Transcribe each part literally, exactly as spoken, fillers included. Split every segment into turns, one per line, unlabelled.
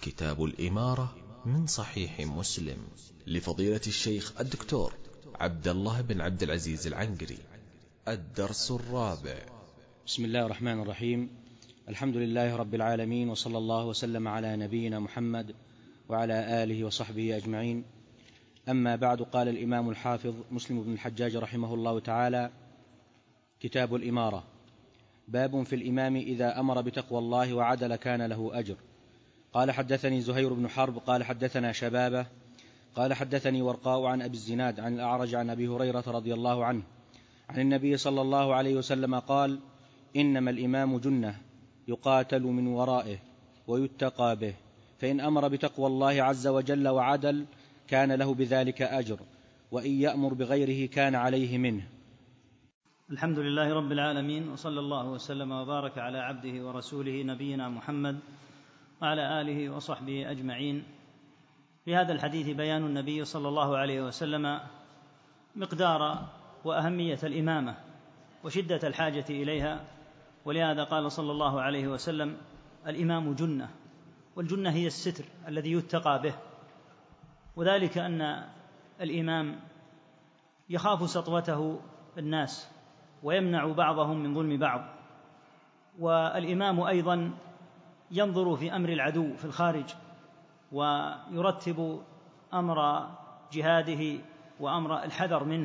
كتاب الإمارة من صحيح مسلم لفضيلة الشيخ الدكتور عبد الله بن عبد العزيز العنقري. الدرس الرابع.
بسم الله الرحمن الرحيم. الحمد لله رب العالمين، وصلى الله وسلم على نبينا محمد وعلى آله وصحبه أجمعين. أما بعد، قال الإمام الحافظ مسلم بن الحجاج رحمه الله تعالى: كتاب الإمارة. باب في الإمام إذا أمر بتقوى الله وعدل كان له أجر. قال: حدثني زهير بن حرب قال حدثنا شبابة قال حدثني ورقاء عن أبي الزناد عن الأعرج عن أبي هريرة رضي الله عنه عن النبي صلى الله عليه وسلم قال: إنما الإمام جنة يقاتل من ورائه ويتقى به، فإن أمر بتقوى الله عز وجل وعدل كان له بذلك أجر، وإن يأمر بغيره كان عليه منه.
الحمد لله رب العالمين، وصلى الله وسلم وبارك على عبده ورسوله نبينا محمد وعلى آله وصحبه أجمعين. في هذا الحديث بيان النبي صلى الله عليه وسلم مقدار وأهمية الإمامة وشدة الحاجة إليها، ولهذا قال صلى الله عليه وسلم: الإمام جنة، والجنة هي الستر الذي يتقى به، وذلك أن الإمام يخاف سطوته الناس ويمنع بعضهم من ظلم بعض، والإمام أيضا ينظر في أمر العدو في الخارج ويرتب أمر جهاده وأمر الحذر منه.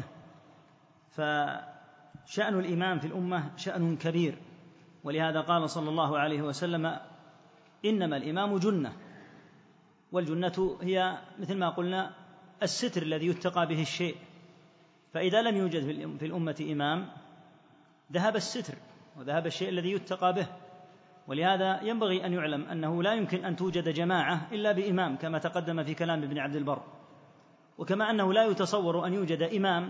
فشأن الإمام في الأمة شأن كبير، ولهذا قال صلى الله عليه وسلم: إنما الإمام جنة، والجنة هي مثل ما قلنا الستر الذي يتقى به الشيء، فإذا لم يوجد في الأمة إمام ذهب الستر وذهب الشيء الذي يتقى به. ولهذا ينبغي أن يعلم أنه لا يمكن أن توجد جماعة إلا بإمام، كما تقدم في كلام ابن عبد البر، وكما أنه لا يتصور أن يوجد إمام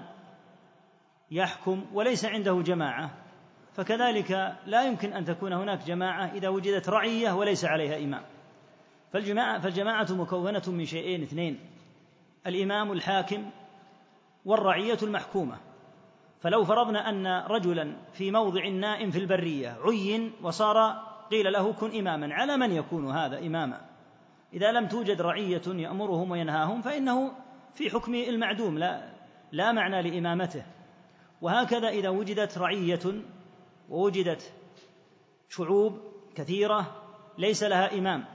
يحكم وليس عنده جماعة، فكذلك لا يمكن أن تكون هناك جماعة إذا وجدت رعية وليس عليها إمام. فالجماعة, فالجماعة مكونة من شيئين اثنين: الإمام الحاكم والرعية المحكومة. فلو فرضنا أن رجلا في موضع نائم في البرية عين وصار قيل له كن إماما، على من يكون هذا إماما؟ إذا لم توجد رعية يأمرهم وينهاهم فإنه في حكم المعدوم، لا, لا معنى لإمامته. وهكذا إذا وجدت رعية ووجدت شعوب كثيرة ليس لها إمام،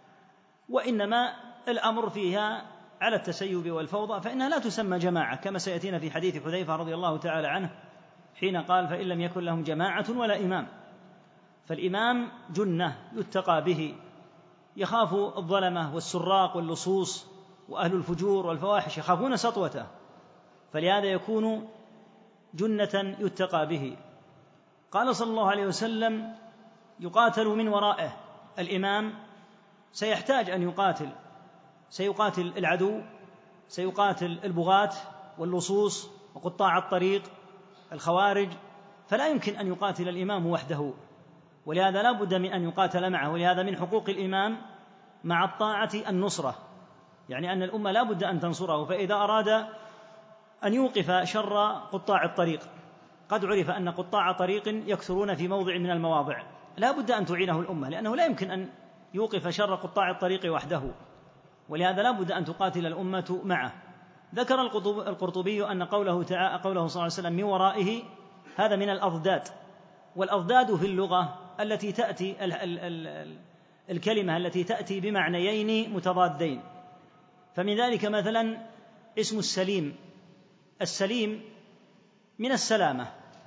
وإنما الأمر فيها على التسيب والفوضى، فإنها لا تسمى جماعة، كما سيأتينا في حديث حذيفة رضي الله تعالى عنه حين قال: فإن لم يكن لهم جماعة ولا إمام. فالإمام جنة يتقى به، يخاف الظلمة والسراق واللصوص وأهل الفجور والفواحش، يخافون سطوته، فلهذا يكون جنة يتقى به. قال صلى الله عليه وسلم: يقاتل من ورائه. الإمام سيحتاج أن يقاتل، سيقاتل العدو، سيقاتل البغاة واللصوص وقطاع الطريق الخوارج، فلا يمكن أن يقاتل الإمام وحده، ولهذا لا بد من أن يقاتل معه. ولهذا من حقوق الإمام مع الطاعة النصرة، يعني أن الأمة لا بد أن تنصره. فإذا أراد أن يوقف شر قطاع الطريق، قد عرف أن قطاع طريق يكثرون في موضع من المواضع، لا بد أن تعينه الأمة، لأنه لا يمكن أن يوقف شر قطاع الطريق وحده، ولهذا لا بد أن تقاتل الأمة معه. ذكر القرطبي أن قوله تعالى قوله صلى الله عليه وسلم من ورائه، هذا من الأضداد، والأضداد في اللغة التي تأتي ال ال ال الكلمة التي تأتي بمعنيين متضادين. فمن ذلك مثلا اسم السليم، السليم من السلامة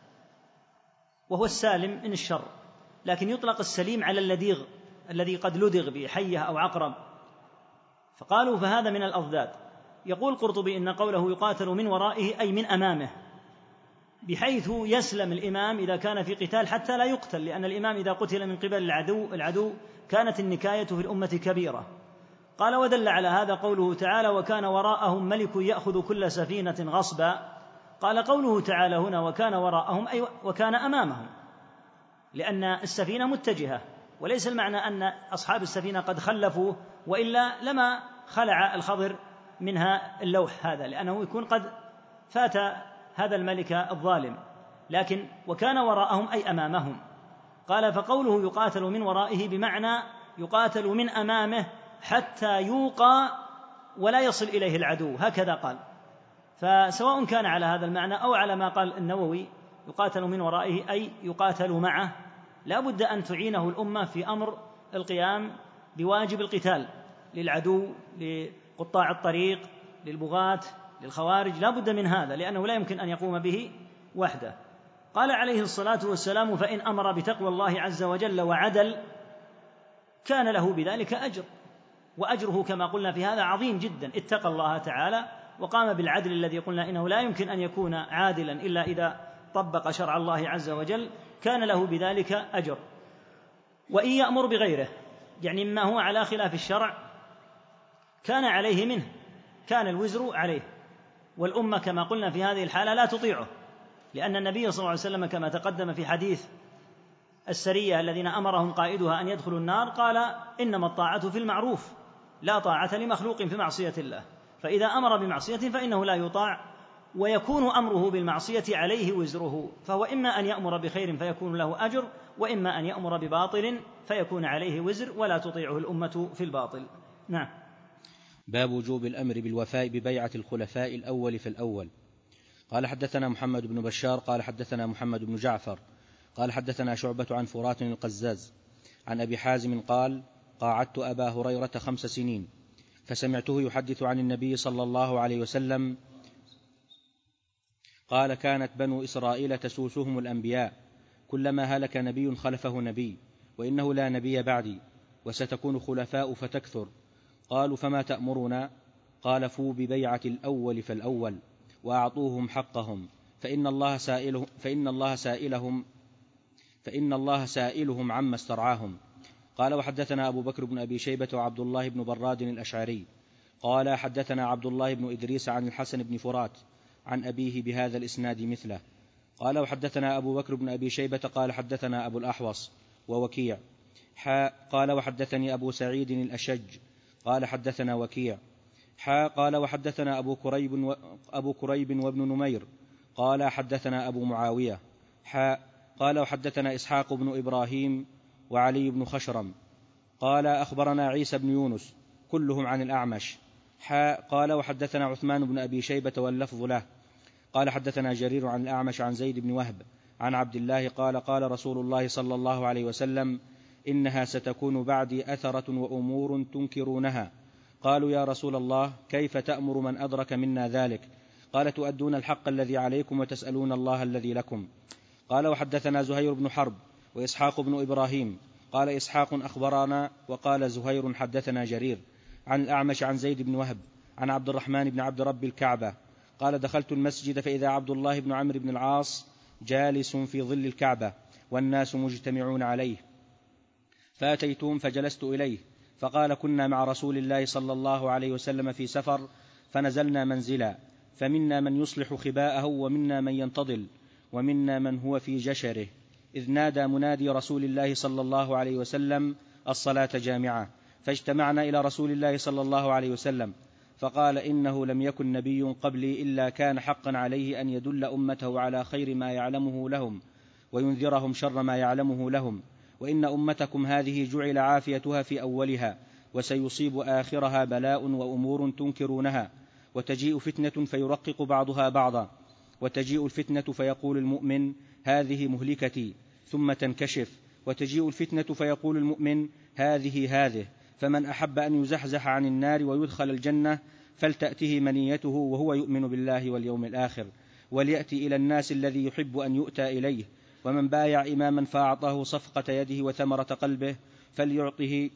وهو السالم من الشر، لكن يطلق السليم على اللديغ الذي قد لدغ بحية أو عقرب، فقالوا فهذا من الأضداد. يقول القرطبي إن قوله يقاتل من ورائه أي من أمامه، بحيث يسلم الإمام إذا كان في قتال حتى لا يقتل، لأن الإمام إذا قتل من قبل العدو, العدو كانت النكاية في الأمة كبيرة. قال: ودل على هذا قوله تعالى: وكان وراءهم ملك يأخذ كل سفينة غصبا. قال قوله تعالى هنا وكان وراءهم أي وكان أمامهم، لأن السفينة متجهة، وليس المعنى أن أصحاب السفينة قد خلفوا، وإلا لما خلع الخضر منها اللوح هذا، لأنه يكون قد فات هذا الملك الظالم. لكن وكان وراءهم أي أمامهم. قال: فقوله يقاتل من ورائه بمعنى يقاتل من أمامه، حتى يوقى ولا يصل إليه العدو، هكذا قال. فسواء كان على هذا المعنى أو على ما قال النووي يقاتل من ورائه أي يقاتل معه، لا بد أن تعينه الأمة في أمر القيام بواجب القتال للعدو، لقطاع الطريق، للبغاة، للخوارج، لا بد من هذا، لأنه لا يمكن أن يقوم به وحده. قال عليه الصلاة والسلام: فإن أمر بتقوى الله عز وجل وعدل كان له بذلك أجر، وأجره كما قلنا في هذا عظيم جدا. اتقى الله تعالى وقام بالعدل الذي قلنا إنه لا يمكن أن يكون عادلا إلا إذا طبق شرع الله عز وجل، كان له بذلك أجر. وإن يأمر بغيره، يعني مما هو على خلاف الشرع، كان عليه منه، كان الوزر عليه. والأمة كما قلنا في هذه الحالة لا تطيعه، لأن النبي صلى الله عليه وسلم كما تقدم في حديث السرية الذين أمرهم قائدها أن يدخلوا النار قال: إنما الطاعة في المعروف، لا طاعة لمخلوق في معصية الله، فإذا أمر بمعصية فإنه لا يطاع، ويكون أمره بالمعصية عليه وزره، فهو إما أن يأمر بخير فيكون له أجر، وإما أن يأمر بباطل فيكون عليه وزر، ولا تطيعه الأمة في الباطل. نعم.
باب وجوب الأمر بالوفاء ببيعة الخلفاء الأول فالأول. قال حدثنا محمد بن بشار قال حدثنا محمد بن جعفر قال حدثنا شعبة عن فرات القزاز عن أبي حازم قال: قاعدت أبا هريرة خمس سنين فسمعته يحدث عن النبي صلى الله عليه وسلم قال: كانت بنو إسرائيل تسوسهم الأنبياء، كلما هلك نبي خلفه نبي، وإنه لا نبي بعدي، وستكون خلفاء فتكثر. قالوا: فما تأمرنا؟ قال: فوا ببيعة الأول فالأول، وأعطوهم حقهم، فإن الله سائلهم فإن الله سائلهم فإن الله سائلهم عما استرعاهم. قال: وحدثنا أبو بكر بن أبي شيبة وعبد الله بن براد الأشعري قال: حدثنا عبد الله بن إدريس عن الحسن بن فرات عن أبيه بهذا الإسناد مثله. قال: وحدثنا أبو بكر بن أبي شيبة قال: حدثنا أبو الأحوص ووكيع. قال: وحدثني أبو سعيد الأشج قال: حدثنا وكيع. قال: وحدثنا أبو كريب, و... أبو كريب وابن نمير قال: حدثنا أبو معاوية. قال: وحدثنا إسحاق بن إبراهيم وعلي بن خشرم قال: أخبرنا عيسى بن يونس كلهم عن الأعمش. قال: وحدثنا عثمان بن أبي شيبة واللفظ له قال: حدثنا جرير عن الأعمش عن زيد بن وهب عن عبد الله قال: قال رسول الله صلى الله عليه وسلم: إنها ستكون بعدي أثرة وأمور تنكرونها. قالوا: يا رسول الله، كيف تأمر من أدرك منا ذلك؟ قال: تؤدون الحق الذي عليكم وتسألون الله الذي لكم. قال: وحدثنا زهير بن حرب وإسحاق بن إبراهيم قال إسحاق: أخبرنا، وقال زهير: حدثنا جرير عن الأعمش عن زيد بن وهب عن عبد الرحمن بن عبد رب الكعبة قال: دخلت المسجد فإذا عبد الله بن عمرو بن العاص جالس في ظل الكعبة والناس مجتمعون عليه، فأتيتهم فجلست إليه، فقال: كنا مع رسول الله صلى الله عليه وسلم في سفر، فنزلنا منزلا، فمنا من يصلح خباءه ومنا من ينتضل ومنا من هو في جشره، إذ نادى منادي رسول الله صلى الله عليه وسلم: الصلاة جامعة. فاجتمعنا إلى رسول الله صلى الله عليه وسلم، فقال: إنه لم يكن نبي قبلي إلا كان حقا عليه أن يدل أمته على خير ما يعلمه لهم وينذرهم شر ما يعلمه لهم، وإن أمتكم هذه جعل عافيتها في أولها، وسيصيب آخرها بلاء وأمور تنكرونها، وتجيء فتنة فيرقق بعضها بعضا، وتجيء الفتنة فيقول المؤمن: هذه مهلكتي، ثم تنكشف، وتجيء الفتنة فيقول المؤمن: هذه هذه، فمن أحب أن يزحزح عن النار ويدخل الجنة فلتأته منيته وهو يؤمن بالله واليوم الآخر، وليأتي إلى الناس الذي يحب أن يؤتى إليه، ومن بايع إماما فأعطاه صفقة يده وثمرة قلبه فليعطه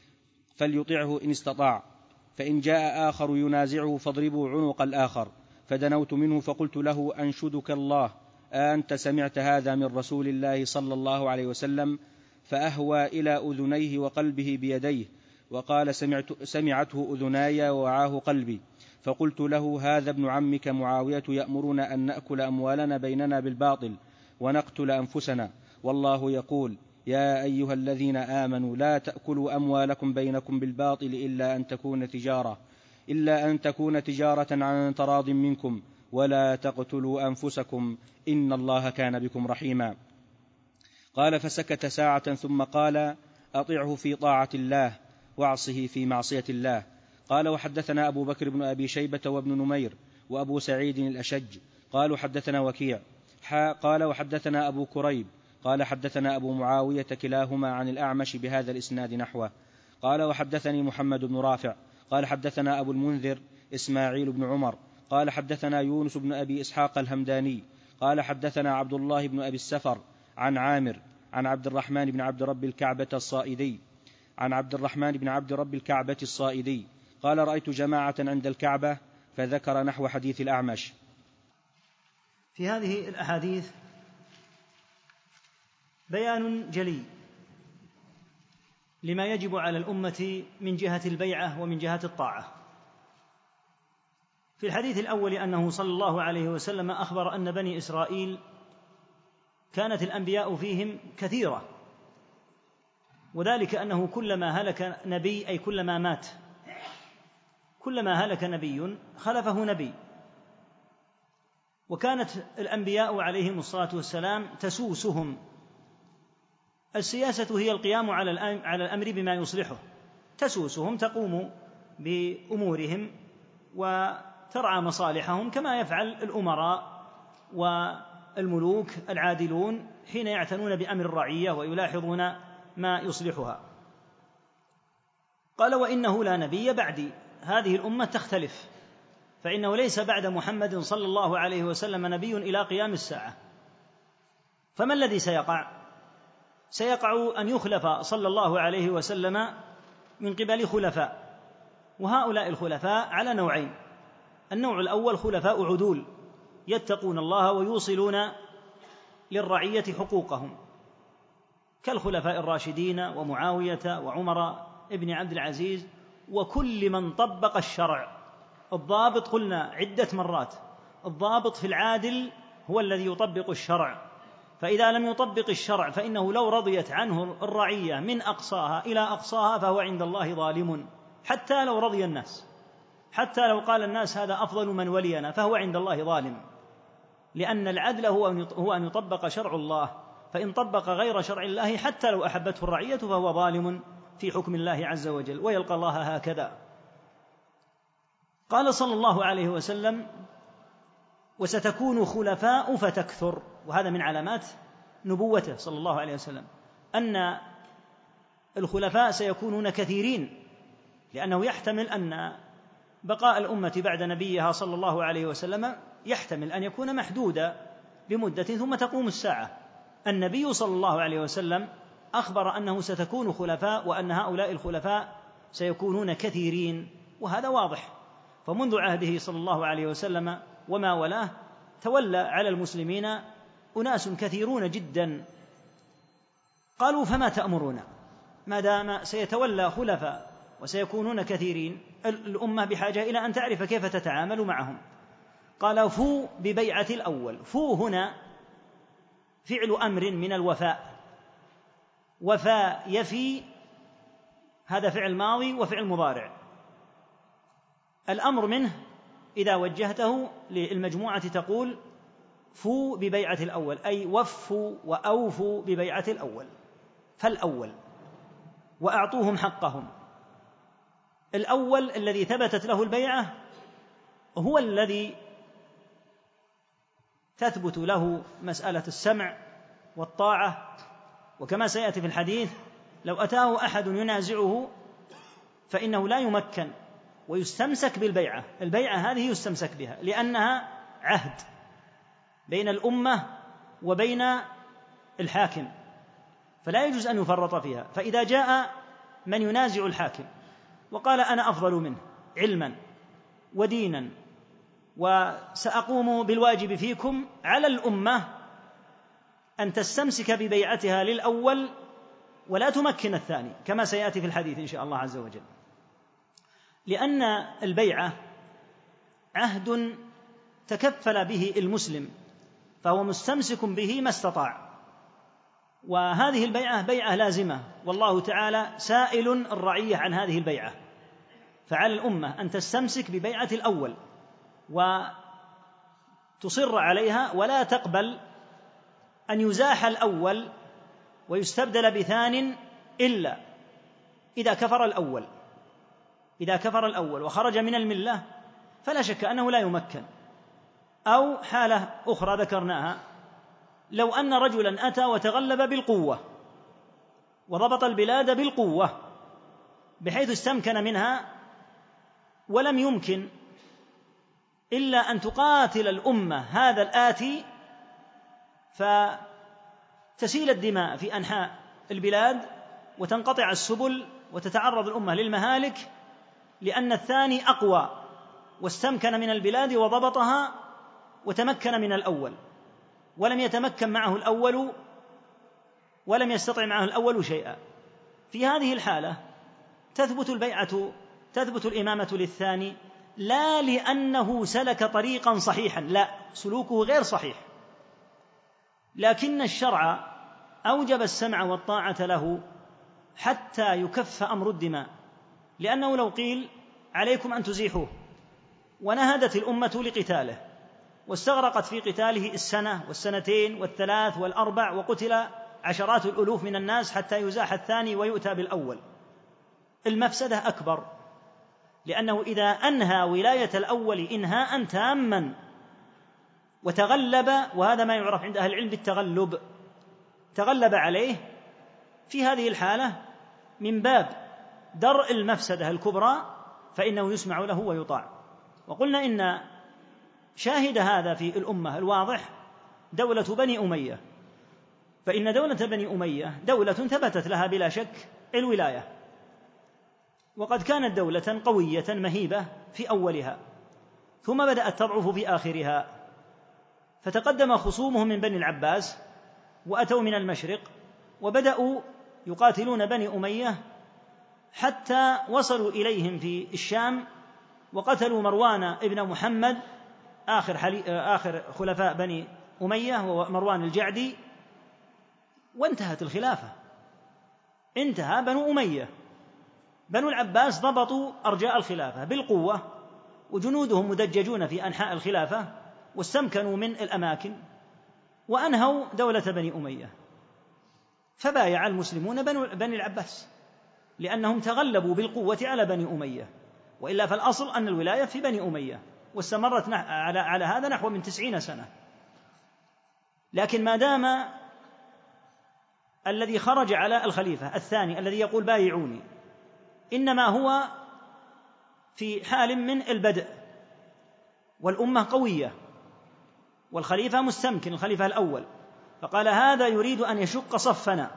فليطعه إن استطاع، فإن جاء آخر ينازعه فاضربوا عنق الآخر. فدنوت منه فقلت له: أنشدك الله، أنت سمعت هذا من رسول الله صلى الله عليه وسلم؟ فأهوى إلى أذنيه وقلبه بيديه وقال: سمعت سمعته أذناي ووعاه قلبي. فقلت له: هذا ابن عمك معاوية يأمرنا أن نأكل أموالنا بيننا بالباطل ونقتل أنفسنا، والله يقول: يا أيها الذين آمنوا لا تأكلوا أموالكم بينكم بالباطل إلا أن تكون تجارة إلا أن تكون تجارة عن تراض منكم، ولا تقتلوا أنفسكم إن الله كان بكم رحيما. قال: فسكت ساعة ثم قال: أطعه في طاعة الله وعصه في معصية الله. قال وحدثنا أبو بكر بن أبي شيبة وابن نمير وأبو سعيد الأشج قالوا حدثنا وكيع قال وحدثنا أبو كريب قال حدثنا أبو معاوية كلاهما عن الأعمش بهذا الإسناد نحوه. قال وحدثني محمد بن رافع قال حدثنا أبو المنذر إسماعيل بن عمر قال حدثنا يونس بن أبي إسحاق الهمداني قال حدثنا عبد الله بن أبي السفر عن عامر عن عبد الرحمن بن عبد رب الكعبة الصائدي عن عبد الرحمن بن عبد رب الكعبة الصائدي قال رأيت جماعة عند الكعبة فذكر نحو حديث الأعمش.
في هذه الأحاديث بيان جلي لما يجب على الأمة من جهة البيعة ومن جهة الطاعة. في الحديث الأول أنه صلى الله عليه وسلم أخبر أن بني إسرائيل كانت الأنبياء فيهم كثيرة، وذلك أنه كلما هلك نبي أي كلما مات كلما هلك نبي خلفه نبي، وكانت الأنبياء عليهم الصلاة والسلام تسوسهم. السياسة هي القيام على الأمر بما يصلحه، تسوسهم تقوم بأمورهم وترعى مصالحهم كما يفعل الأمراء والملوك العادلون حين يعتنون بأمر الرعية ويلاحظون ما يصلحها. قال وإنه لا نبي بعدي، هذه الأمة تختلف، فإنه ليس بعد محمد صلى الله عليه وسلم نبي إلى قيام الساعة. فما الذي سيقع؟ سيقع أن يخلف صلى الله عليه وسلم من قبل خلفاء، وهؤلاء الخلفاء على نوعين: النوع الأول خلفاء عدول يتقون الله ويوصلون للرعية حقوقهم كالخلفاء الراشدين ومعاوية وعمر ابن عبد العزيز وكل من طبق الشرع. الضابط قلنا عدة مرات، الضابط في العادل هو الذي يطبق الشرع، فإذا لم يطبق الشرع فإنه لو رضيت عنه الرعية من أقصاها إلى أقصاها فهو عند الله ظالم، حتى لو رضي الناس، حتى لو قال الناس هذا أفضل من ولينا فهو عند الله ظالم، لأن العدل هو أن يطبق شرع الله، فإن طبق غير شرع الله حتى لو أحبته الرعية فهو ظالم في حكم الله عز وجل ويلقى الله هكذا. قال صلى الله عليه وسلم وستكون خلفاء فتكثر، وهذا من علامات نبوته صلى الله عليه وسلم أن الخلفاء سيكونون كثيرين، لأنه يحتمل أن بقاء الأمة بعد نبيها صلى الله عليه وسلم يحتمل أن يكون محدودا بمدة ثم تقوم الساعة. النبي صلى الله عليه وسلم أخبر أنه ستكون خلفاء وأن هؤلاء الخلفاء سيكونون كثيرين، وهذا واضح. فمنذ عهده صلى الله عليه وسلم وما ولاه تولى على المسلمين أناس كثيرون جدا. قالوا فما تأمرون ما دام سيتولى خلفاء وسيكونون كثيرين؟ الأمة بحاجة إلى أن تعرف كيف تتعامل معهم. قال فو ببيعة الأول. فو هنا فعل أمر من الوفاء، وفاء يفي، هذا فعل ماضي وفعل مضارع. الأمر منه إذا وجهته للمجموعة تقول فو ببيعة الأول، أي وفوا وأوفوا ببيعة الأول، فالأول وأعطوهم حقهم. الأول الذي ثبتت له البيعة هو الذي تثبت له مسألة السمع والطاعة، وكما سيأتي في الحديث لو أتاه أحد ينازعه فإنه لا يمكن ويستمسك بالبيعة. البيعة هذه يستمسك بها لأنها عهد بين الأمة وبين الحاكم، فلا يجوز أن يفرط فيها. فإذا جاء من ينازع الحاكم وقال أنا أفضل منه علما ودينا وسأقوم بالواجب فيكم، على الأمة أن تستمسك ببيعتها للأول ولا تمكن الثاني، كما سيأتي في الحديث إن شاء الله عز وجل، لأن البيعة عهد تكفل به المسلم فهو مستمسك به ما استطاع، وهذه البيعة بيعة لازمة، والله تعالى سائل الرعية عن هذه البيعة، فعلى الأمة أن تستمسك ببيعة الأول وتصر عليها ولا تقبل أن يزاح الأول ويستبدل بثان إلا إذا كفر الأول إذا كفر الأول وخرج من الملة فلا شك أنه لا يمكن. أو حالة أخرى ذكرناها، لو أن رجلا أتى وتغلب بالقوة وضبط البلاد بالقوة بحيث استمكن منها ولم يمكن إلا أن تقاتل الأمة هذا الآتي فتسيل الدماء في أنحاء البلاد وتنقطع السبل وتتعرض الأمة للمهالك، لأن الثاني أقوى واستمكن من البلاد وضبطها وتمكن من الأول، ولم يتمكن معه الأول ولم يستطع معه الأول شيئا. في هذه الحالة تثبت البيعة تثبت الإمامة للثاني، لا لأنه سلك طريقا صحيحا، لا، سلوكه غير صحيح، لكن الشرع أوجب السمع والطاعة له حتى يكف أمر الدماء، لأنه لو قيل عليكم أن تزيحوه ونهدت الأمة لقتاله واستغرقت في قتاله السنة والسنتين والثلاث والأربع وقتل عشرات الألوف من الناس حتى يزاح الثاني ويؤتى بالأول، المفسدة أكبر، لأنه إذا أنهى ولاية الأول إنهاء تاما وتغلب، وهذا ما يعرف عند أهل العلم بالتغلب، تغلب عليه في هذه الحالة من باب درء المفسدة الكبرى فإنه يسمع له ويطاع. وقلنا إن شاهد هذا في الأمة الواضح دولة بني أمية، فإن دولة بني أمية دولة ثبتت لها بلا شك الولاية، وقد كانت دولة قوية مهيبة في أولها، ثم بدأت تضعف في آخرها، فتقدم خصومهم من بني العباس وأتوا من المشرق وبدأوا يقاتلون بني أمية حتى وصلوا إليهم في الشام وقتلوا مروان ابن محمد آخر, آخر خلفاء بني أمية ومروان الجعدي، وانتهت الخلافة، انتهى بنو أمية. بنو العباس ضبطوا أرجاء الخلافة بالقوة وجنودهم مدججون في أنحاء الخلافة واستمكنوا من الأماكن وأنهوا دولة بني أمية، فبايع المسلمون بني العباس لأنهم تغلبوا بالقوة على بني أمية، وإلا فالأصل أن الولاية في بني أمية، واستمرت على على هذا نحو من تسعين سنة. لكن ما دام الذي خرج على الخليفة الثاني الذي يقول بايعوني إنما هو في حال من البدء والأمة قوية والخليفة مستمكن، الخليفة الأول، فقال هذا يريد أن يشق صفنا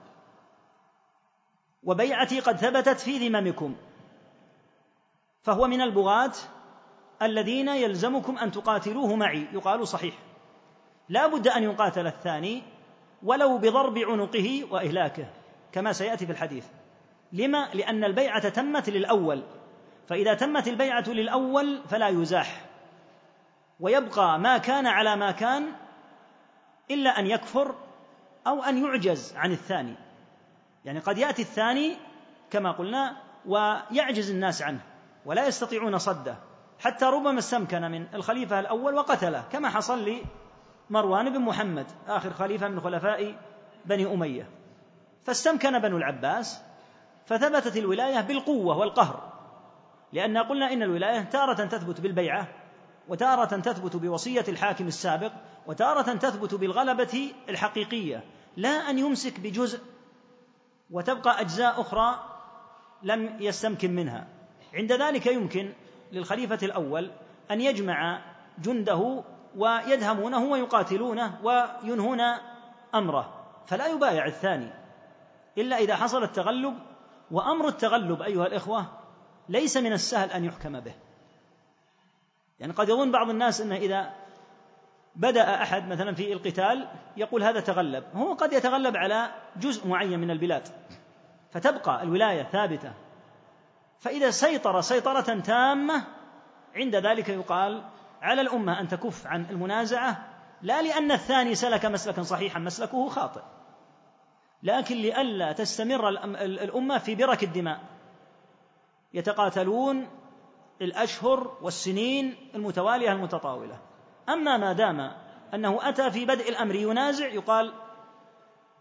وبيعتي قد ثبتت في ذممكم، فهو من البغاة الذين يلزمكم أن تقاتلوه معي. يقال صحيح، لا بد أن يقاتل الثاني ولو بضرب عنقه وإهلاكه كما سيأتي في الحديث. لما؟ لأن البيعة تمت للأول، فإذا تمت البيعة للأول فلا يزاح ويبقى ما كان على ما كان إلا أن يكفر أو أن يعجز عن الثاني، يعني قد يأتي الثاني كما قلنا ويعجز الناس عنه ولا يستطيعون صده، حتى ربما استمكن من الخليفة الأول وقتله كما حصل لمروان بن محمد آخر خليفة من خلفاء بني أمية، فاستمكن بنو العباس فثبتت الولاية بالقوة والقهر، لأن قلنا إن الولاية تارة تثبت بالبيعة وتارة تثبت بوصية الحاكم السابق وتارة تثبت بالغلبة الحقيقية، لا أن يمسك بجزء وتبقى أجزاء أخرى لم يستمكن منها. عند ذلك يمكن للخليفة الأول أن يجمع جنده ويدهمونه ويقاتلونه وينهون أمره، فلا يبايع الثاني إلا إذا حصل التغلب. وأمر التغلب أيها الإخوة ليس من السهل أن يحكم به، يعني قد يظن بعض الناس أنه إذا بدأ أحد مثلا في القتال يقول هذا تغلب، هو قد يتغلب على جزء معين من البلاد فتبقى الولاية ثابتة، فإذا سيطر سيطرة تامة عند ذلك يقال على الأمة أن تكف عن المنازعة، لا لأن الثاني سلك مسلكا صحيحا مسلكه خاطئ، لكن لئلا تستمر الأمة في برك الدماء، يتقاتلون الأشهر والسنين المتوالية المتطاولة. أما ما دام أنه أتى في بدء الأمر ينازع يقال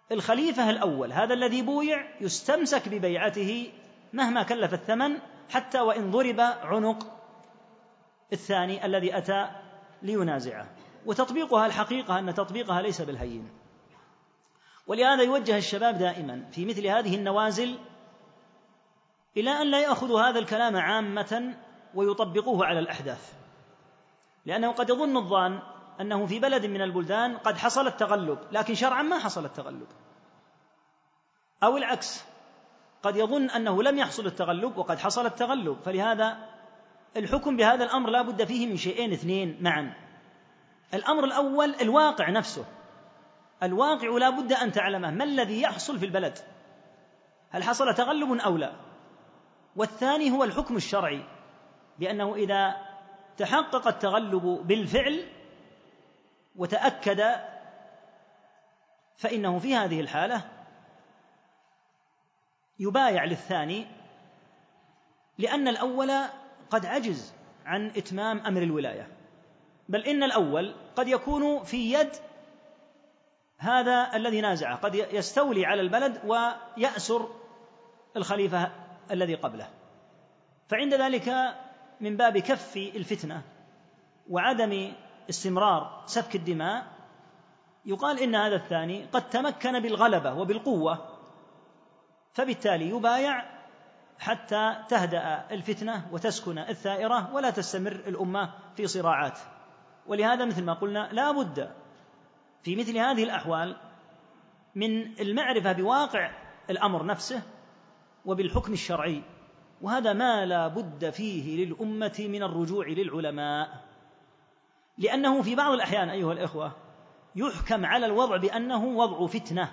الخليفة الأول هذا الذي بويع يستمسك ببيعته مهما كلف الثمن، حتى وإن ضرب عنق الثاني الذي أتى لينازعه. وتطبيقها الحقيقة أن تطبيقها ليس بالهين، ولهذا يوجه الشباب دائما في مثل هذه النوازل إلى أن لا يأخذوا هذا الكلام عامة ويطبقوه على الأحداث، لأنه قد يظن الظان أنه في بلد من البلدان قد حصل التغلب لكن شرعا ما حصل التغلب، أو العكس، قد يظن أنه لم يحصل التغلب وقد حصل التغلب. فلهذا الحكم بهذا الأمر لا بد فيه من شيئين اثنين معا. الأمر الأول الواقع نفسه، الواقع لا بد أن تعلمه، ما الذي يحصل في البلد، هل حصل تغلب أو لا. والثاني هو الحكم الشرعي، بأنه إذا تحقق التغلب بالفعل وتأكد فإنه في هذه الحالة يبايع للثاني، لأن الأول قد عجز عن إتمام أمر الولاية، بل إن الأول قد يكون في يد هذا الذي نازعه، قد يستولي على البلد ويأسر الخليفة الذي قبله. فعند ذلك من باب كف الفتنة وعدم استمرار سفك الدماء يقال إن هذا الثاني قد تمكن بالغلبة وبالقوة، فبالتالي يبايع حتى تهدأ الفتنة وتسكن الثائرة ولا تستمر الأمة في صراعات. ولهذا مثل ما قلنا لا بد في مثل هذه الأحوال من المعرفة بواقع الأمر نفسه وبالحكم الشرعي، وهذا ما لا بد فيه للأمة من الرجوع للعلماء، لأنه في بعض الأحيان أيها الإخوة يحكم على الوضع بأنه وضع فتنة.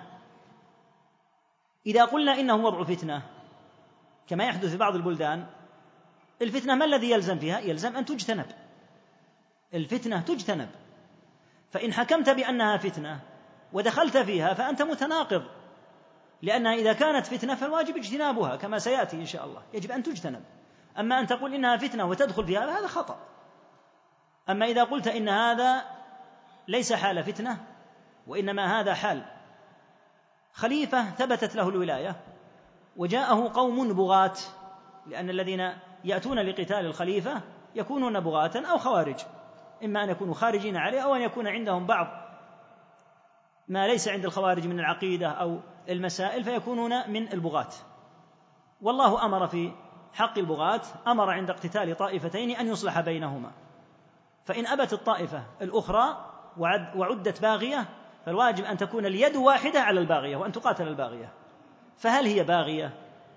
إذا قلنا إنه وضع فتنة كما يحدث في بعض البلدان، الفتنة ما الذي يلزم فيها؟ يلزم أن تجتنب، الفتنة تجتنب، فإن حكمت بأنها فتنة ودخلت فيها فأنت متناقض، لأنها إذا كانت فتنة فالواجب اجتنابها كما سيأتي إن شاء الله، يجب أن تجتنب. أما أن تقول إنها فتنة وتدخل فيها هذا خطأ. أما إذا قلت إن هذا ليس حال فتنة وإنما هذا حال خليفة ثبتت له الولاية وجاءه قوم بغاة، لأن الذين يأتون لقتال الخليفة يكونون بغاة أو خوارج، إما أن يكونوا خارجين عليه أو أن يكون عندهم بعض ما ليس عند الخوارج من العقيدة أو المسائل فيكونون من البغاة. والله أمر في حق البغاة، أمر عند اقتتال طائفتين أن يصلح بينهما، فإن أبت الطائفة الأخرى وعدت باغية فالواجب أن تكون اليد واحدة على الباغية وأن تقاتل الباغية. فهل هي باغية؟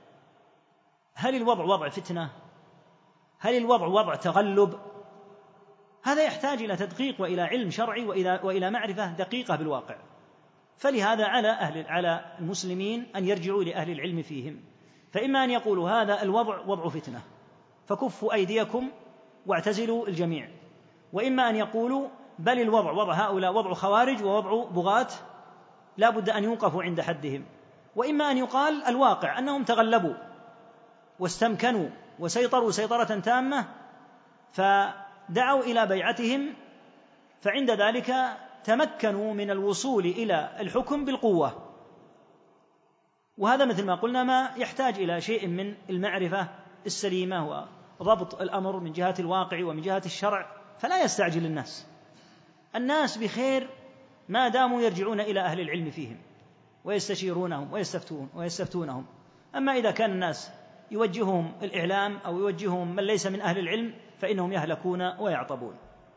هل الوضع وضع فتنة؟ هل الوضع وضع تغلب؟ هذا يحتاج إلى تدقيق وإلى علم شرعي وإلى, وإلى معرفة دقيقة بالواقع. فلهذا على أهل على المسلمين أن يرجعوا لأهل العلم فيهم، فإما أن يقولوا هذا الوضع وضع فتنة فكفوا أيديكم واعتزلوا الجميع، وإما أن يقولوا بل الوضع وضع هؤلاء وضع خوارج ووضع بغاة لا بد أن يوقفوا عند حدهم، وإما أن يقال الواقع أنهم تغلبوا واستمكنوا وسيطروا سيطرة تامة فدعوا إلى بيعتهم، فعند ذلك تمكنوا من الوصول إلى الحكم بالقوة. وهذا مثل ما قلنا ما يحتاج إلى شيء من المعرفة السليمة وضبط الأمر من جهة الواقع ومن جهة الشرع، فلا يستعجل الناس. الناس بخير ما داموا يرجعون إلى أهل العلم فيهم ويستشيرونهم ويستفتون ويستفتونهم. أما إذا كان الناس يوجههم الإعلام أو يوجههم من ليس من أهل العلم فإنهم يهلكون ويعطبون.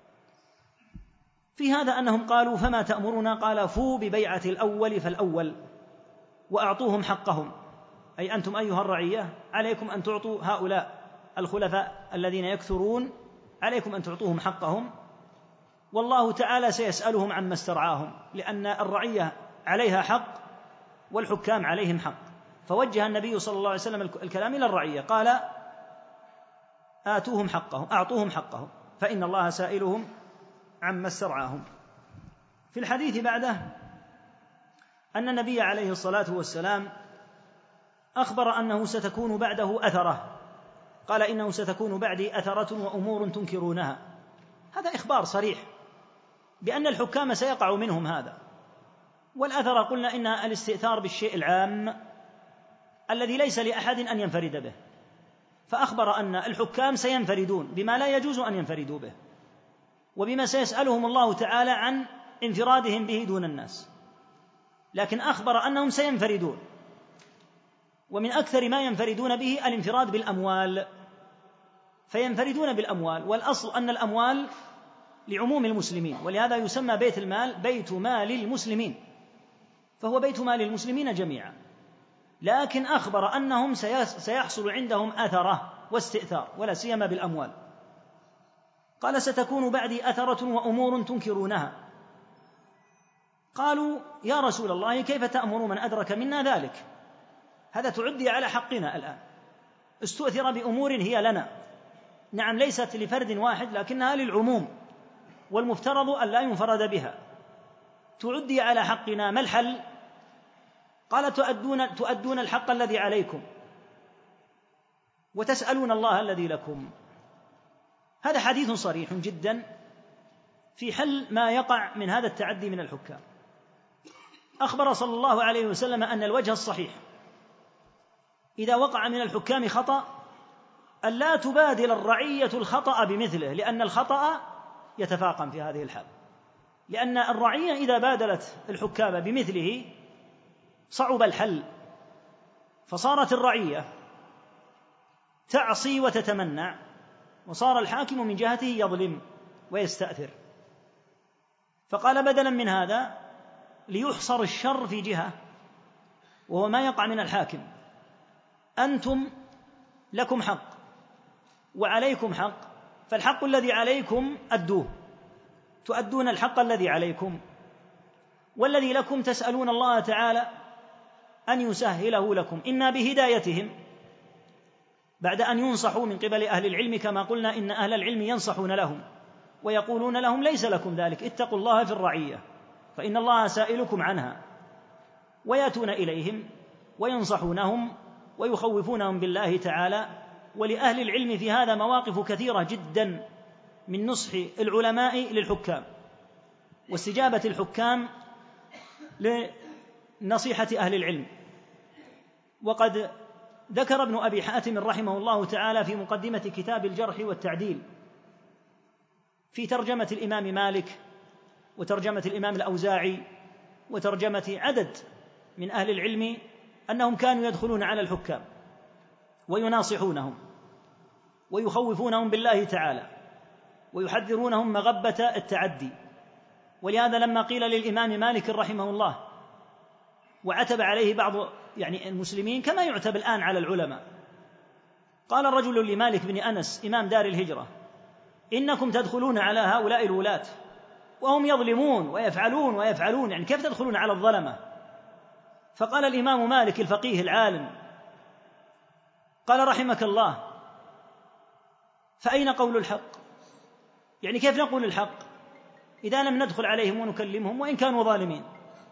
في هذا أنهم قالوا فما تأمرنا؟ قال فوا ببيعة الأول فالأول وأعطوهم حقهم، أي أنتم أيها الرعية عليكم أن تعطوا هؤلاء الخلفاء الذين يكثرون، عليكم أن تعطوهم حقهم، والله تعالى سيسألهم عما استرعاهم، لأن الرعية عليها حق والحكام عليهم حق. فوجه النبي صلى الله عليه وسلم الكلام إلى الرعية، قال آتوهم حقهم أعطوهم حقهم فإن الله سائلهم عما استرعاهم. في الحديث بعده أن النبي عليه الصلاة والسلام أخبر أنه ستكون بعده أثرة، قال إنه ستكون بعدي أثرة وأمور تنكرونها. هذا إخبار صريح بأن الحكام سيقع منهم هذا، والأثر قلنا إن الاستئثار بالشيء العام الذي ليس لأحد أن ينفرد به، فأخبر أن الحكام سينفردون بما لا يجوز أن ينفردوا به، وبما سيسألهم الله تعالى عن انفرادهم به دون الناس، لكن أخبر أنهم سينفردون، ومن أكثر ما ينفردون به الانفراد بالأموال، فينفردون بالأموال، والأصل أن الأموال لعموم المسلمين، ولهذا يسمى بيت المال بيت مال المسلمين، فهو بيت مال المسلمين جميعا، لكن أخبر أنهم سيحصل عندهم أثرة واستئثار، ولا سيما بالأموال. قال: ستكون بعدي أثرة وأمور تنكرونها. قالوا: يا رسول الله، كيف تأمر من أدرك منا ذلك؟ هذا تعدي على حقنا الآن، استؤثر بأمور هي لنا، نعم ليست لفرد واحد لكنها للعموم، والمفترض أن لا ينفرد بها، تعدي على حقنا، ما الحل؟ قال: تؤدون, تؤدون الحق الذي عليكم وتسألون الله الذي لكم. هذا حديث صريح جدا في حل ما يقع من هذا التعدي من الحكام. أخبر صلى الله عليه وسلم أن الوجه الصحيح إذا وقع من الحكام خطأ أن لا تبادل الرعية الخطأ بمثله، لأن الخطأ يتفاقم في هذه الحال، لأن الرعية إذا بادلت الحكام بمثله صعب الحل، فصارت الرعية تعصي وتتمنع، وصار الحاكم من جهته يظلم ويستأثر. فقال: بدلا من هذا ليحصر الشر في جهة، وهو ما يقع من الحاكم، أنتم لكم حق وعليكم حق، فالحق الذي عليكم أدوه، تؤدون الحق الذي عليكم، والذي لكم تسألون الله تعالى أن يسهله لكم، إما بهدايتهم بعد أن ينصحوا من قبل أهل العلم، كما قلنا إن أهل العلم ينصحون لهم ويقولون لهم: ليس لكم ذلك، اتقوا الله في الرعية فإن الله سائلكم عنها، ويأتون إليهم وينصحونهم ويخوفونهم بالله تعالى. ولأهل العلم في هذا مواقف كثيرة جدا من نصح العلماء للحكام واستجابة الحكام لنصيحة أهل العلم. وقد ذكر ابن أبي حاتم رحمه الله تعالى في مقدمة كتاب الجرح والتعديل في ترجمة الإمام مالك وترجمة الإمام الأوزاعي وترجمة عدد من أهل العلم أنهم كانوا يدخلون على الحكام ويناصحونهم ويخوفونهم بالله تعالى ويحذرونهم مغبة التعدي. ولهذا لما قيل للإمام مالك رحمه الله وعتب عليه بعض يعني المسلمين كما يعتب الآن على العلماء، قال الرجل لمالك بن أنس إمام دار الهجرة: إنكم تدخلون على هؤلاء الولاة وهم يظلمون ويفعلون ويفعلون، يعني كيف تدخلون على الظلمة؟ فقال الإمام مالك الفقيه العالم، قال: رحمك الله، فأين قول الحق؟ يعني كيف نقول الحق إذا لم ندخل عليهم ونكلمهم وإن كانوا ظالمين؟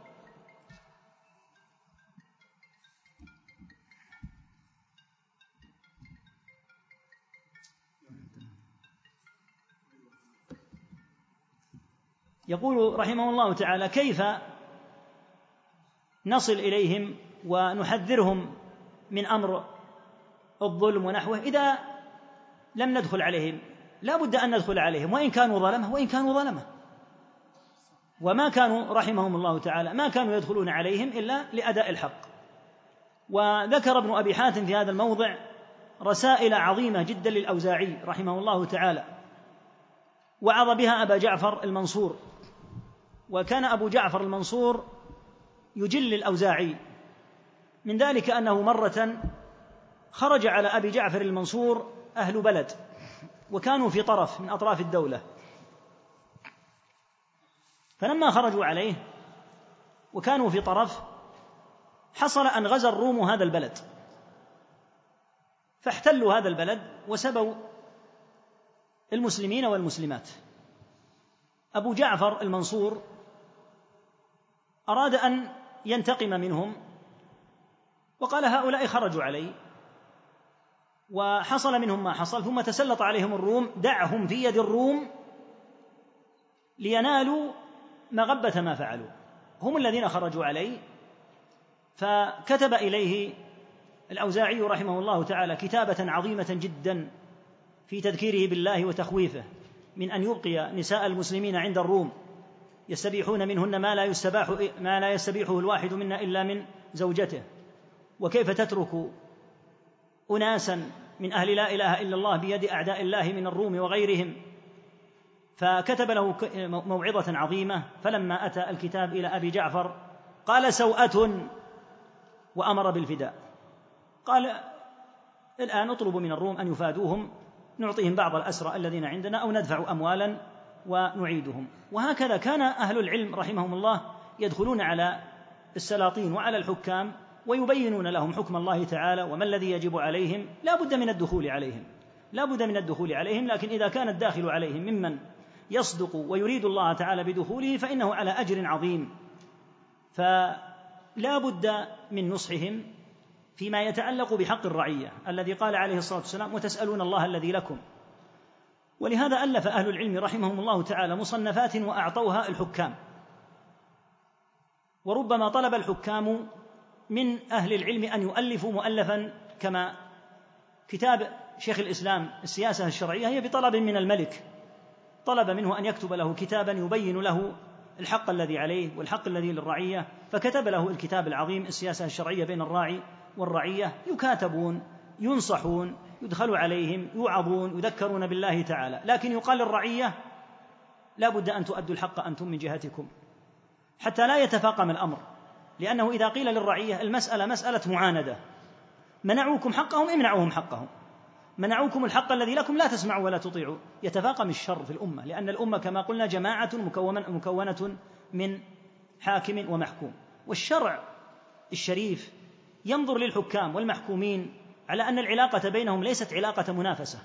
يقول رحمه الله تعالى: كيف نصل إليهم ونحذرهم من أمر الظلم ونحوه إذا لم ندخل عليهم؟ لا بد أن ندخل عليهم وإن كانوا ظلمة وإن كانوا ظلمة، وما كانوا رحمهم الله تعالى ما كانوا يدخلون عليهم إلا لأداء الحق. وذكر ابن أبي حاتم في هذا الموضع رسائل عظيمة جدا للأوزاعي رحمه الله تعالى، وعظ بها أبا جعفر المنصور، وكان أبو جعفر المنصور يجل الأوزاعي، من ذلك أنه مرة خرج على أبي جعفر المنصور أهل بلد وكانوا في طرف من أطراف الدولة، فلما خرجوا عليه وكانوا في طرف حصل أن غزا الروم هذا البلد فاحتلوا هذا البلد وسبوا المسلمين والمسلمات. أبو جعفر المنصور أراد أن ينتقم منهم وقال: هؤلاء خرجوا علي وحصل منهم ما حصل، ثم تسلط عليهم الروم، دعهم في يد الروم لينالوا مغبة ما فعلوا. هم الذين خرجوا عليه، فكتب إليه الأوزاعي رحمه الله تعالى كتابة عظيمة جدا في تذكيره بالله وتخويفه من أن يبقي نساء المسلمين عند الروم يستبيحون منهن ما لا يستباح ما لا يستبيحه الواحد منا إلا من زوجته، وكيف تترك أناسا من أهل لا إله إلا الله بيد أعداء الله من الروم وغيرهم. فكتب له موعظة عظيمة، فلما أتى الكتاب إلى أبي جعفر قال سوءة وأمر بالفداء. قال الآن اطلب من الروم أن يفادوهم، نعطيهم بعض الأسرى الذين عندنا أو ندفع أموالا ونعيدهم. وهكذا كان أهل العلم رحمهم الله يدخلون على السلاطين وعلى الحكام ويبينون لهم حكم الله تعالى وما الذي يجب عليهم. لا بد من الدخول عليهم لا بد من الدخول عليهم لكن إذا كان الداخل عليهم ممن يصدق ويريد الله تعالى بدخوله فإنه على أجر عظيم. فلا بد من نصحهم فيما يتعلق بحق الرعية الذي قال عليه الصلاة والسلام وتسألون الله الذي لكم. ولهذا ألف أهل العلم رحمهم الله تعالى مصنفات وأعطوها الحكام، وربما طلب الحكام من أهل العلم أن يؤلفوا مؤلفا كما كتاب شيخ الإسلام السياسة الشرعية، هي بطلب من الملك، طلب منه أن يكتب له كتابا يبين له الحق الذي عليه والحق الذي للرعية، فكتب له الكتاب العظيم السياسة الشرعية بين الراعي والرعية، يكاتبون ينصحون يدخل عليهم يوعظون يذكرون بالله تعالى. لكن يقال للرعية لا بد أن تؤدوا الحق أنتم من جهتكم حتى لا يتفاقم الأمر، لأنه إذا قيل للرعية المسألة مسألة معاندة، منعوكم حقهم امنعوهم حقهم، منعوكم الحق الذي لكم لا تسمعوا ولا تطيعوا، يتفاقم الشر في الأمة، لأن الأمة كما قلنا جماعة مكونة من حاكم ومحكوم. والشرع الشريف ينظر للحكام والمحكومين على أن العلاقة بينهم ليست علاقة منافسة.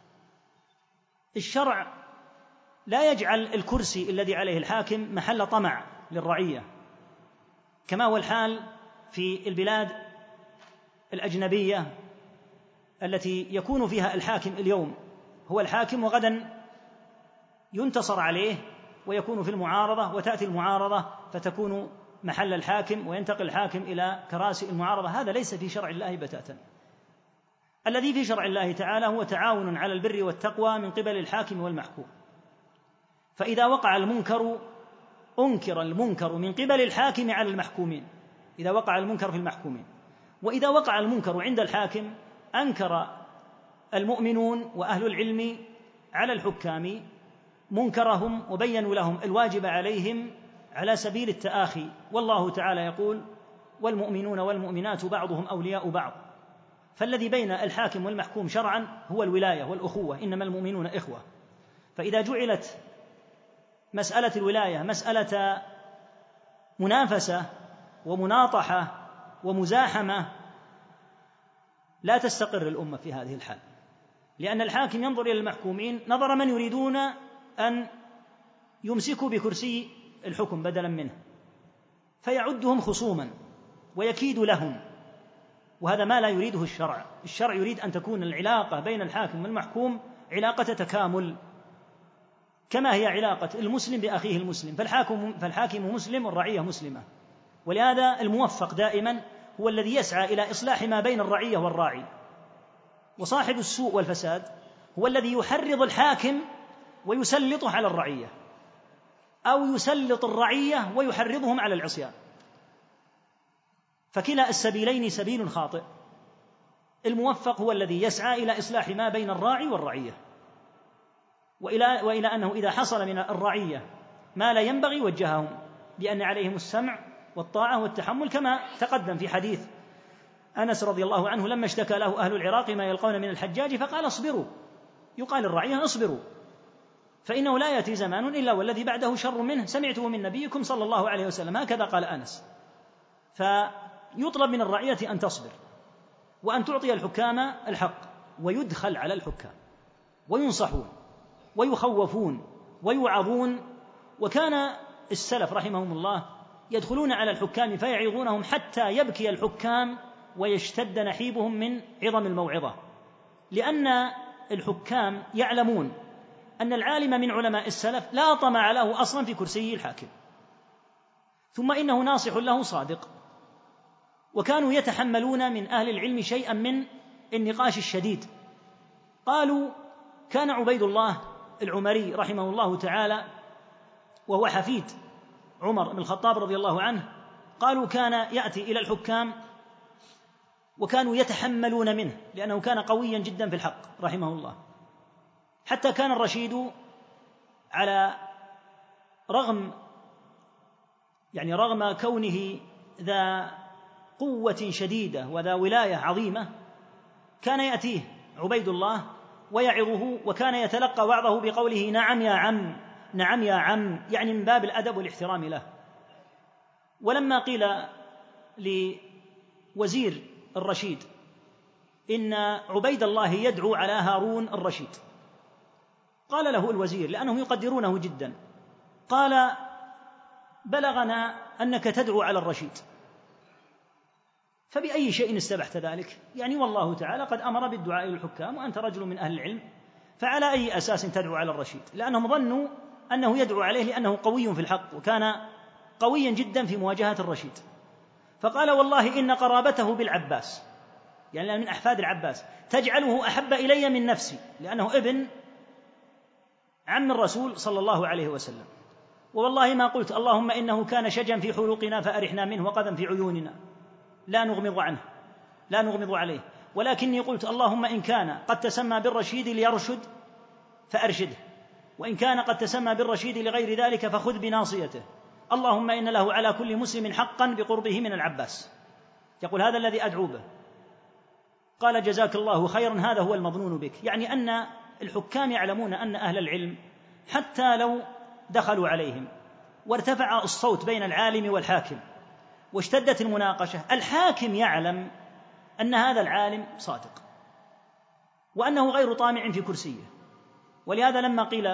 الشرع لا يجعل الكرسي الذي عليه الحاكم محل طمع للرعية، كما هو الحال في البلاد الأجنبية التي يكون فيها الحاكم اليوم هو الحاكم وغدا ينتصر عليه ويكون في المعارضة، وتأتي المعارضة فتكون محل الحاكم وينتقل الحاكم إلى كراسي المعارضة. هذا ليس في شرع الله بتاتا. الذي في شرع الله تعالى هو تعاون على البر والتقوى من قبل الحاكم والمحكوم، فإذا وقع المنكر أنكر المنكر من قبل الحاكم على المحكومين، إذا وقع المنكر في المحكومين، وإذا وقع المنكر عند الحاكم أنكر المؤمنون وأهل العلم على الحكام منكرهم وبينوا لهم الواجب عليهم على سبيل التآخي. والله تعالى يقول والمؤمنون والمؤمنات بعضهم أولياء بعض، فالذي بين الحاكم والمحكوم شرعا هو الولاية والأخوة، إنما المؤمنون إخوة. فإذا جعلت مسألة الولاية مسألة منافسة ومناطحة ومزاحمة لا تستقر الأمة في هذه الحال، لأن الحاكم ينظر إلى المحكومين نظر من يريدون أن يمسكوا بكرسي الحكم بدلا منه، فيعدهم خصوما ويكيد لهم، وهذا ما لا يريده الشرع. الشرع يريد أن تكون العلاقة بين الحاكم والمحكوم علاقة تكامل، كما هي علاقة المسلم بأخيه المسلم، فالحاكم, فالحاكم مسلم والرعية مسلمة. ولهذا الموفق دائما هو الذي يسعى إلى إصلاح ما بين الرعية والراعي، وصاحب السوء والفساد هو الذي يحرض الحاكم ويسلطه على الرعية، أو يسلط الرعية ويحرضهم على العصيان، فكلا السبيلين سبيل خاطئ. الموفق هو الذي يسعى إلى إصلاح ما بين الراعي والرعية، وإلى, وإلى أنه إذا حصل من الرعية ما لا ينبغي وجههم بأن عليهم السمع والطاعة والتحمل، كما تقدم في حديث أنس رضي الله عنه لما اشتكى له أهل العراق ما يلقون من الحجاج فقال اصبروا، يقال الرعية اصبروا فإنه لا يأتي زمان إلا والذي بعده شر منه، سمعته من نبيكم صلى الله عليه وسلم، هكذا قال أنس. فيطلب من الرعية أن تصبر وأن تعطي الحكام الحق، ويدخل على الحكام وينصحون ويخوفون ويوعظون. وكان السلف رحمهم الله يدخلون على الحكام فيعظونهم حتى يبكي الحكام ويشتد نحيبهم من عظم الموعظة، لأن الحكام يعلمون أن العالم من علماء السلف لا طمع له أصلا في كرسي الحاكم، ثم إنه ناصح له صادق. وكانوا يتحملون من أهل العلم شيئا من النقاش الشديد. قالوا كان عبيد الله العمري رحمه الله تعالى وهو حفيد عمر بن الخطاب رضي الله عنه، قالوا كان يأتي إلى الحكام وكانوا يتحملون منه لأنه كان قويا جدا في الحق رحمه الله، حتى كان الرشيد على رغم يعني رغم كونه ذا قوة شديدة وذا ولاية عظيمة، كان يأتيه عبيد الله ويعظه، وكان يتلقى وعظه بقوله نعم يا عم، نعم يا عم، يعني من باب الأدب والاحترام له. ولما قيل لوزير الرشيد إن عبيد الله يدعو على هارون الرشيد، قال له الوزير لأنهم يقدرونه جدا، قال بلغنا أنك تدعو على الرشيد، فبأي شيء استبحت ذلك؟ يعني والله تعالى قد أمر بالدعاء للحكام وأنت رجل من أهل العلم، فعلى أي أساس تدعو على الرشيد؟ لأنهم ظنوا أنه يدعو عليه لأنه قوي في الحق وكان قويا جدا في مواجهة الرشيد. فقال والله إن قرابته بالعباس، يعني من أحفاد العباس، تجعله أحب إلي من نفسي، لأنه ابن عم الرسول صلى الله عليه وسلم. والله ما قلت اللهم إنه كان شجا في حلوقنا فأرحنا منه وقذا في عيوننا لا نغمض عنه لا نغمض عليه، ولكني قلت اللهم إن كان قد تسمى بالرشيد ليرشد فأرشده، وإن كان قد تسمى بالرشيد لغير ذلك فخذ بناصيته، اللهم إن له على كل مسلم حقا بقربه من العباس. يقول هذا الذي أدعو به. قال جزاك الله خيرا، هذا هو المظنون بك، يعني أن الحكام يعلمون أن أهل العلم حتى لو دخلوا عليهم وارتفع الصوت بين العالم والحاكم واشتدت المناقشة، الحاكم يعلم أن هذا العالم صادق وأنه غير طامع في كرسيه. ولهذا لما قيل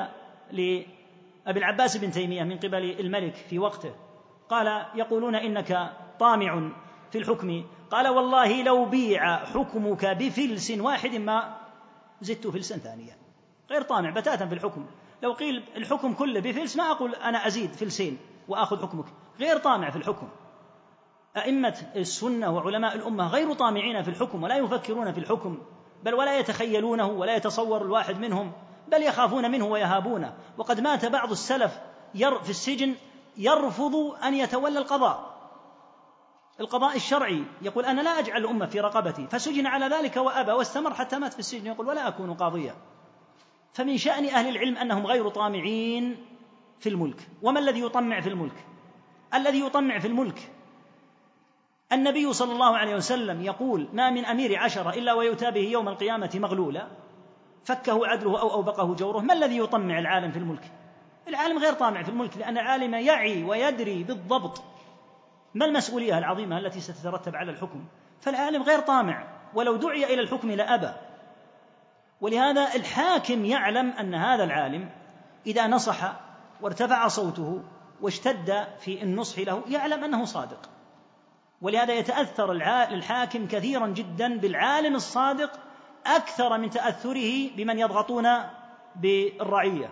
لأبي العباس بن تيمية من قبل الملك في وقته، قال يقولون إنك طامع في الحكم، قال والله لو بيع حكمك بفلس واحد ما زدت فلسا ثانيا، غير طامع بتاتا في الحكم. لو قيل الحكم كله بفلس ما أقول أنا أزيد فلسين وأخذ حكمك، غير طامع في الحكم. أئمة السنة وعلماء الأمة غير طامعين في الحكم ولا يفكرون في الحكم، بل ولا يتخيلونه ولا يتصور الواحد منهم، بل يخافون منه ويهابونه. وقد مات بعض السلف في السجن يرفض أن يتولى القضاء القضاء الشرعي، يقول أنا لا أجعل الأمة في رقبتي، فسجن على ذلك وأبى واستمر حتى مات في السجن، يقول ولا أكون قاضيا. فمن شأن أهل العلم أنهم غير طامعين في الملك. وما الذي يطمع في الملك؟ الذي يطمع في الملك النبي صلى الله عليه وسلم يقول ما من أمير عشرة إلا ويؤتى به يوم القيامة مغلولا فكه عدله أو أوبقه جوره. ما الذي يطمع العالم في الملك؟ العالم غير طامع في الملك، لأن العالم يعي ويدري بالضبط ما المسؤولية العظيمة التي ستترتب على الحكم، فالعالم غير طامع ولو دعي إلى الحكم لأبى. ولهذا الحاكم يعلم أن هذا العالم إذا نصح وارتفع صوته واشتد في النصح له يعلم أنه صادق، ولهذا يتأثر الحاكم كثيرا جدا بالعالم الصادق أكثر من تأثره بمن يضغطون بالرعية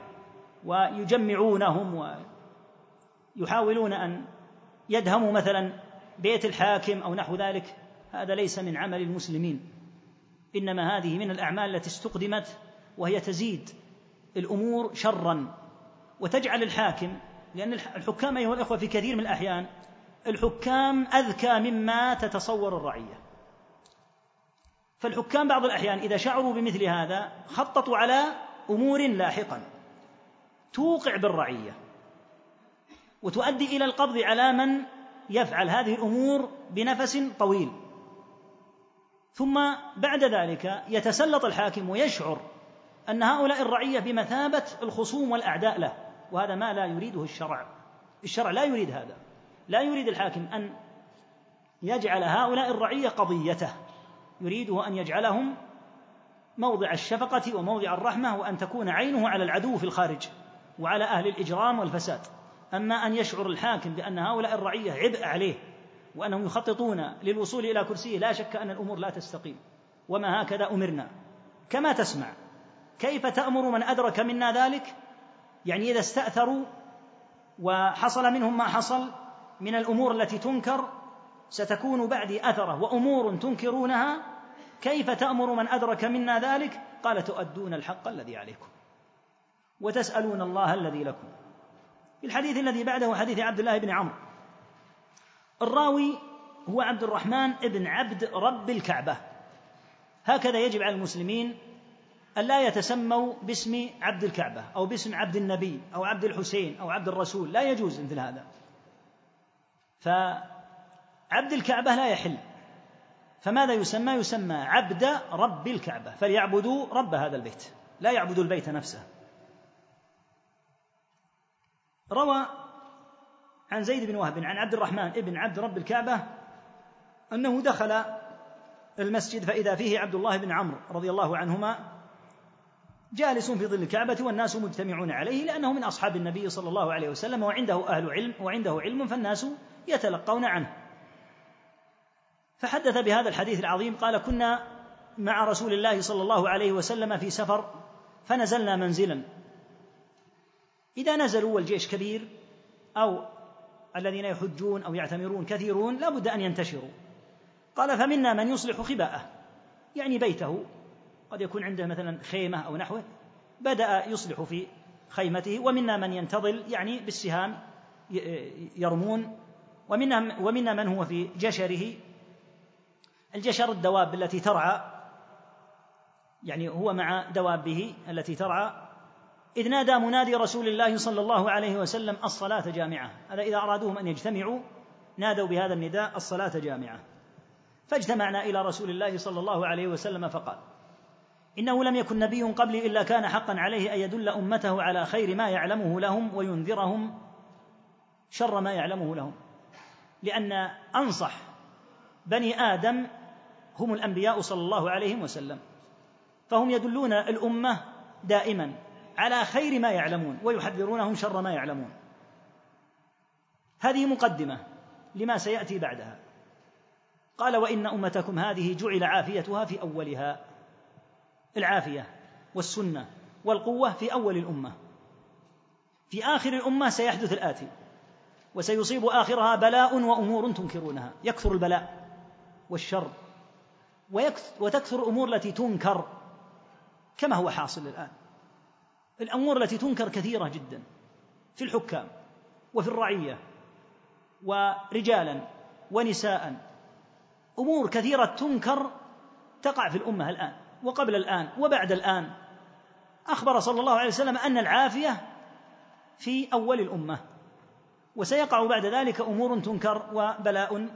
ويجمعونهم ويحاولون أن يدهموا مثلا بيت الحاكم أو نحو ذلك. هذا ليس من عمل المسلمين، إنما هذه من الأعمال التي استقدمت وهي تزيد الأمور شرا وتجعل الحاكم، لأن الحكام أيها الأخوة في كثير من الأحيان الحكام أذكى مما تتصور الرعية. فالحكام بعض الأحيان إذا شعروا بمثل هذا خططوا على أمور لاحقا توقع بالرعية وتؤدي إلى القبض على من يفعل هذه الأمور بنفس طويل، ثم بعد ذلك يتسلط الحاكم ويشعر أن هؤلاء الرعية بمثابة الخصوم والأعداء له، وهذا ما لا يريده الشرع. الشرع لا يريد هذا، لا يريد الحاكم أن يجعل هؤلاء الرعية قضيته، يريده أن يجعلهم موضع الشفقة وموضع الرحمة، وأن تكون عينه على العدو في الخارج وعلى أهل الإجرام والفساد. أما أن يشعر الحاكم بأن هؤلاء الرعية عبء عليه وأنهم يخططون للوصول إلى كرسيه، لا شك أن الأمور لا تستقيم. وما هكذا أمرنا كما تسمع. كيف تأمر من أدرك منا ذلك؟ يعني إذا استأثروا وحصل منهم ما حصل من الأمور التي تنكر ستكون بعدي أثرة وأمور تنكرونها، كيف تأمر من أدرك منا ذلك؟ قال تؤدون الحق الذي عليكم وتسألون الله الذي لكم. في الحديث الذي بعده حديث عبد الله بن عمرو، الراوي هو عبد الرحمن بن عبد رب الكعبة. هكذا يجب على المسلمين أن لا يتسموا باسم عبد الكعبة أو باسم عبد النبي أو عبد الحسين أو عبد الرسول، لا يجوز مثل هذا. فعبد الكعبة لا يحل، فماذا يسمى؟ يسمى عبد رب الكعبة، فليعبدوا رب هذا البيت، لا يعبدوا البيت نفسه. روى عن زيد بن وهب عن عبد الرحمن بن عبد رب الكعبة أنه دخل المسجد فإذا فيه عبد الله بن عمرو رضي الله عنهما جالس في ظل الكعبة والناس مجتمعون عليه، لأنه من أصحاب النبي صلى الله عليه وسلم وعنده أهل علم وعنده علم فالناس يتلقون عنه. فحدث بهذا الحديث العظيم، قال: كنا مع رسول الله صلى الله عليه وسلم في سفر فنزلنا منزلا، إذا نزلوا والجيش كبير أو الذين يحجون أو يعتمرون كثيرون لا بد أن ينتشروا. قال: فمنا من يصلح خباءه، يعني بيته، قد يكون عنده مثلا خيمة أو نحوه، بدأ يصلح في خيمته، ومنا من ينتظل يعني بالسهام يرمون، ومنا, ومنا من هو في جشره. الجشر الدواب التي ترعى، يعني هو مع دوابه التي ترعى. إذ نادى منادي رسول الله صلى الله عليه وسلم: الصلاة جامعة. هذا إذا أرادوهم أن يجتمعوا نادوا بهذا النداء: الصلاة جامعة. فاجتمعنا إلى رسول الله صلى الله عليه وسلم فقال: إنه لم يكن نبي قبلي إلا كان حقا عليه أن يدل أمته على خير ما يعلمه لهم وينذرهم شر ما يعلمه لهم، لأن أنصح بني آدم هم الأنبياء صلى الله عليه وسلم، فهم يدلون الأمة دائما على خير ما يعلمون ويحذرونهم شر ما يعلمون. هذه مقدمة لما سيأتي بعدها. قال: وإن أمتكم هذه جعل عافيتها في أولها، العافية والسنة والقوة في أول الأمة. في آخر الأمة سيحدث الآتي: وسيصيب آخرها بلاء وأمور تنكرونها، يكثر البلاء والشر وتكثر الأمور التي تنكر، كما هو حاصل الآن. الأمور التي تنكر كثيرة جدا في الحكام وفي الرعية ورجالا ونساء، أمور كثيرة تنكر تقع في الأمة الآن وقبل الآن وبعد الآن. أخبر صلى الله عليه وسلم أن العافية في أول الأمة، وسيقع بعد ذلك أمور تنكر وبلاء.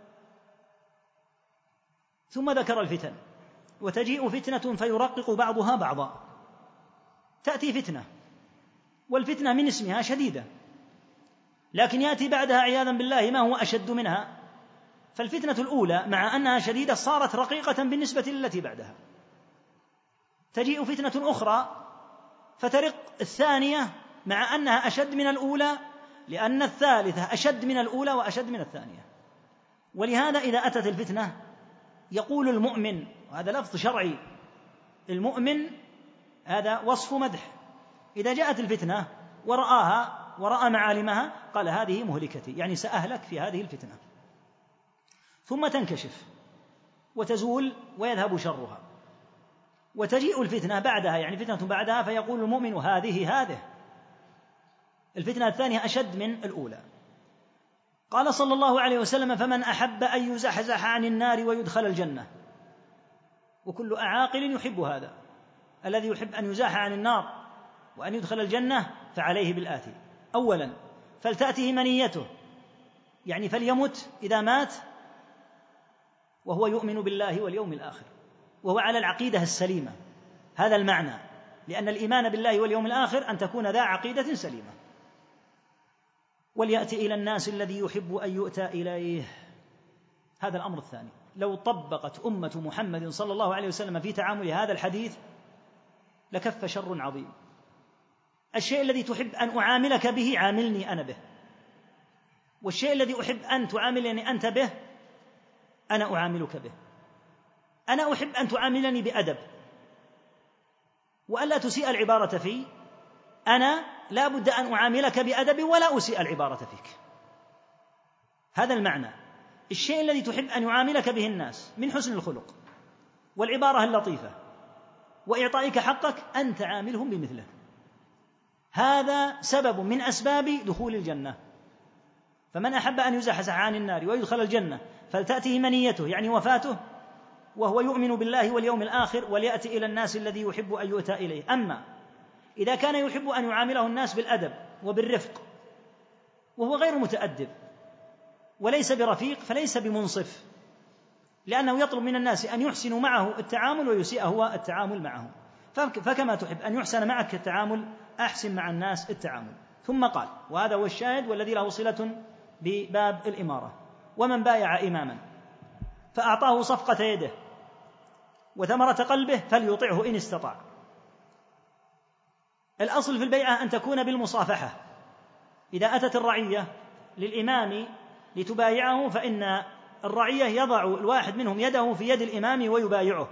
ثم ذكر الفتن: وتجيء فتنة فيرقق بعضها بعضا. تأتي فتنة، والفتنة من اسمها شديدة، لكن يأتي بعدها عياذا بالله ما هو أشد منها. فالفتنة الأولى مع أنها شديدة صارت رقيقة بالنسبة للتي بعدها. تجيء فتنة أخرى فترق الثانية مع أنها أشد من الأولى، لأن الثالثة أشد من الأولى وأشد من الثانية. ولهذا إذا أتت الفتنة يقول المؤمن، وهذا لفظ شرعي، المؤمن هذا وصف مدح، إذا جاءت الفتنة ورآها ورأى معالمها قال: هذه مهلكتي، يعني سأهلك في هذه الفتنة. ثم تنكشف وتزول ويذهب شرها، وتجيء الفتنة بعدها، يعني فتنة بعدها، فيقول المؤمن: هذه هذه الفتنة الثانية أشد من الأولى. قال صلى الله عليه وسلم: فمن أحب أن يزحزح عن النار ويدخل الجنة. وكل عاقل يحب هذا، الذي يحب أن يزاح عن النار وأن يدخل الجنة فعليه بالآتي: أولا فلتأته منيته، يعني فليمت إذا مات وهو يؤمن بالله واليوم الآخر، وهو على العقيدة السليمة. هذا المعنى، لأن الإيمان بالله واليوم الآخر أن تكون ذا عقيدة سليمة. وليأتي إلى الناس الذي يحب أن يؤتى إليه. هذا الأمر الثاني. لو طبقت أمة محمد صلى الله عليه وسلم في تعامل هذا الحديث لكف شر عظيم. الشيء الذي تحب أن أعاملك به عاملني أنا به، والشيء الذي أحب أن تعاملني أنت به أنا أعاملك به. أنا أحب أن تعاملني بأدب وألا تسيء العبارة في، أنا لا بد أن أعاملك بأدب ولا أسيء العبارة فيك. هذا المعنى. الشيء الذي تحب أن يعاملك به الناس من حسن الخلق والعبارة اللطيفة وإعطائك حقك أن تعاملهم بمثله، هذا سبب من أسباب دخول الجنة. فمن أحب أن يزحزح عن النار ويدخل الجنة فلتأته منيته، يعني وفاته، وهو يؤمن بالله واليوم الآخر، وليأتي إلى الناس الذي يحب أن يؤتى إليه. أما إذا كان يحب أن يعامله الناس بالأدب وبالرفق وهو غير متأدب وليس برفيق فليس بمنصف، لأنه يطلب من الناس أن يحسنوا معه التعامل ويسيء هو التعامل معهم. فكما تحب أن يحسن معك التعامل أحسن مع الناس التعامل. ثم قال، وهذا هو الشاهد والذي له صلة بباب الإمارة: ومن بايع إماما فأعطاه صفقة يده وثمرة قلبه فليطعه إن استطاع. الأصل في البيعة أن تكون بالمصافحة. إذا أتت الرعية للإمام لتبايعه فإن الرعية يضع الواحد منهم يده في يد الإمام ويبايعه.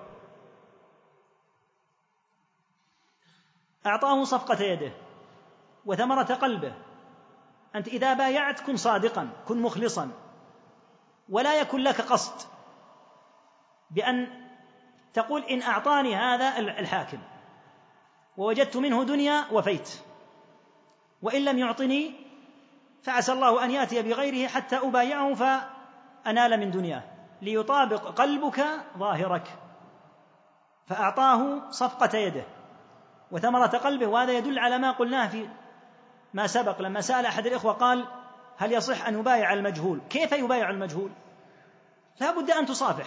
أعطاه صفقة يده وثمرة قلبه. أنت إذا بايعت كن صادقا، كن مخلصا، ولا يكن لك قصد بأن تقول إن أعطاني هذا الحاكم ووجدت منه دنيا وفيت، وإن لم يعطني فعسى الله أن يأتي بغيره حتى أبايعه فأنال من دنياه، ليطابق قلبك ظاهرك. فأعطاه صفقة يده وثمرة قلبه. وهذا يدل على ما قلناه في ما سبق لما سأل أحد الإخوة قال: هل يصح أن يبايع المجهول؟ كيف يبايع المجهول؟ لا بد أن تصافح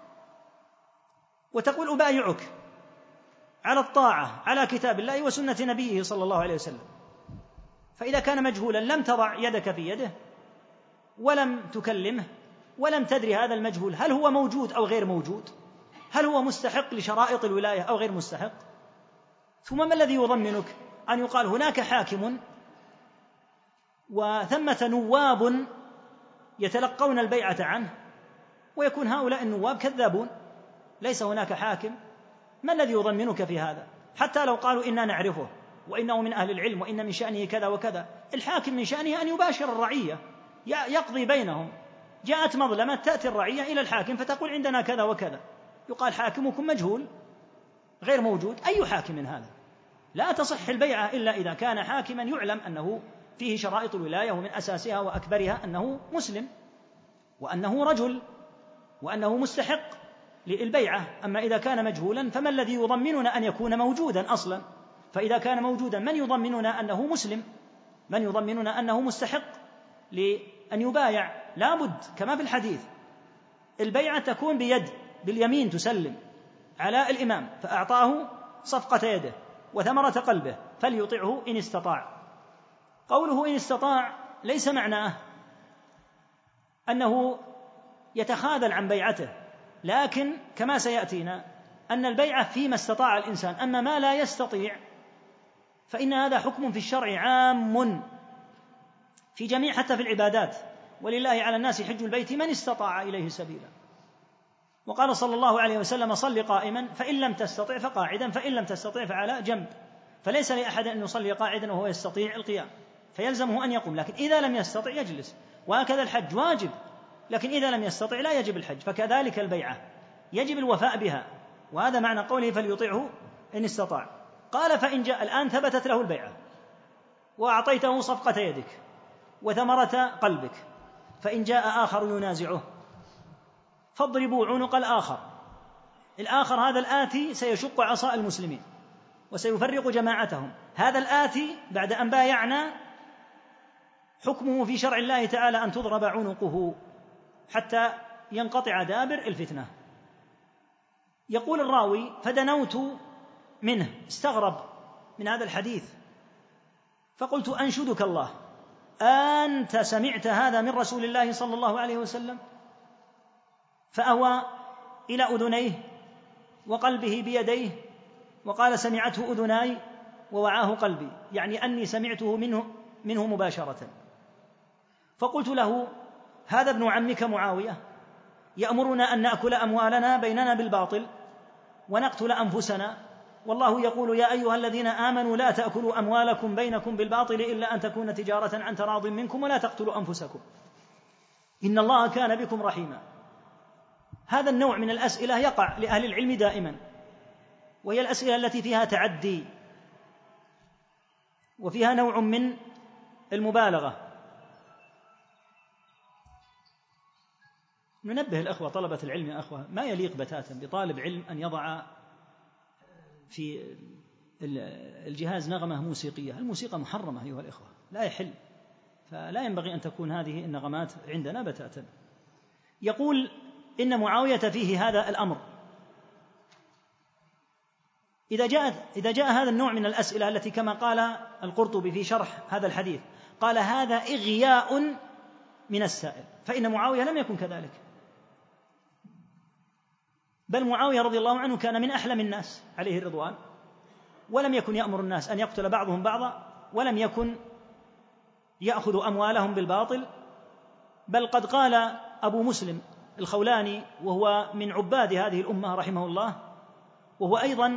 وتقول أبايعك على الطاعة على كتاب الله وسنة نبيه صلى الله عليه وسلم. فإذا كان مجهولا لم تضع يدك في يده ولم تكلمه ولم تدري هذا المجهول هل هو موجود أو غير موجود، هل هو مستحق لشرائط الولاية أو غير مستحق. ثم ما الذي يضمنك أن يقال هناك حاكم وثمة نواب يتلقون البيعة عنه ويكون هؤلاء النواب كذابون؟ ليس هناك حاكم. ما الذي يضمنك في هذا؟ حتى لو قالوا إنا نعرفه وإنه من أهل العلم وإن من شأنه كذا وكذا، الحاكم من شأنه أن يباشر الرعية يقضي بينهم. جاءت مظلمة تأتي الرعية إلى الحاكم فتقول عندنا كذا وكذا، يقال حاكمكم مجهول غير موجود. أي حاكم هذا؟ لا تصح البيعة إلا إذا كان حاكما يعلم أنه فيه شرائط الولاية ومن أساسها وأكبرها أنه مسلم وأنه رجل وأنه مستحق للبيعة. أما إذا كان مجهولا فما الذي يضمننا أن يكون موجودا أصلا؟ فإذا كان موجودا من يضمننا أنه مسلم؟ من يضمننا أنه مستحق لأن يبايع؟ لا بد كما في الحديث البيعة تكون بيد، باليمين تسلم على الإمام. فأعطاه صفقة يده وثمرة قلبه فليطعه إن استطاع. قوله إن استطاع ليس معناه أنه يتخاذل عن بيعته، لكن كما سيأتينا أن البيعة فيما استطاع الإنسان. أما ما لا يستطيع فإن هذا حكم في الشرع عام في جميع حتى في العبادات: ولله على الناس حج البيت من استطاع إليه سبيلا. وقال صلى الله عليه وسلم: صل قائما فإن لم تستطع فقاعدا فإن لم تستطع فعلى جنب. فليس لأحد أن يصلي قاعدا وهو يستطيع القيام، فيلزمه أن يقوم، لكن إذا لم يستطع يجلس. وهكذا الحج واجب، لكن إذا لم يستطع لا يجب الحج. فكذلك البيعة يجب الوفاء بها، وهذا معنى قوله فليطيعه إن استطاع. قال: فإن جاء الآن ثبتت له البيعة وأعطيته صفقة يدك وثمرة قلبك، فإن جاء آخر ينازعه فاضربوا عنق الآخر. الآخر هذا الآتي سيشق عصا المسلمين وسيفرق جماعتهم. هذا الآتي بعد أن بايعنا حكمه في شرع الله تعالى أن تضرب عنقه حتى ينقطع دابر الفتنة. يقول الراوي: فدنوت منه، استغرب من هذا الحديث، فقلت: أنشدك الله، أنت سمعت هذا من رسول الله صلى الله عليه وسلم؟ فأوى إلى أذنيه وقلبه بيديه وقال: سمعته أذناي ووعاه قلبي، يعني أني سمعته منه, منه مباشرة. فقلت له: هذا ابن عمك معاوية يأمرنا أن نأكل أموالنا بيننا بالباطل ونقتل أنفسنا، والله يقول: يا أيها الذين آمنوا لا تأكلوا أموالكم بينكم بالباطل إلا أن تكون تجارة عن تراض منكم ولا تقتلوا أنفسكم. إن الله كان بكم رحيما. هذا النوع من الأسئلة يقع لأهل العلم دائما، وهي الأسئلة التي فيها تعدي وفيها نوع من المبالغة. ننبه الأخوة طلبة العلم يا أخوة، ما يليق بتاتا بطالب علم أن يضع في الجهاز نغمة موسيقية. الموسيقى محرمة أيها الإخوة، لا يحل، فلا ينبغي أن تكون هذه النغمات عندنا بتاتا. يقول إن معاوية فيه هذا الأمر. إذا جاء إذا جاء هذا النوع من الأسئلة التي كما قال القرطبي في شرح هذا الحديث قال هذا إغياء من السائل، فإن معاوية لم يكن كذلك، بل معاوية رضي الله عنه كان من أحلم الناس عليه الرضوان، ولم يكن يأمر الناس أن يقتل بعضهم بعضا، ولم يكن يأخذ أموالهم بالباطل، بل قد قال أبو مسلم الخولاني وهو من عباد هذه الأمة رحمه الله، وهو أيضا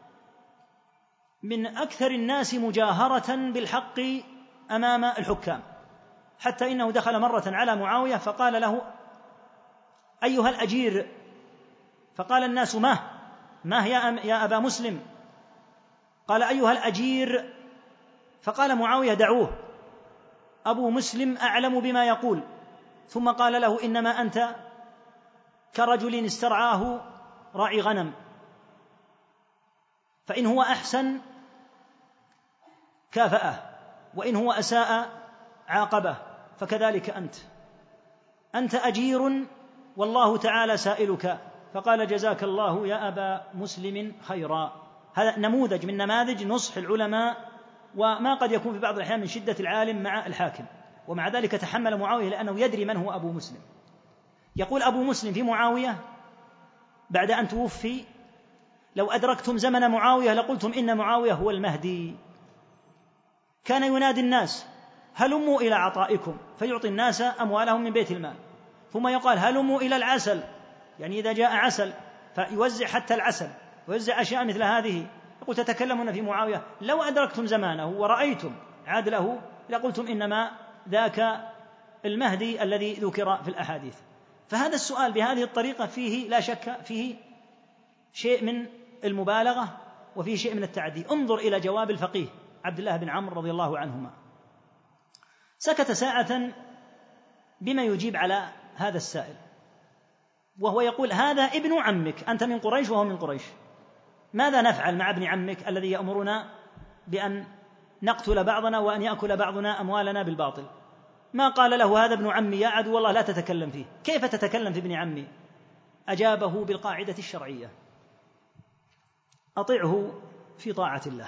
من أكثر الناس مجاهرة بالحق أمام الحكام، حتى إنه دخل مرة على معاوية فقال له أيها الأجير، فقال الناس ما ما يا أبا مسلم؟ قال أيها الأجير، فقال معاوية دعوه، أبو مسلم أعلم بما يقول. ثم قال له إنما أنت كرجل استرعاه راعي غنم، فإن هو أحسن كافأه، وإن هو أساء عاقبه، فكذلك أنت أنت أجير والله تعالى سائلك. فقال جزاك الله يا أبا مسلم خيرا. هذا نموذج من نماذج نصح العلماء، وما قد يكون في بعض الأحيان من شدة العالم مع الحاكم، ومع ذلك تحمل معاوية لأنه يدري من هو أبو مسلم. يقول أبو مسلم في معاوية بعد أن توفي: لو أدركتم زمن معاوية لقلتم إن معاوية هو المهدي. كان ينادي الناس هلموا إلى عطائكم، فيعطي الناس أموالهم من بيت المال، ثم يقال هلموا إلى العسل، يعني إذا جاء عسل فيوزع حتى العسل ويوزع أشياء مثل هذه. يقول تتكلمون في معاوية لو أدركتم زمانه ورأيتم عدله لقلتم إنما ذاك المهدي الذي ذكر في الأحاديث. فهذا السؤال بهذه الطريقة فيه لا شك فيه شيء من المبالغة وفيه شيء من التعدي. انظر إلى جواب الفقيه عبد الله بن عمرو رضي الله عنهما، سكت ساعة بما يجيب على هذا السائل، وهو يقول هذا ابن عمك، أنت من قريش وهو من قريش، ماذا نفعل مع ابن عمك الذي يأمرنا بأن نقتل بعضنا وأن يأكل بعضنا أموالنا بالباطل؟ ما قال له هذا ابن عمي يا عدو الله لا تتكلم فيه، كيف تتكلم في ابن عمي؟ أجابه بالقاعدة الشرعية: أطعه في طاعة الله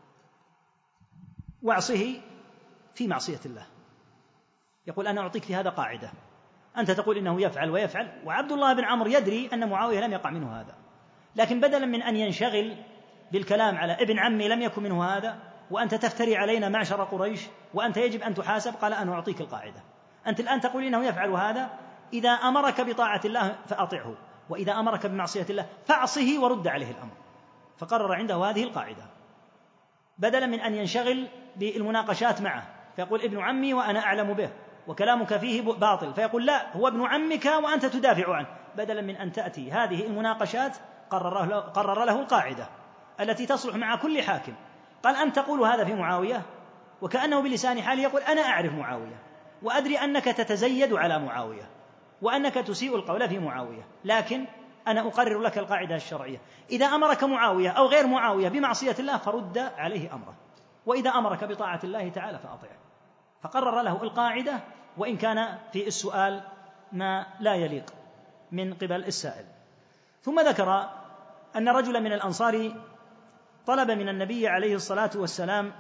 واعصه في معصية الله. يقول أنا أعطيك في هذا قاعدة، أنت تقول إنه يفعل ويفعل، وعبد الله بن عمرو يدري أن معاوية لم يقع منه هذا، لكن بدلا من أن ينشغل بالكلام على ابن عمي لم يكن منه هذا وأنت تفتري علينا معشر قريش وأنت يجب أن تحاسب، قال أنا أعطيك القاعدة. أنت الآن تقول إنه يفعل هذا، إذا أمرك بطاعة الله فأطعه، وإذا أمرك بمعصية الله فاعصه ورد عليه الأمر. فقرر عنده هذه القاعدة بدلا من أن ينشغل بالمناقشات معه، فيقول ابن عمي وأنا أعلم به وكلامك فيه باطل، فيقول لا هو ابن عمك وأنت تدافع عنه. بدلا من أن تأتي هذه المناقشات قرر له, قرر له القاعدة التي تصلح مع كل حاكم. قال أنت تقول هذا في معاوية، وكأنه بلسان حاله يقول أنا أعرف معاوية وأدري أنك تتزيد على معاوية وأنك تسيء القول في معاوية، لكن أنا أقرر لك القاعدة الشرعية: إذا أمرك معاوية أو غير معاوية بمعصية الله فرد عليه أمره، وإذا أمرك بطاعة الله تعالى فأطعه. فقرر له القاعدة وإن كان في السؤال ما لا يليق من قبل السائل. ثم ذكر أن رجلا من الأنصار طلب من النبي عليه الصلاة والسلام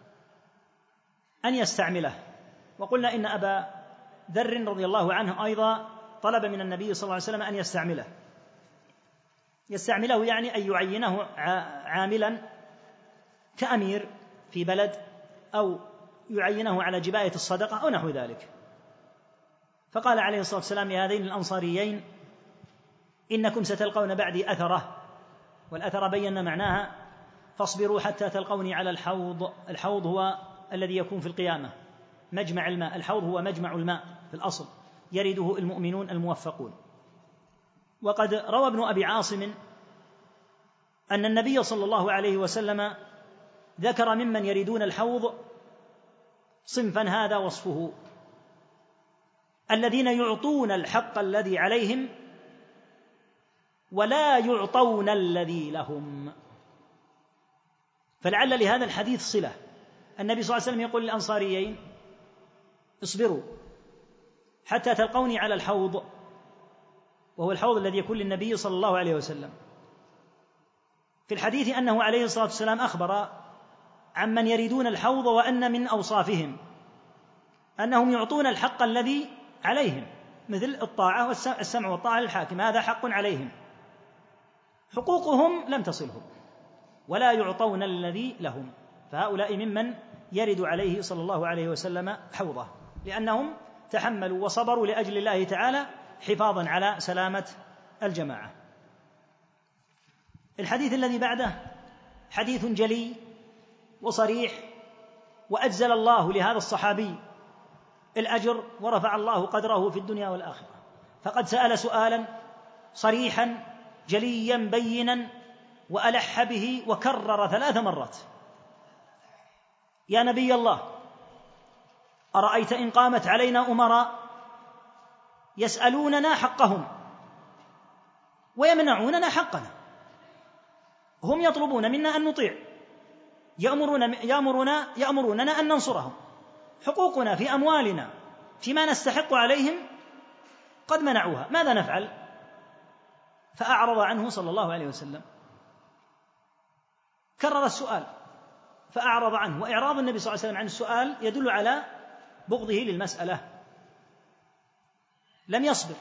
أن يستعمله، وقلنا إن أبا ذر رضي الله عنه أيضا طلب من النبي صلى الله عليه وسلم أن يستعمله. يستعمله يعني أن يعينه عاملا كأمير في بلد، أو يعينه على جباية الصدقة أو نحو ذلك. فقال عليه الصلاة والسلام لهذين الأنصاريين: إنكم ستلقون بعدي أثرة، والأثرة بينا معناها فاصبروا حتى تلقوني على الحوض. الحوض هو الذي يكون في القيامة مجمع الماء، الحوض هو مجمع الماء في الأصل، يرده المؤمنون الموفقون. وقد روى ابن أبي عاصم أن النبي صلى الله عليه وسلم ذكر ممن يريدون الحوض صنفا هذا وصفه: الذين يعطون الحق الذي عليهم ولا يعطون الذي لهم. فلعل لهذا الحديث صلة. النبي صلى الله عليه وسلم يقول للأنصاريين: اصبروا حتى تلقوني على الحوض، وهو الحوض الذي يكون للنبي صلى الله عليه وسلم. في الحديث أنه عليه الصلاة والسلام أخبر عن من يريدون الحوض وأن من أوصافهم أنهم يعطون الحق الذي عليهم، مثل الطاعة والسمع والطاعة للحاكم، هذا حق عليهم، حقوقهم لم تصلهم، ولا يعطون الذي لهم، فهؤلاء ممن يرد عليه صلى الله عليه وسلم حوضه، لأنهم تحملوا وصبروا لأجل الله تعالى حفاظا على سلامة الجماعة. الحديث الذي بعده حديث جلي وصريح، وأجزل الله لهذا الصحابي الأجر ورفع الله قدره في الدنيا والآخرة، فقد سأل سؤالا صريحا جليا بينا وألح به وكرر ثلاث مرات: يا نبي الله، أرأيت إن قامت علينا أمراء يسألوننا حقهم ويمنعوننا حقنا، هم يطلبون منا أن نطيع، يأمرون يأمرنا يأمروننا أن ننصرهم، حقوقنا في أموالنا فيما نستحق عليهم قد منعوها، ماذا نفعل؟ فأعرض عنه صلى الله عليه وسلم، كرر السؤال فأعرض عنه. وإعراض النبي صلى الله عليه وسلم عن السؤال يدل على بغضه للمسألة، لم يصبر.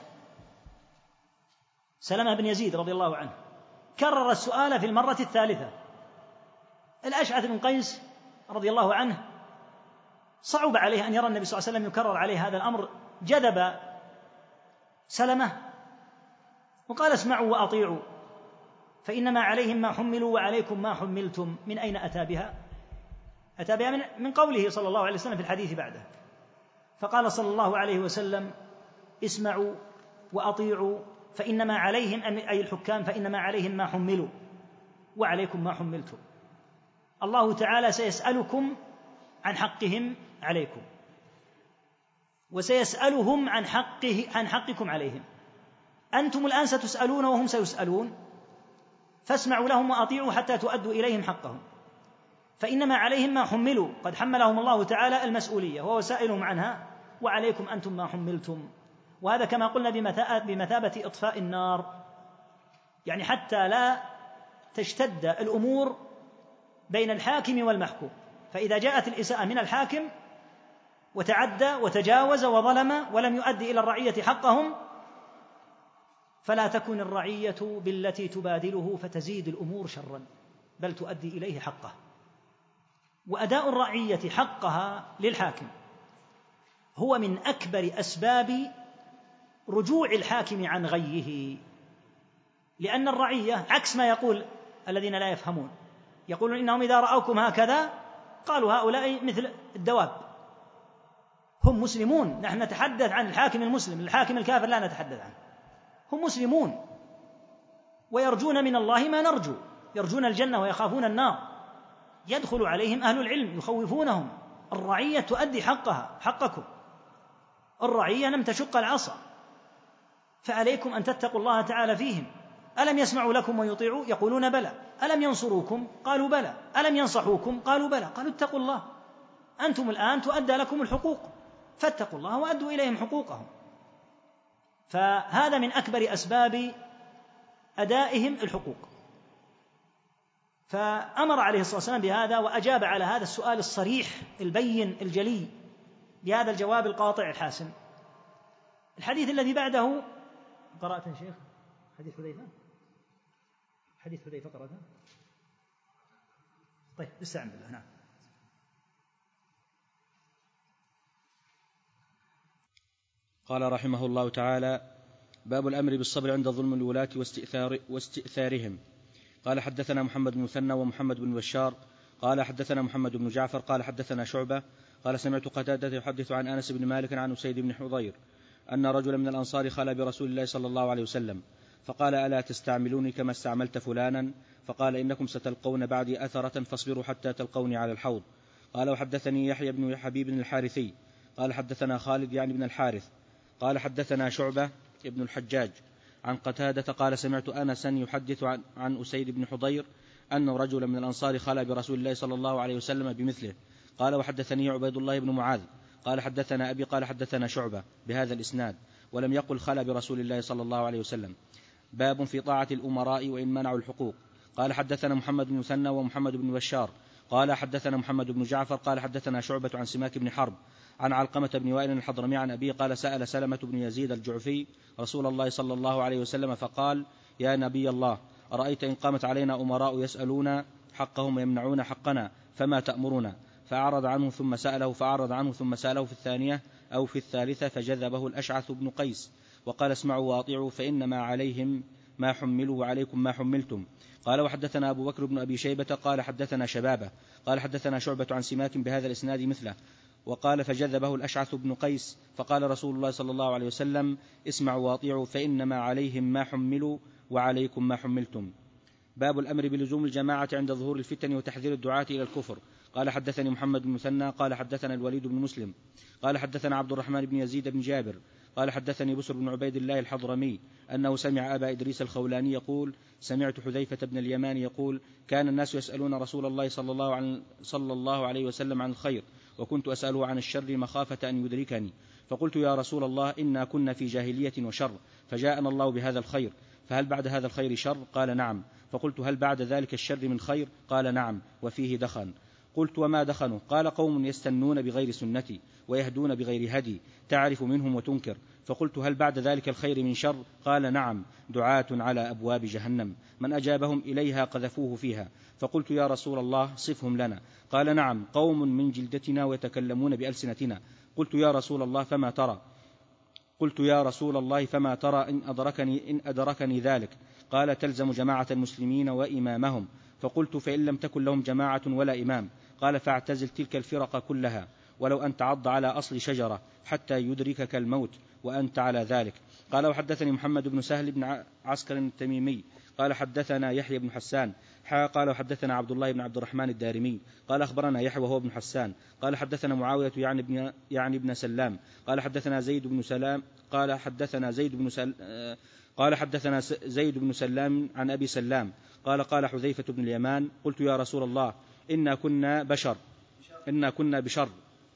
سلمة بن يزيد رضي الله عنه كرر السؤال في المرة الثالثة. الأشعث بن قيس رضي الله عنه صعب عليه أن يرى النبي صلى الله عليه وسلم يكرر عليه هذا الأمر، جذب سلمة وقال: اسمعوا وأطيعوا فإنما عليهم ما حملوا وعليكم ما حملتم. من أين أتى بها؟ أتى بها من, من قوله صلى الله عليه وسلم في الحديث بعده، فقال صلى الله عليه وسلم: اسمعوا وأطيعوا فإنما عليهم، أي الحكام، فإنما عليهم ما حملوا وعليكم ما حملتم. الله تعالى سيسألكم عن حقهم عليكم، وسيسألهم عن حقه عن حقكم عليهم. أنتم الآن ستسألون وهم سيسألون، فاسمعوا لهم وأطيعوا حتى تؤدوا إليهم حقهم، فإنما عليهم ما حملوا، قد حملهم الله تعالى المسؤولية وهو سائلهم عنها، وعليكم أنتم ما حملتم. وهذا كما قلنا بمثابة إطفاء النار، يعني حتى لا تشتد الأمور بين الحاكم والمحكوم، فإذا جاءت الإساءة من الحاكم وتعدى وتجاوز وظلم ولم يؤدي إلى الرعية حقهم، فلا تكن الرعية بالتي تبادله فتزيد الأمور شرا، بل تؤدي إليه حقه. وأداء الرعية حقها للحاكم هو من أكبر أسباب رجوع الحاكم عن غيه، لأن الرعية عكس ما يقول الذين لا يفهمون، يقولون إنهم إذا رأوكم هكذا قالوا هؤلاء مثل الدواب، هم مسلمون، نحن نتحدث عن الحاكم المسلم، الحاكم الكافر لا نتحدث عنه، هم مسلمون ويرجون من الله ما نرجو، يرجون الجنة ويخافون النار، يدخل عليهم أهل العلم يخوفونهم. الرعية تؤدي حقها، حقكم، الرعية لم تشق العصا، فعليكم أن تتقوا الله تعالى فيهم. ألم يسمعوا لكم ويطيعوا؟ يقولون بلى. ألم ينصروكم؟ قالوا بلى. ألم ينصحوكم؟ قالوا بلى. قالوا اتقوا الله، أنتم الآن تؤدى لكم الحقوق، فاتقوا الله وأدوا إليهم حقوقهم. فهذا من أكبر أسباب أدائهم الحقوق. فأمر عليه الصلاة والسلام بهذا، وأجاب على هذا السؤال الصريح البين الجلي بهذا الجواب القاطع الحاسم. الحديث الذي بعده قرأت يا شيخ حديث حذيفة، حديث حذيفة قرأته؟ طيب استعن بالله. نعم.
قال رحمه الله تعالى: باب الأمر بالصبر عند ظلم الولاة واستئثار واستئثارهم. قال: حدثنا محمد بن مثنى ومحمد بن بشار قال حدثنا محمد بن جعفر قال حدثنا شعبة قال: سمعت قتادة يحدث عن أنس بن مالك عن أسيد بن حضير أن رجلا من الأنصار خلا برسول الله صلى الله عليه وسلم فقال: ألا تستعملوني كما استعملت فلانا؟ فقال: إنكم ستلقون بعدي أثرة فاصبروا حتى تلقوني على الحوض. قال: وحدثني يحيى بن حبيب الحارثي قال حدثنا خالد يعني بن الحارث قال حدثنا شعبة ابن الحجاج عن قتادة قال: سمعت أنسا يحدث عن, عن أسيد بن حضير أن رجلا من الأنصار خلا برسول الله صلى الله عليه وسلم بمثله. قال: وحدثني عبيد الله بن معاذ قال حدثنا أبي قال حدثنا شعبة بهذا الإسناد ولم يقل خلا برسول الله صلى الله عليه وسلم. باب في طاعة الأمراء وإن منعوا الحقوق. قال: حدثنا محمد بن مثنى ومحمد بن بشار قال حدثنا محمد بن جعفر قال حدثنا شعبة عن سماك بن حرب عن علقمة بن وائل الحضرمي عن أبيه قال: سأل سلمة بن يزيد الجعفي رسول الله صلى الله عليه وسلم فقال: يا نبي الله، أرأيت إن قامت علينا أمراء يسألون حقهم ويمنعون حقنا فما تأمرنا؟ فأعرض عنه ثم سأله فأعرض عنه ثم سأله في الثانية أو في الثالثة فجذبه الأشعث بن قيس وقال: اسمعوا وأطيعوا فإنما عليهم ما حملوا وعليكم ما حملتم. قال: وحدثنا أبو بكر بن أبي شيبة قال حدثنا شبابة قال حدثنا شعبة عن سماك بهذا الإسناد مثله. وقال: فجذبه الأشعث بن قيس فقال رسول الله صلى الله عليه وسلم: اسمعوا وأطيعوا فإنما عليهم ما حملوا وعليكم ما حملتم. باب الأمر بلزوم الجماعة عند ظهور الفتن وتحذير الدعاة إلى الكفر. قال: حدثني محمد بن مثنى قال حدثنا الوليد بن مسلم قال حدثنا عبد الرحمن بن يزيد بن جابر قال حدثني بسر بن عبيد الله الحضرمي أنه سمع أبا إدريس الخولاني يقول: سمعت حذيفة بن اليمان يقول: كان الناس يسألون رسول الله صلى الله عليه, صلى الله عليه وسلم عن الخير وكنت أسأله عن الشر مخافة أن يدركني، فقلت: يا رسول الله، إنا كنا في جاهلية وشر فجاءنا الله بهذا الخير، فهل بعد هذا الخير شر؟ قال: نعم. فقلت: هل بعد ذلك الشر من خير؟ قال: نعم، وفيه دخن. قلت: وما دخنوا؟ قال: قوم يستنون بغير سنتي ويهدون بغير هدي تعرف منهم وتنكر. فقلت: هل بعد ذلك الخير من شر؟ قال: نعم، دعاة على أبواب جهنم من أجابهم إليها قذفوه فيها. فقلت: يا رسول الله، صفهم لنا. قال: نعم، قوم من جلدتنا ويتكلمون بألسنتنا. قلت: يا رسول الله فما ترى؟ قلت: يا رسول الله فما ترى إن أدركني, إن أدركني ذلك؟ قال: تلزم جماعة المسلمين وإمامهم. فقلت: فإن لم تكن لهم جماعة ولا إمام؟ قال: فاعتزل تلك الفرق كلها، ولو أن تعض على أصل شجرة حتى يدركك الموت وأنت على ذلك. قال: وحدثني محمد بن سهل بن عسكر التميمي قال حدثنا يحيى بن حسان قال وحدثنا عبد الله بن عبد الرحمن الدارمي قال أخبرنا يحيى وهو بن حسان قال حدثنا معاوية يعني ابن يعني ابن سلام قال حدثنا زيد بن سلام قال حدثنا زيد بن سل قال حدثنا زيد بن سلام عن أبي سلام قال: قال حذيفة بن اليمان: قلت: يا رسول الله، إنا كنا بشر إنا كنا بشر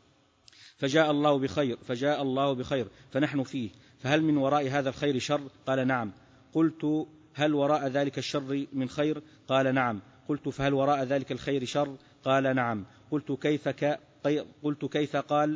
فجاء الله بخير فجاء الله بخير فنحن فيه، فهل من وراء هذا الخير شر؟ قال: نعم. قلت: هل وراء ذلك الشر من خير؟ قال: نعم. قلت: فهل وراء ذلك الخير شر؟ قال: نعم. قلت: كيف ك... قلت كيف قال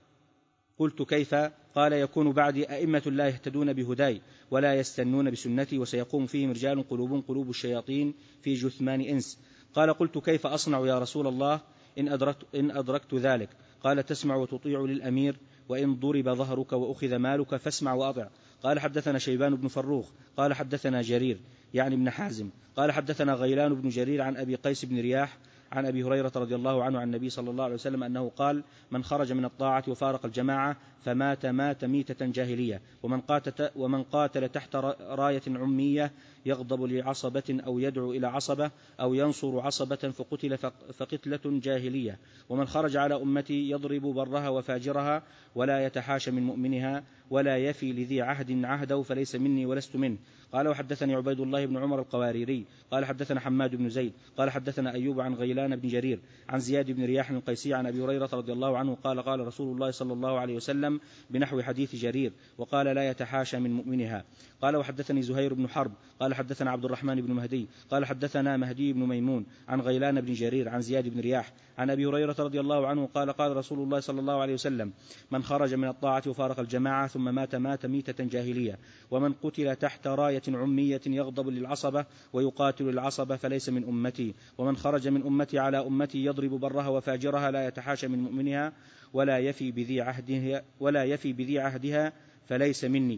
قلت كيف قال: يكون بعدي أئمة لا يهتدون بهداي ولا يستنون بسنتي، وسيقوم فيهم رجال قلوب قلوب الشياطين في جثمان إنس. قال: قلت: كيف أصنع يا رسول الله إن أدركت, إن أدركت ذلك؟ قال: تسمع وتطيع للأمير، وإن ضرب ظهرك وأخذ مالك فاسمع وأطع. قال: حدثنا شيبان بن فروخ قال حدثنا جرير يعني ابن حازم قال حدثنا غيلان بن جرير عن أبي قيس بن رياح عن أبي هريرة رضي الله عنه عن النبي صلى الله عليه وسلم أنه قال: من خرج من الطاعة وفارق الجماعة فمات مات ميتة جاهلية، ومن قاتل, ومن قاتل تحت راية عمية يغضب لعصبة أو يدعو إلى عصبة أو ينصر عصبة فقتل فقتلة جاهلية، ومن خرج على أمتي يضرب برها وفاجرها ولا يتحاش من مؤمنها ولا يفي لذي عهد عهده فليس مني ولست منه. قال: وحدثني عبيد الله بن عمر القواريري قال حدثنا حماد بن زيد قال حدثنا أيوب عن غيلان بن جرير عن زياد بن رياح القيسي عن أبي هريرة رضي الله عنه قال: قال رسول الله صلى الله عليه وسلم بنحو حديث جرير، وقال: لا يتحاشى من مؤمنها. قال: وحدثني زهير بن حرب قال حدثنا عبد الرحمن بن مهدي قال حدثنا مهدي بن ميمون عن غيلان بن جرير عن زياد بن رياح عن أبي هريرة رضي الله عنه قال: قال رسول الله صلى الله عليه وسلم: من خرج من الطاعة وفارق الجماعة ثم مات مات ميتة جاهلية، ومن قتل تحت راية عمية يغضب للعصبة ويقاتل العصبة فليس من أمتي، ومن خرج من أمتي على أمتي يضرب برها وفاجرها لا يتحاشى من مؤمنها ولا يفي بذي عهدها ولا يفي بذي عهدها فليس مني.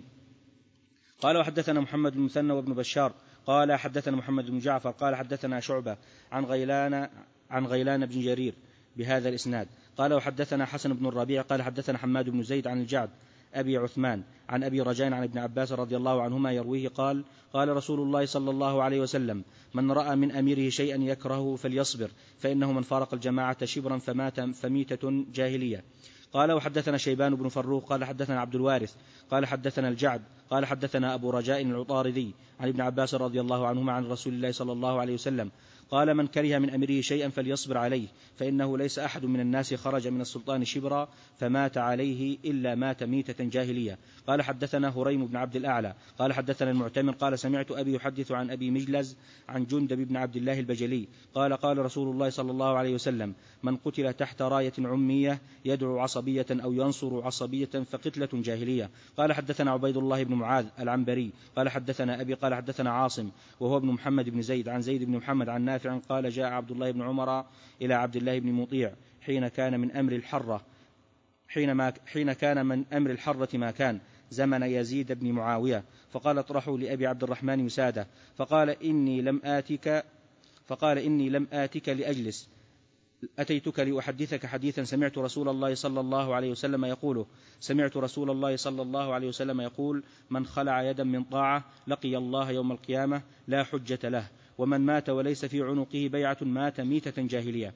قال: وحدثنا محمد بن مثنى وابن بشار قال حدثنا محمد بن جعفر قال حدثنا شعبة عن غيلان عن غيلان بن جرير بهذا الإسناد. قال: وحدثنا حسن بن الربيع قال حدثنا حماد بن زيد عن الجعد أبي عثمان عن أبي رجاء عن ابن عباس رضي الله عنهما يرويه قال قال رسول الله صلى الله عليه وسلم من رأى من أميره شيئا يكرهه فليصبر فإنه من فارق الجماعة شبرا فمات فميتة جاهلية. قال وحدثنا شيبان بن فروخ قال حدثنا عبد الوارث قال حدثنا الجعد قال حدثنا أبو رجاء العطاردي عن ابن عباس رضي الله عنهما عن رسول الله صلى الله عليه وسلم قال من كره من أمره شيئا فليصبر عليه فإنه ليس أحد من الناس خرج من السلطان شبرا فمات عليه إلا مات ميتة جاهلية. قال حدثنا هريم بن عبد الأعلى قال حدثنا المعتمر قال سمعت أبي يحدث عن أبي مجلز عن جندب بن عبد الله البجلي قال قال رسول الله صلى الله عليه وسلم من قتل تحت راية عمية يدعو عصبية أو ينصر عصبية فقتلة جاهلية. قال حدثنا عبيد الله بن معاذ العنبري قال حدثنا أبي قال حدثنا عاصم وهو ابن محمد بن زيد عن زيد بن محمد عن نافع قال جاء عبد الله بن عمر إلى عبد الله بن مطيع حين كان من أمر الحرة حين, ما حين كان من أمر الحرة ما كان زمن يزيد بن معاوية فقال اطرحوا لأبي عبد الرحمن وسادة فقال إني لم آتك فقال إني لم آتك لأجلس أتيتك لأحدثك حديثا سمعت رسول الله صلى الله عليه وسلم يقوله سمعت رسول الله صلى الله عليه وسلم يقول من خلع يدا من طاعة لقي الله يوم القيامة لا حجة له ومن مات وليس في عنقه بيعة مات ميتة جاهلية.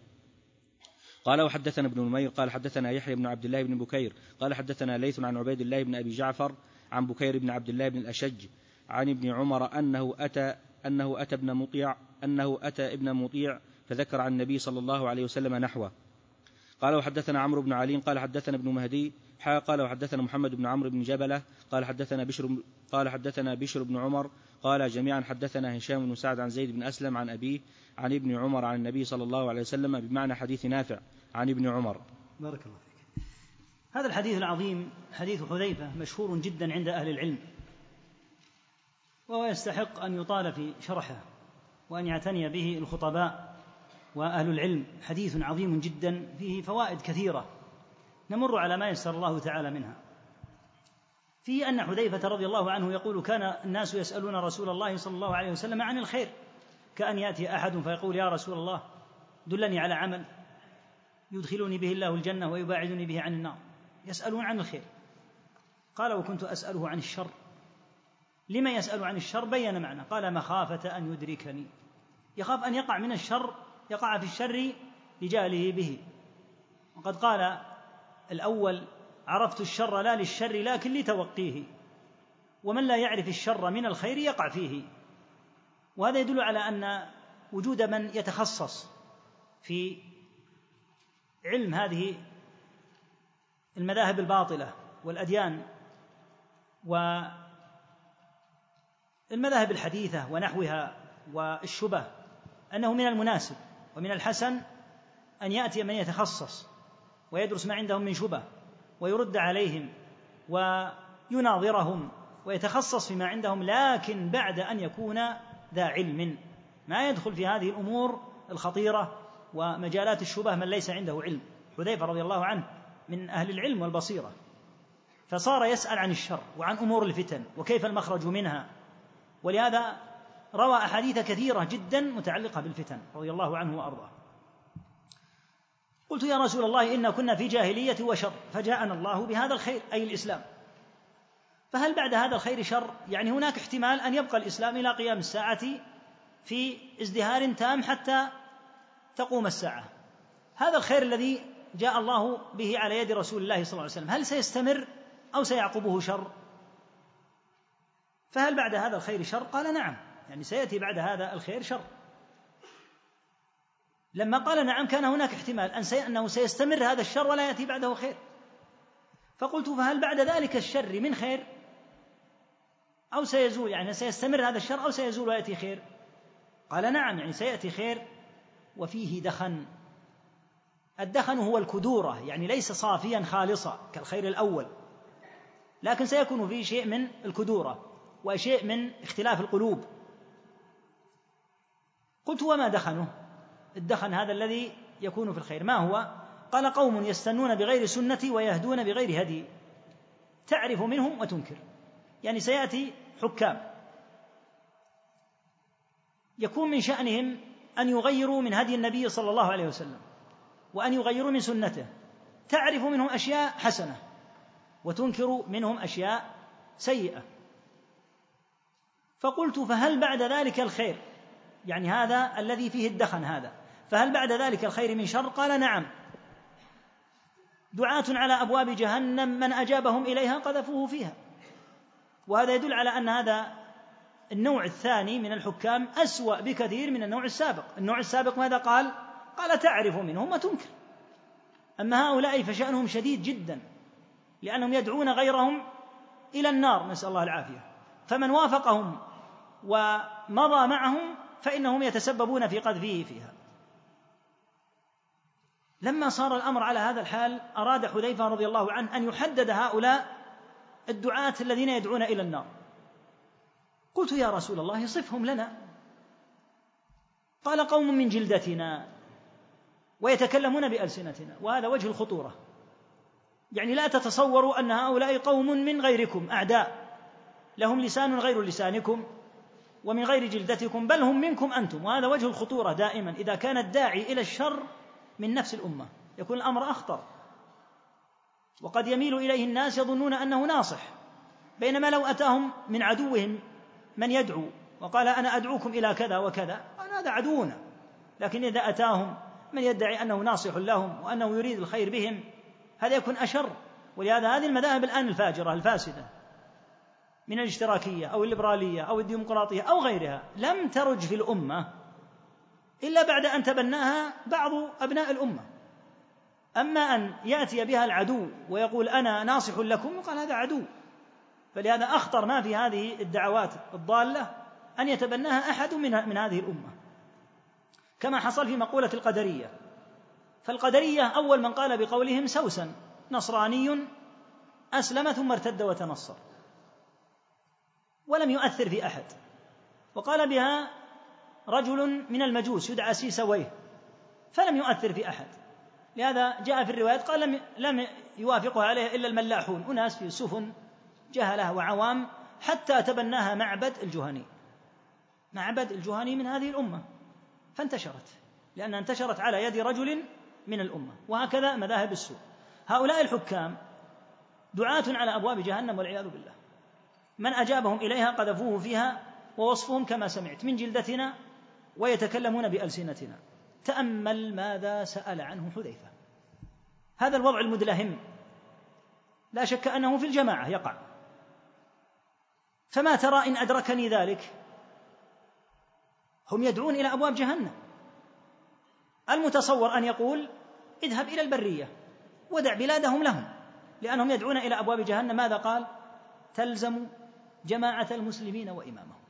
قال وحدثنا ابن نمير قال حدثنا يحيى بن عبد الله بن بكير قال حدثنا ليث عن عبيد الله بن أبي جعفر عن بكير بن عبد الله بن الأشج عن ابن عمر أنه أتى أنه أتى ابن مطيع أنه أتى ابن مطيع فذكر عن النبي صلى الله عليه وسلم نحوه. قال وحدثنا عمرو بن علي قال حدثنا ابن مهدي قال وحدثنا محمد بن عمرو بن جبلة قال حدثنا بشر قال حدثنا بشر بن عمر قال جميعا حدثنا هشام بن سعد عن زيد بن أسلم عن أبيه عن ابن عمر عن النبي صلى الله عليه وسلم بمعنى حديث نافع عن ابن عمر.
بارك الله فيك. هذا الحديث العظيم حديث حذيفة مشهور جدا عند أهل العلم وهو يستحق أن يطال في شرحه وأن يعتني به الخطباء وأهل العلم. حديث عظيم جدا فيه فوائد كثيرة نمر على ما يسر الله تعالى منها. فيه أن حذيفة رضي الله عنه يقول كان الناس يسألون رسول الله صلى الله عليه وسلم عن الخير كأن يأتي أحد فيقول يا رسول الله دلني على عمل يدخلني به الله الجنة ويباعدني به عن النار. يسألون عن الخير. قال وكنت أسأله عن الشر. لما يسأل عن الشر؟ بين معنى. قال مخافة أن يدركني، يخاف أن يقع من الشر، يقع في الشر لجهله به. وقد قال الأول عرفت الشر لا للشر لكن لتوقيه، ومن لا يعرف الشر من الخير يقع فيه. وهذا يدل على أن وجود من يتخصص في علم هذه المذاهب الباطلة والأديان والمذاهب الحديثة ونحوها والشبه أنه من المناسب ومن الحسن أن يأتي من يتخصص ويدرس ما عندهم من شبه ويرد عليهم ويناظرهم ويتخصص فيما عندهم، لكن بعد أن يكون ذا علم، ما يدخل في هذه الأمور الخطيرة ومجالات الشبه من ليس عنده علم. حذيفة رضي الله عنه من أهل العلم والبصيرة، فصار يسأل عن الشر وعن أمور الفتن وكيف المخرج منها، ولهذا روى أحاديث كثيرة جدا متعلقة بالفتن رضي الله عنه وأرضاه. قلت يا رسول الله إنا كنا في جاهلية وشر فجاءنا الله بهذا الخير أي الإسلام، فهل بعد هذا الخير شر؟ يعني هناك احتمال أن يبقى الإسلام إلى قيام الساعة في ازدهار تام حتى تقوم الساعة. هذا الخير الذي جاء الله به على يد رسول الله صلى الله عليه وسلم هل سيستمر أو سيعقبه شر؟ فهل بعد هذا الخير شر؟ قال نعم، يعني سيأتي بعد هذا الخير شر. لما قال نعم كان هناك احتمال أنه سيستمر هذا الشر ولا يأتي بعده خير. فقلت فهل بعد ذلك الشر من خير أو سيزول، يعني سيستمر هذا الشر أو سيزول ويأتي خير؟ قال نعم، يعني سيأتي خير وفيه دخن. الدخن هو الكدورة، يعني ليس صافيا خالصا كالخير الأول، لكن سيكون فيه شيء من الكدورة وشيء من اختلاف القلوب. قلت وما دخنه؟ الدخن هذا الذي يكون في الخير ما هو؟ قال قوم يستنون بغير سنتي ويهدون بغير هدي، تعرف منهم وتنكر. يعني سيأتي حكام يكون من شأنهم أن يغيروا من هدي النبي صلى الله عليه وسلم وأن يغيروا من سنته، تعرف منهم أشياء حسنة وتنكر منهم أشياء سيئة. فقلت فهل بعد ذلك الخير؟ يعني هذا الذي فيه الدخن هذا، فهل بعد ذلك الخير من شر؟ قال نعم، دعاة على أبواب جهنم من أجابهم إليها قذفوه فيها. وهذا يدل على أن هذا النوع الثاني من الحكام أسوأ بكثير من النوع السابق. النوع السابق ماذا قال؟ قال تعرف منهم وتنكر. أما هؤلاء فشأنهم شديد جدا، لأنهم يدعون غيرهم إلى النار، نسأل الله العافية، فمن وافقهم ومضى معهم فإنهم يتسببون في قذفه فيها. لما صار الأمر على هذا الحال أراد حذيفة رضي الله عنه أن يحدد هؤلاء الدعاة الذين يدعون إلى النار. قلت يا رسول الله صفهم لنا. قال قوم من جلدتنا ويتكلمون بألسنتنا. وهذا وجه الخطورة، يعني لا تتصوروا أن هؤلاء قوم من غيركم أعداء لهم لسان غير لسانكم ومن غير جلدتكم، بل هم منكم أنتم. وهذا وجه الخطورة دائما إذا كان الداعي إلى الشر من نفس الأمة، يكون الأمر أخطر، وقد يميل إليه الناس يظنون أنه ناصح، بينما لو أتاهم من عدوهم من يدعو وقال أنا أدعوكم إلى كذا وكذا، قال هذا عدونا. لكن إذا أتاهم من يدعي أنه ناصح لهم وأنه يريد الخير بهم، هذا يكون أشر. ولهذا هذه المذاهب الآن الفاجرة الفاسدة من الاشتراكية أو الليبرالية أو الديمقراطية أو غيرها لم ترج في الأمة إلا بعد أن تبناها بعض أبناء الأمة. أما أن يأتي بها العدو ويقول أنا ناصح لكم، وقال هذا عدو. فلهذا أخطر ما في هذه الدعوات الضالة أن يتبناها أحد من من هذه الأمة، كما حصل في مقولة القدرية. فالقدرية أول من قال بقولهم سوسن نصراني أسلم ثم ارتد وتنصر، ولم يؤثر في أحد. وقال بها رجل من المجوس يدعى سيسويه، فلم يؤثر في أحد. لهذا جاء في الروايات قال لم, لم يوافقها عليه إلا الملاحون، أناس في سفن جهلة وعوام، حتى تبناها معبد الجهني. معبد الجهني من هذه الأمة، فانتشرت لأنها انتشرت على يد رجل من الأمة. وهكذا مذاهب السوء. هؤلاء الحكام دعاة على أبواب جهنم والعياذ بالله، من أجابهم إليها قذفوه فيها. ووصفهم كما سمعت من جلدتنا ويتكلمون بألسنتنا. تأمل ماذا سأل عنه حذيفة. هذا الوضع المدلهم لا شك أنه في الجماعة يقع. فما ترى إن أدركني ذلك؟ هم يدعون إلى أبواب جهنم. المتصور أن يقول اذهب إلى البرية ودع بلادهم لهم، لأنهم يدعون إلى أبواب جهنم. ماذا قال؟ تلزم جماعة المسلمين وإمامهم.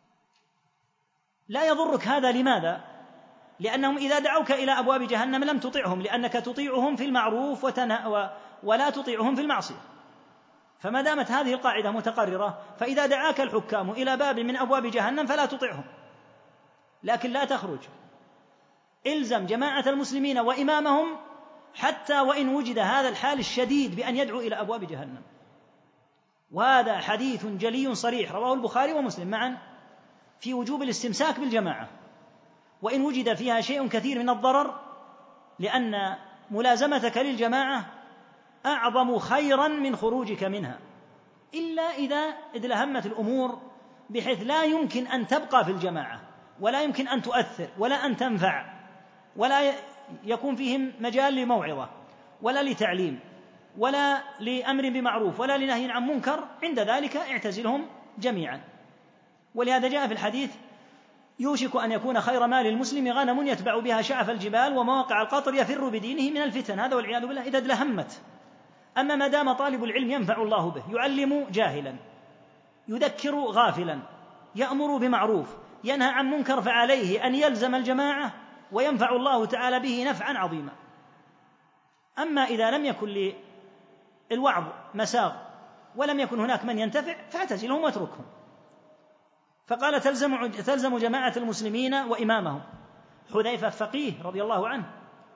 لا يضرك هذا. لماذا؟ لأنهم إذا دعوك إلى أبواب جهنم لم تطيعهم، لأنك تطيعهم في المعروف وتنهى ولا تطيعهم في المعصية. فما دامت هذه القاعدة متقررة، فإذا دعاك الحكام إلى باب من أبواب جهنم فلا تطيعهم، لكن لا تخرج. إلزم جماعة المسلمين وإمامهم حتى وإن وجد هذا الحال الشديد بأن يدعو إلى أبواب جهنم. وهذا حديث جلي صريح رواه البخاري ومسلم معا في وجوب الاستمساك بالجماعة، وإن وجد فيها شيء كثير من الضرر، لأن ملازمتك للجماعة أعظم خيرا من خروجك منها، إلا إذا ادلهمت الأمور بحيث لا يمكن أن تبقى في الجماعة ولا يمكن أن تؤثر ولا أن تنفع ولا يكون فيهم مجال لموعظة ولا لتعليم ولا لأمر بمعروف ولا لنهي عن منكر. عند ذلك اعتزلهم جميعا. ولهذا جاء في الحديث يوشك أن يكون خير مال المسلم غنم يتبع بها شعف الجبال ومواقع القطر يفر بدينه من الفتن. هذا والعياذ بالله إذا ادلهمت. أما ما دام طالب العلم ينفع الله به، يعلم جاهلا، يذكر غافلا، يأمر بمعروف، ينهى عن منكر، فعليه أن يلزم الجماعة وينفع الله تعالى به نفعا عظيما. أما إذا لم يكن للوعظ مساغ ولم يكن هناك من ينتفع فاعتزلهم واتركهم. فقال تلزم, تلزم جماعة المسلمين وإمامهم. حذيفة فقيه رضي الله عنه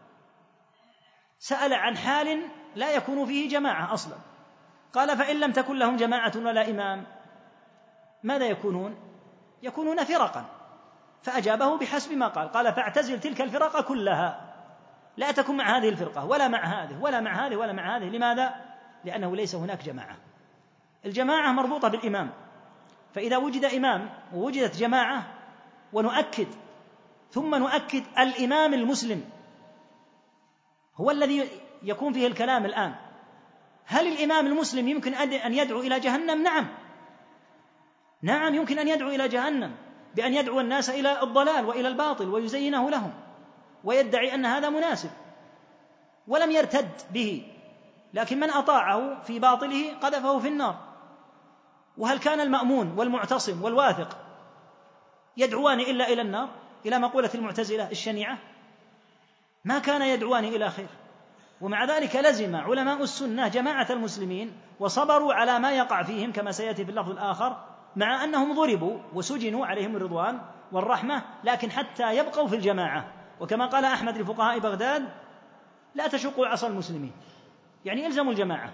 سأل عن حال لا يكون فيه جماعة أصلا. قال فإن لم تكن لهم جماعة ولا إمام ماذا يكونون؟ يكونون فرقا. فأجابه بحسب ما قال. قال فاعتزل تلك الفرق كلها، لا تكن مع هذه الفرقة ولا مع هذه ولا مع هذه ولا مع هذه. لماذا؟ لأنه ليس هناك جماعة. الجماعة مربوطة بالإمام، فإذا وجد إمام ووجدت جماعة، ونؤكد ثم نؤكد الإمام المسلم هو الذي يكون فيه الكلام الآن. هل الإمام المسلم يمكن أن يدعو إلى جهنم؟ نعم نعم يمكن أن يدعو إلى جهنم بأن يدعو الناس إلى الضلال وإلى الباطل ويزينه لهم ويدعي أن هذا مناسب ولم يرتد به، لكن من أطاعه في باطله قذفه في النار. وهل كان المأمون والمعتصم والواثق يدعوان إلا إلى النار؟ إلى مقولة المعتزلة الشنيعة ما كان يدعوان إلى خير. ومع ذلك لزم علماء السنة جماعة المسلمين وصبروا على ما يقع فيهم كما سيأتي في اللفظ الآخر، مع أنهم ضربوا وسجنوا عليهم الرضوان والرحمة، لكن حتى يبقوا في الجماعة. وكما قال أحمد لفقهاء بغداد: لا تشقوا عصا المسلمين، يعني إلزموا الجماعة.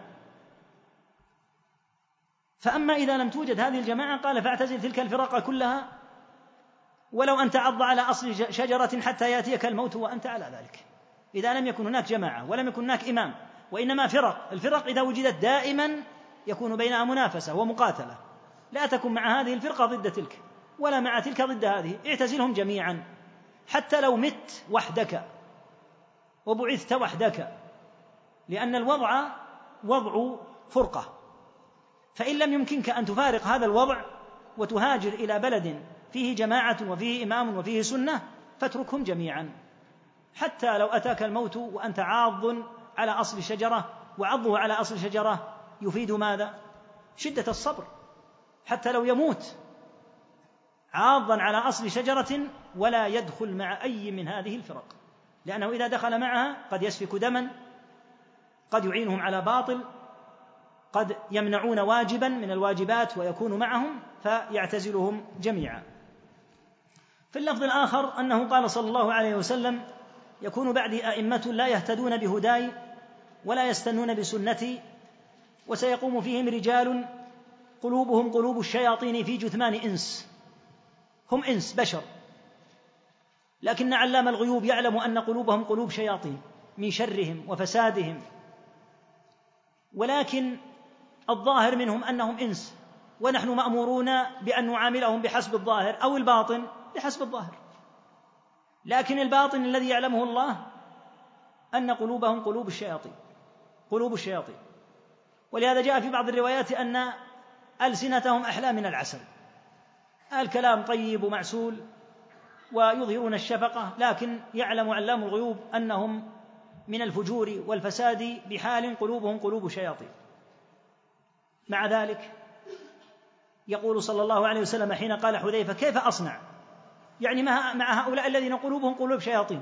فأما إذا لم توجد هذه الجماعة قال: فاعتزل تلك الفرق كلها ولو أن تعض على أصل شجرة حتى يأتيك الموت وأنت على ذلك. إذا لم يكن هناك جماعة ولم يكن هناك إمام وإنما فرق، الفرق إذا وجدت دائما يكون بينها منافسة ومقاتلة، لا تكن مع هذه الفرقة ضد تلك ولا مع تلك ضد هذه، اعتزلهم جميعا. حتى لو مت وحدك وبعثت وحدك، لأن الوضع وضع فرقة، فإن لم يمكنك أن تفارق هذا الوضع وتهاجر إلى بلد فيه جماعة وفيه إمام وفيه سنة فاتركهم جميعا. حتى لو أتاك الموت وأنت عاض على أصل شجرة، وعضه على أصل شجرة يفيد ماذا؟ شدة الصبر. حتى لو يموت عاضا على أصل شجرة ولا يدخل مع أي من هذه الفرق، لأنه إذا دخل معها قد يسفك دما، قد يعينهم على باطل، قد يمنعون واجبا من الواجبات ويكون معهم، فيعتزلهم جميعا. في اللفظ الآخر أنه قال صلى الله عليه وسلم: يكون بعدي أئمة لا يهتدون بهداي ولا يستنون بسنتي، وسيقوم فيهم رجال قلوبهم قلوب الشياطين في جثمان إنس. هم إنس بشر، لكن علام الغيوب يعلم أن قلوبهم قلوب شياطين من شرهم وفسادهم، ولكن الظاهر منهم أنهم إنس، ونحن مأمورون بأن نعاملهم بحسب الظاهر أو الباطن بحسب الظاهر. لكن الباطن الذي يعلمه الله أن قلوبهم قلوب الشياطين قلوب الشياطين ولهذا جاء في بعض الروايات أن ألسنتهم أحلى من العسل، الكلام طيب ومعسول ويظهرون الشفقة، لكن يعلم علام الغيوب أنهم من الفجور والفساد بحال قلوبهم قلوب شياطين. مع ذلك يقول صلى الله عليه وسلم حين قال حذيفة: كيف أصنع يعني مع هؤلاء الذين قلوبهم قلوب شياطين؟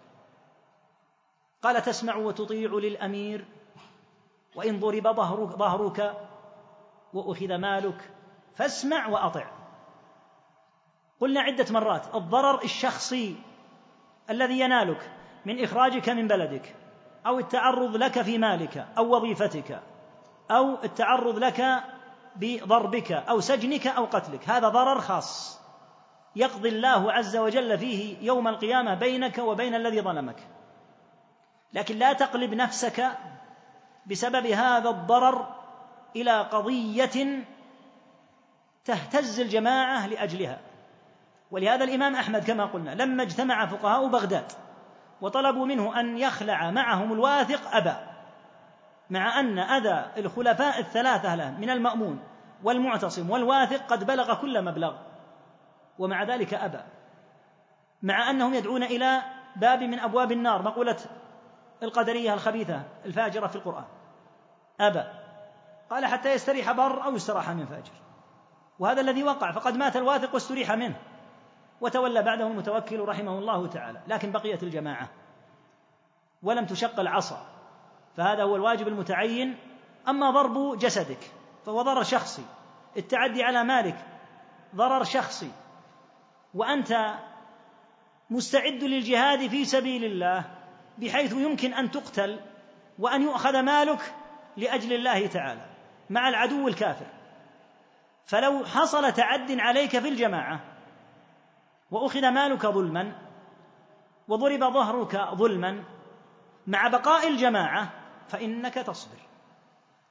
قال: تسمع وتطيع للأمير وإن ضرب ظهرك, ظهرك وأخذ مالك فاسمع وأطع. قلنا عدة مرات: الضرر الشخصي الذي ينالك من إخراجك من بلدك، أو التعرض لك في مالك أو وظيفتك، أو التعرض لك بضربك أو سجنك أو قتلك، هذا ضرر خاص يقضي الله عز وجل فيه يوم القيامة بينك وبين الذي ظلمك. لكن لا تقلب نفسك بسبب هذا الضرر إلى قضية تهتز الجماعة لأجلها. ولهذا الإمام أحمد كما قلنا لما اجتمع فقهاء بغداد وطلبوا منه أن يخلع معهم الواثق أبى، مع أن أذى الخلفاء الثلاثة له من المأمون والمعتصم والواثق قد بلغ كل مبلغ، ومع ذلك أبى، مع أنهم يدعون إلى باب من أبواب النار، مقولة القدرية الخبيثة الفاجرة في القرآن. أبى، قال: حتى يستريح بر أو يستراح من فاجر. وهذا الذي وقع، فقد مات الواثق واستريح منه، وتولى بعده المتوكل رحمه الله تعالى. لكن بقيت الجماعة ولم تشق العصا، فهذا هو الواجب المتعين. أما ضرب جسدك فهو ضرر شخصي، التعدي على مالك ضرر شخصي، وأنت مستعد للجهاد في سبيل الله بحيث يمكن أن تقتل وأن يؤخذ مالك لأجل الله تعالى مع العدو الكافر. فلو حصل تعد عليك في الجماعة وأخذ مالك ظلما وضرب ظهرك ظلما مع بقاء الجماعة فإنك تصبر،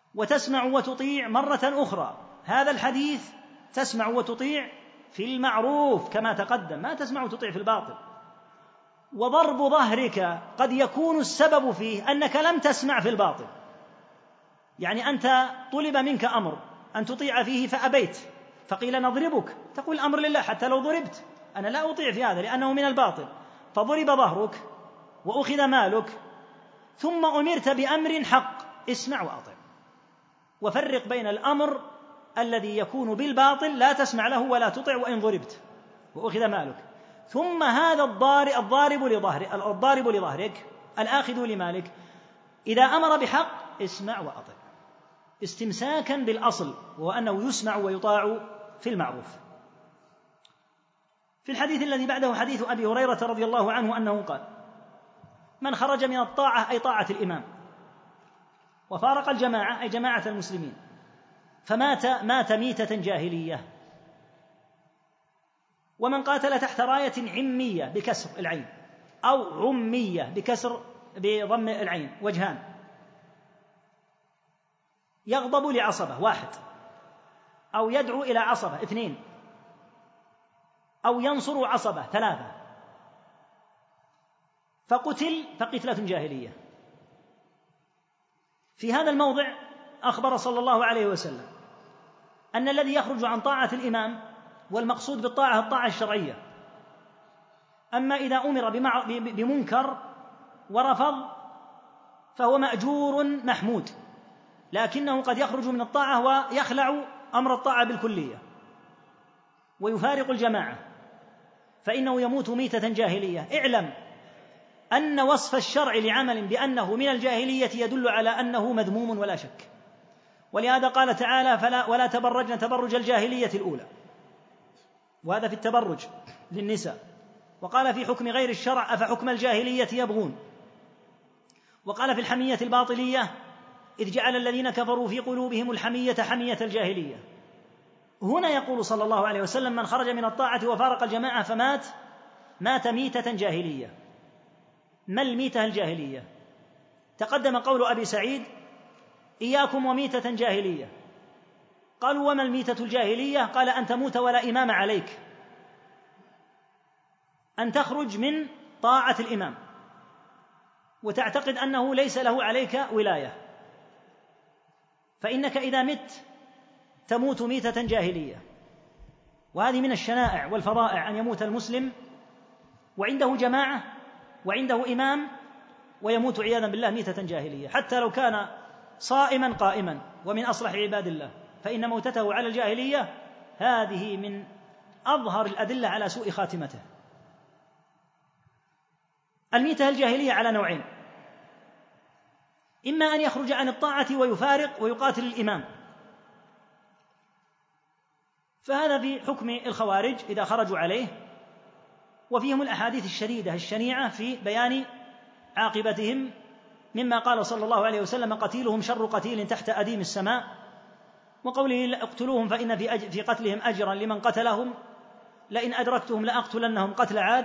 وتسمع وتطيع مرة أخرى. هذا الحديث تسمع وتطيع في المعروف كما تقدم، ما تسمع وتطيع في الباطل. وضرب ظهرك قد يكون السبب فيه أنك لم تسمع في الباطل، يعني أنت طلب منك أمر أن تطيع فيه فأبيت، فقيل نضربك، تقول الأمر لله حتى لو ضربت، أنا لا أطيع في هذا لأنه من الباطل، فضرب ظهرك وأخذ مالك، ثم أمرت بأمر حق، اسمع وأطع. وفرق بين الأمر الذي يكون بالباطل لا تسمع له ولا تطع وإن ضربت وأخذ مالك، ثم هذا الضارب لظهرك الضارب لظهرك الآخذ لمالك إذا أمر بحق اسمع وأطع، استمساكا بالأصل وهو أنه يسمع ويطاع في المعروف. في الحديث الذي بعده حديث أبي هريرة رضي الله عنه أنه قال: من خرج من الطاعة أي طاعة الإمام وفارق الجماعة أي جماعة المسلمين فمات مات ميتة جاهلية. ومن قاتل تحت راية عمية بكسر العين أو عمية بكسر بضم العين وجهان، يغضب لعصبة واحد، أو يدعو إلى عصبة اثنين، أو ينصر عصبة ثلاثة، فقتل فقتلة جاهلية. في هذا الموضع أخبر صلى الله عليه وسلم أن الذي يخرج عن طاعة الإمام، والمقصود بالطاعة الطاعة الشرعية، أما إذا أمر بمنكر ورفض فهو مأجور محمود، لكنه قد يخرج من الطاعة ويخلع أمر الطاعة بالكلية ويفارق الجماعة فإنه يموت ميتة جاهلية. اعلم أن وصف الشرع لعمل بأنه من الجاهلية يدل على أنه مذموم ولا شك، ولهذا قال تعالى: فلا ولا تبرجن تبرج الجاهلية الأولى، وهذا في التبرج للنساء. وقال في حكم غير الشرع: أفحكم الجاهلية يبغون. وقال في الحمية الباطلية: إذ جعل الذين كفروا في قلوبهم الحمية حمية الجاهلية. هنا يقول صلى الله عليه وسلم: من خرج من الطاعة وفارق الجماعة فمات مات ميتة جاهلية. ما الميتة الجاهلية؟ تقدم قول أبي سعيد: إياكم وميتة جاهلية. قالوا: وما الميتة الجاهلية؟ قال: أن تموت ولا إمام عليك، أن تخرج من طاعة الإمام وتعتقد أنه ليس له عليك ولاية، فإنك إذا مت تموت ميتة جاهلية. وهذه من الشنائع والفظائع أن يموت المسلم وعنده جماعة وعنده إمام ويموت عياذا بالله ميتة جاهلية، حتى لو كان صائما قائما ومن أصلح عباد الله، فإن موتته على الجاهلية هذه من أظهر الأدلة على سوء خاتمته. الميتة الجاهلية على نوعين: إما أن يخرج عن الطاعة ويفارق ويقاتل الإمام، فهذا في حكم الخوارج إذا خرجوا عليه، وفيهم الأحاديث الشديدة الشنيعة في بيان عاقبتهم، مما قال صلى الله عليه وسلم: قتيلهم شر قتيل تحت أديم السماء، وقوله: اقتلوهم فإن في, في قتلهم أجرا لمن قتلهم، لئن أدركتهم لأقتلنهم قتل عاد،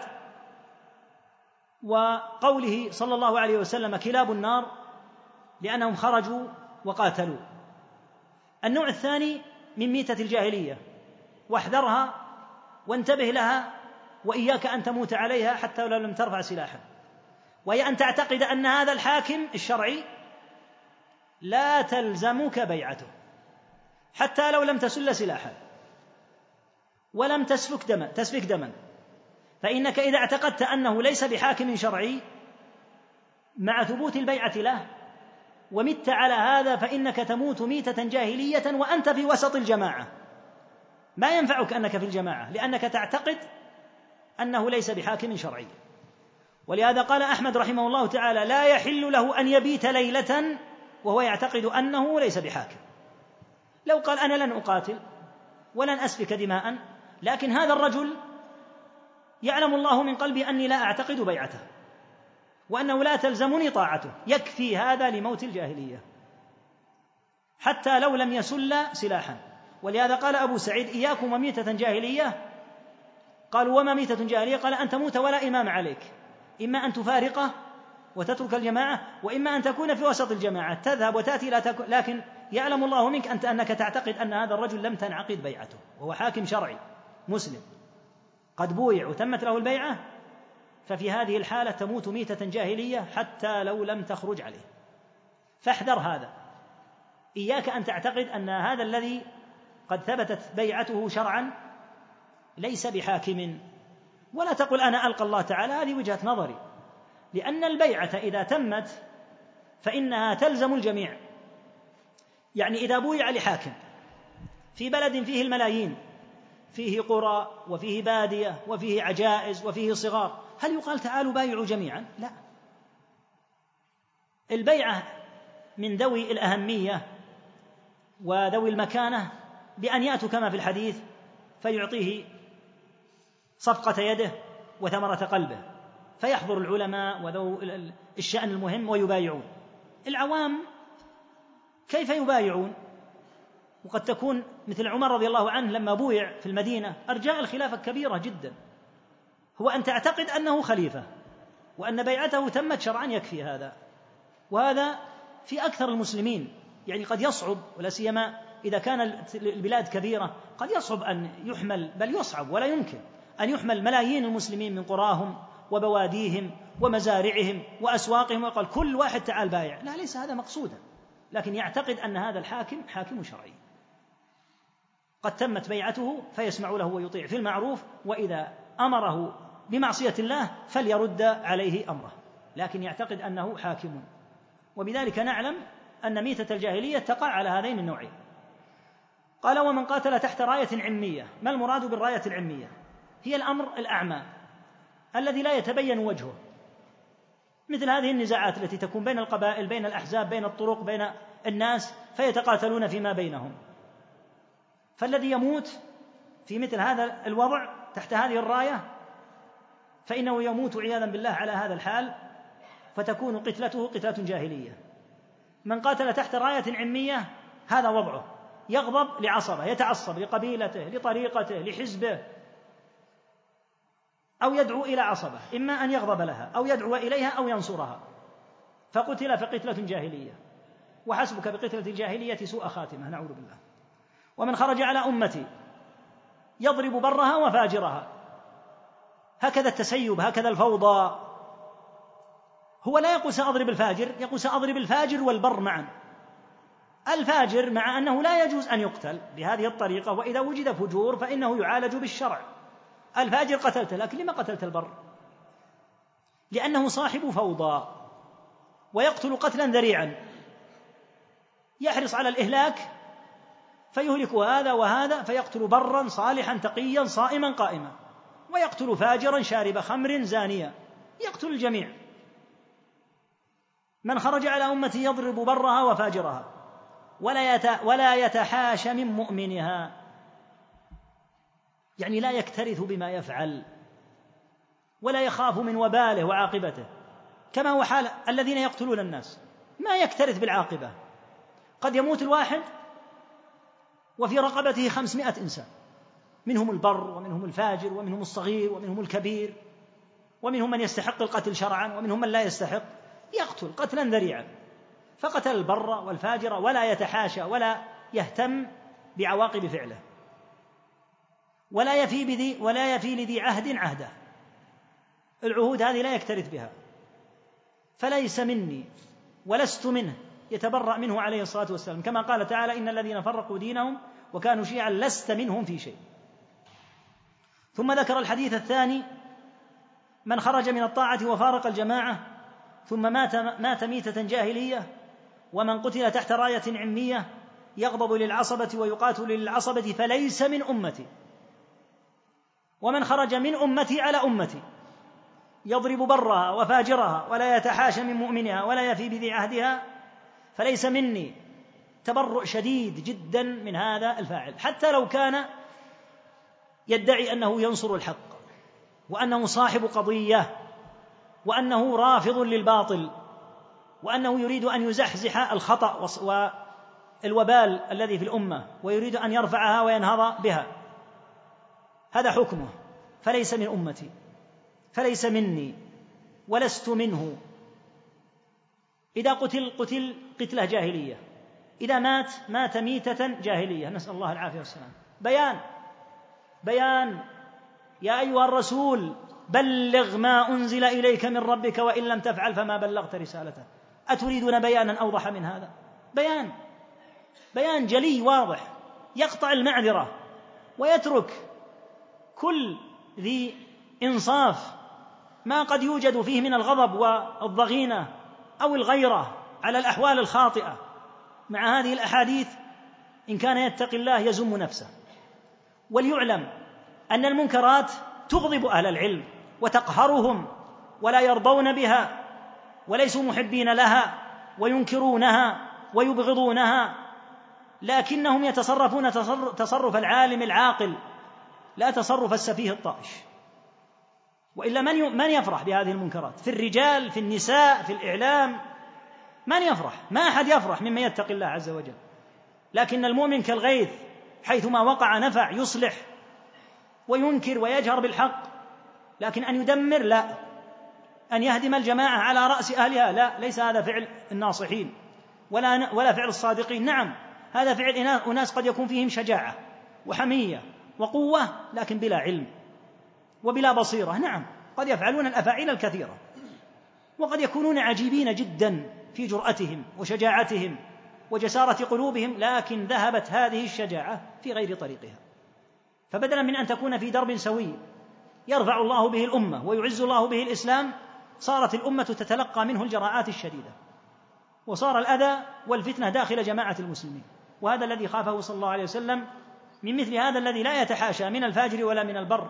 وقوله صلى الله عليه وسلم: كلاب النار، لأنهم خرجوا وقاتلوا. النوع الثاني من ميتة الجاهلية، واحذرها وانتبه لها وإياك أن تموت عليها حتى لو لم ترفع سلاحا، وهي أن تعتقد أن هذا الحاكم الشرعي لا تلزمك بيعته حتى لو لم تسل سلاحا ولم تسفك دما تسفك دما فإنك إذا اعتقدت أنه ليس بحاكم شرعي مع ثبوت البيعة له ومت على هذا فإنك تموت ميتة جاهلية وأنت في وسط الجماعة، ما ينفعك أنك في الجماعة لأنك تعتقد أنه ليس بحاكم شرعي. ولهذا قال أحمد رحمه الله تعالى: لا يحل له أن يبيت ليلة وهو يعتقد أنه ليس بحاكم. لو قال: أنا لن أقاتل ولن أسفك دماء، لكن هذا الرجل يعلم الله من قلبي أني لا أعتقد بيعته وأنه لا تلزمني طاعته، يكفي هذا لموت الجاهلية حتى لو لم يسل سلاحا. ولهذا قال أبو سعيد: إياكم وميتة جاهلية. قالوا: وما ميتة جاهلية؟ قال: أن تموت ولا إمام عليك، إما أن تفارقه وتترك الجماعة، وإما أن تكون في وسط الجماعة تذهب وتأتي لكن يعلم الله منك أنت أنك تعتقد أن هذا الرجل لم تنعقد بيعته وهو حاكم شرعي مسلم قد بويع وتمت له البيعة، ففي هذه الحالة تموت ميتة جاهلية حتى لو لم تخرج عليه. فاحذر هذا، إياك أن تعتقد أن هذا الذي قد ثبتت بيعته شرعا ليس بحاكم، ولا تقل أنا ألقى الله تعالى، هذه وجهة نظري، لأن البيعة إذا تمت فإنها تلزم الجميع. يعني إذا بويع لحاكم في بلد فيه الملايين، فيه قرى وفيه بادية وفيه عجائز وفيه صغار، هل يقال تعالوا بايعوا جميعا؟ لا، البيعة من ذوي الأهمية وذوي المكانة بأن يأتوا كما في الحديث فيعطيه صفقة يده وثمرة قلبه، فيحضر العلماء وذو الشأن المهم ويبايعون. العوام كيف يبايعون؟ وقد تكون مثل عمر رضي الله عنه لما بويع في المدينة أرجاء الخلافة كبيرة جدا، هو أن تعتقد أنه خليفة وأن بيعته تمت شرعا يكفي هذا. وهذا في أكثر المسلمين، يعني قد يصعب، ولا سيما إذا كان البلاد كبيرة قد يصعب أن يحمل، بل يصعب ولا يمكن أن يحمل ملايين المسلمين من قراهم وبواديهم ومزارعهم وأسواقهم ويقال كل واحد تعال بايع، لا، ليس هذا مقصودا، لكن يعتقد أن هذا الحاكم حاكم شرعي قد تمت بيعته فيسمع له ويطيع في المعروف، وإذا أمره بمعصية الله فليرد عليه أمره، لكن يعتقد أنه حاكم. وبذلك نعلم أن ميتة الجاهلية تقع على هذين النوعين. قال ومن قاتل تحت راية علمية. ما المراد بالراية العلمية؟ هي الأمر الأعمى الذي لا يتبين وجهه، مثل هذه النزاعات التي تكون بين القبائل، بين الأحزاب، بين الطرق، بين الناس، فيتقاتلون فيما بينهم. فالذي يموت في مثل هذا الوضع تحت هذه الراية فإنه يموت عياذا بالله على هذا الحال، فتكون قتلته قتلة جاهلية. من قاتل تحت راية علمية هذا وضعه، يغضب لعصبه، يتعصب لقبيلته، لطريقته، لحزبه، أو يدعو إلى عصبه، إما أن يغضب لها أو يدعو إليها أو ينصرها، فقتل فقتلة جاهلية، وحسبك بقتلة الجاهلية سوء خاتمة، نعوذ بالله. ومن خرج على أمتي يضرب برها وفاجرها، هكذا التسيب، هكذا الفوضى. هو لا يقول سأضرب الفاجر، يقول سأضرب الفاجر والبر معا. الفاجر مع أنه لا يجوز أن يقتل بهذه الطريقة، وإذا وجد فجور فإنه يعالج بالشرع. الفاجر قتلته، لكن لما قتلت البر؟ لأنه صاحب فوضى ويقتل قتلا ذريعا، يحرص على الإهلاك فيهلك هذا وهذا، فيقتل برا صالحا تقيا صائما قائما، ويقتل فاجرا شارب خمر زانيا، يقتل الجميع. من خرج على أمتي يضرب برها وفاجرها ولا يتحاش من مؤمنها، يعني لا يكترث بما يفعل ولا يخاف من وباله وعاقبته، كما هو حال الذين يقتلون الناس، ما يكترث بالعاقبة. قد يموت الواحد وفي رقبته خمسمائة إنسان، منهم البر ومنهم الفاجر ومنهم الصغير ومنهم الكبير، ومنهم من يستحق القتل شرعا ومنهم من لا يستحق، يقتل قتلا ذريعا. فقتل البر والفاجر ولا يتحاشى ولا يهتم بعواقب فعله، ولا يفي بذي ولا يفي لذي عهد عهده، العهود هذه لا يكترث بها. فليس مني ولست منه، يتبرأ منه عليه الصلاة والسلام، كما قال تعالى إن الذين فرقوا دينهم وكانوا شيعا لست منهم في شيء. ثم ذكر الحديث الثاني: من خرج من الطاعة وفارق الجماعة ثم مات, مات ميتة جاهلية، ومن قتل تحت راية علمية يغضب للعصبة ويقاتل للعصبة فليس من أمتي. ومن خرج من أمتي على أمتي يضرب برها وفاجرها ولا يتحاشى من مؤمنها ولا يفي بذي عهدها فليس مني. تبرؤ شديد جدا من هذا الفاعل، حتى لو كان يدعي أنه ينصر الحق وأنه صاحب قضية وأنه رافض للباطل وأنه يريد أن يزحزح الخطأ والوبال الذي في الأمة ويريد أن يرفعها وينهض بها، هذا حكمه. فليس من أمتي، فليس مني ولست منه. إذا قتل قتل قتلة جاهلية، إذا مات مات ميتة جاهلية، نسأل الله العافية والسلام. بيان بيان يا أيها الرسول بلغ ما أنزل إليك من ربك وإن لم تفعل فما بلغت رسالته. أتريدون بيانا أوضح من هذا؟ بيان بيان جلي واضح يقطع المعذرة ويترك كل ذي إنصاف ما قد يوجد فيه من الغضب والضغينة أو الغيرة على الأحوال الخاطئة. مع هذه الأحاديث إن كان يتقي الله يزم نفسه. وليعلم أن المنكرات تغضب أهل العلم وتقهرهم ولا يرضون بها وليسوا محبين لها وينكرونها ويبغضونها، لكنهم يتصرفون تصرف العالم العاقل لا تصرف السفيه الطائش. وإلا من من يفرح بهذه المنكرات؟ في الرجال، في النساء، في الإعلام، من يفرح؟ ما أحد يفرح ممن يتقي الله عز وجل. لكن المؤمن كالغيث حيثما وقع نفع، يصلح وينكر ويجهر بالحق. لكن أن يدمر لا، أن يهدم الجماعة على رأس أهلها لا، ليس هذا فعل الناصحين ولا ولا فعل الصادقين. نعم هذا فعل أناس قد يكون فيهم شجاعة وحمية وقوة لكن بلا علم وبلا بصيرة. نعم قد يفعلون الأفاعيل الكثيرة وقد يكونون عجيبين جدا في جرأتهم وشجاعتهم وجسارة قلوبهم، لكن ذهبت هذه الشجاعة في غير طريقها. فبدلا من أن تكون في درب سوي يرفع الله به الأمة ويعز الله به الإسلام، صارت الأمة تتلقى منه الجراءات الشديدة، وصار الأذى والفتنة داخل جماعة المسلمين. وهذا الذي خافه صلى الله عليه وسلم من مثل هذا الذي لا يتحاشى من الفاجر ولا من البر،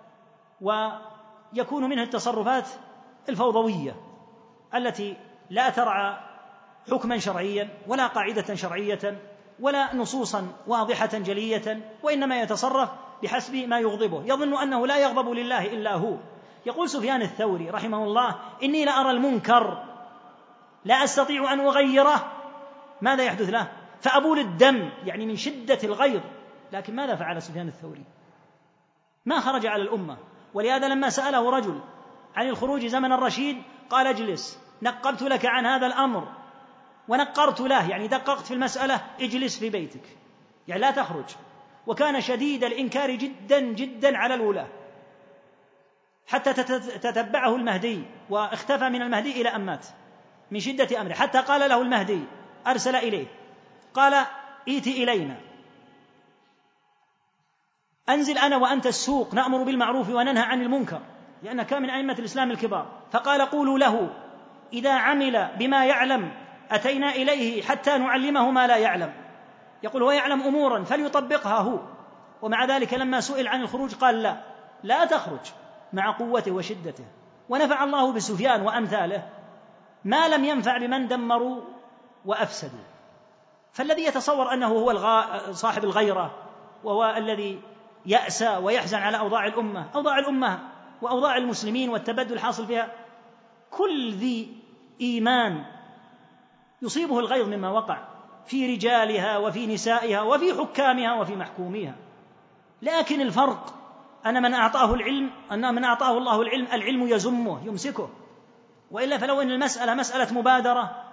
ويكون منه التصرفات الفوضوية التي لا ترعى حكما شرعيا ولا قاعدة شرعية ولا نصوصا واضحة جلية، وإنما يتصرف بحسب ما يغضبه، يظن أنه لا يغضب لله إلا هو. يقول سفيان الثوري رحمه الله: إني لأرى المنكر لا أستطيع أن أغيره، ماذا يحدث له؟ فأبول الدم، يعني من شدة الغيظ. لكن ماذا فعل سفيان الثوري؟ ما خرج على الأمة. ولهذا لما سأله رجل عن الخروج زمن الرشيد قال: اجلس، نقبت لك عن هذا الأمر ونقرت له، يعني دققت في المسألة، اجلس في بيتك، يعني لا تخرج. وكان شديد الإنكار جدا جدا على الولاة، حتى تتبعه المهدي واختفى من المهدي إلى أن مات من شدة أمره، حتى قال له المهدي، أرسل إليه قال: ائت إلينا، أنزل أنا وأنت السوق نأمر بالمعروف وننهى عن المنكر، لأنه كان من أئمة الإسلام الكبار. فقال: قولوا له إذا عمل بما يعلم أتينا إليه حتى نعلمه ما لا يعلم. يقول هو يعلم أمورا فليطبقها هو. ومع ذلك لما سئل عن الخروج قال: لا لا تخرج، مع قوته وشدته. ونفع الله بسفيان وأمثاله ما لم ينفع بمن دمروا وأفسدوا. فالذي يتصور أنه هو الغا... صاحب الغيرة، وهو الذي يأسى ويحزن على أوضاع الأمة، أوضاع الأمة وأوضاع المسلمين والتبدل الحاصل فيها، كل ذي إيمان يصيبه الغيظ مما وقع في رجالها وفي نسائها وفي حكامها وفي محكوميها. لكن الفرق أن من أعطاه العلم أن من أعطاه الله العلم العلم يزمه يمسكه. وإلا فلو أن المسألة مسألة مبادرة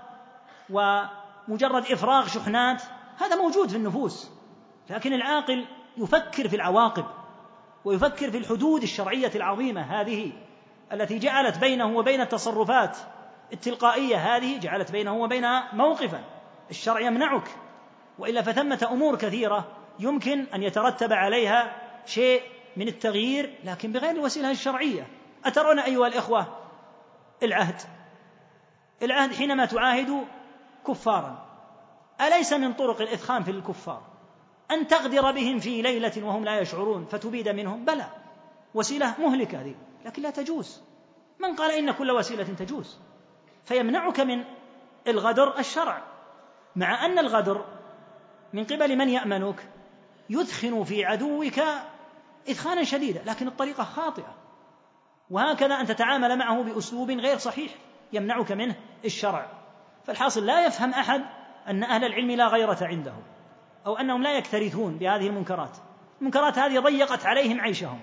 ومجرد إفراغ شحنات هذا موجود في النفوس، لكن العاقل يفكر في العواقب ويفكر في الحدود الشرعية العظيمة هذه التي جعلت بينه وبين التصرفات التلقائية هذه، جعلت بينه وبينها موقفا الشرع يمنعك. وإلا فثمة أمور كثيرة يمكن أن يترتب عليها شيء من التغيير لكن بغير الوسيلة الشرعية. أترون أيها الإخوة العهد العهد حينما تعاهد كفارا، أليس من طرق الإثخان في الكفار أن تغدر بهم في ليلة وهم لا يشعرون فتبيد منهم؟ بلى، وسيلة مهلكة هذه، لكن لا تجوز. من قال إن كل وسيلة تجوز؟ فيمنعك من الغدر الشرع، مع أن الغدر من قبل من يأمنك يدخن في عدوك إدخانا شديدا، لكن الطريقة خاطئة، وهكذا أن تتعامل معه بأسلوب غير صحيح يمنعك منه الشرع. فالحاصل لا يفهم أحد أن أهل العلم لا غيرة عندهم أو أنهم لا يكترثون بهذه المنكرات. المنكرات هذه ضيقت عليهم عيشهم،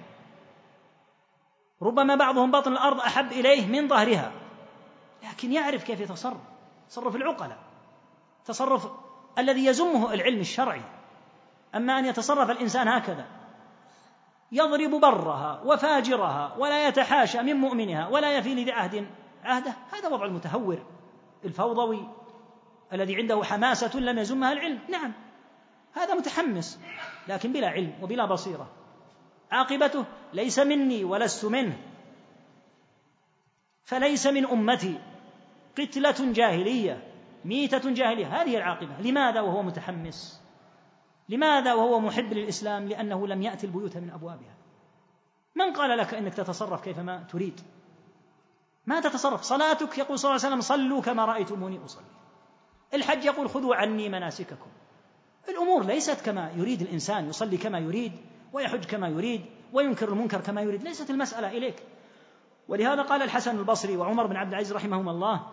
ربما بعضهم بطن الأرض أحب إليه من ظهرها، لكن يعرف كيف يتصرف تصرف العقلاء، تصرف الذي يزمه العلم الشرعي. أما أن يتصرف الإنسان هكذا يضرب برها وفاجرها ولا يتحاشى من مؤمنها ولا يفي لذي عهد عهده، هذا وضع المتهور الفوضوي الذي عنده حماسة لم يزمها العلم. نعم، هذا متحمس لكن بلا علم وبلا بصيرة، عاقبته ليس مني ولست منه، فليس من أمتي، قتلة جاهلية، ميتة جاهلية، هذه العاقبة. لماذا وهو متحمس؟ لماذا وهو محب للإسلام؟ لأنه لم يأتي البيوت من أبوابها. من قال لك أنك تتصرف كيفما تريد؟ ما تتصرف. صلاتك يقول صلى الله عليه وسلم صلوا كما رأيتموني أصلي. الحج يقول خذوا عني مناسككم. الأمور ليست كما يريد الإنسان، يصلي كما يريد ويحج كما يريد وينكر المنكر كما يريد، ليست المسألة إليك. ولهذا قال الحسن البصري وعمر بن عبد العزيز رحمهما الله: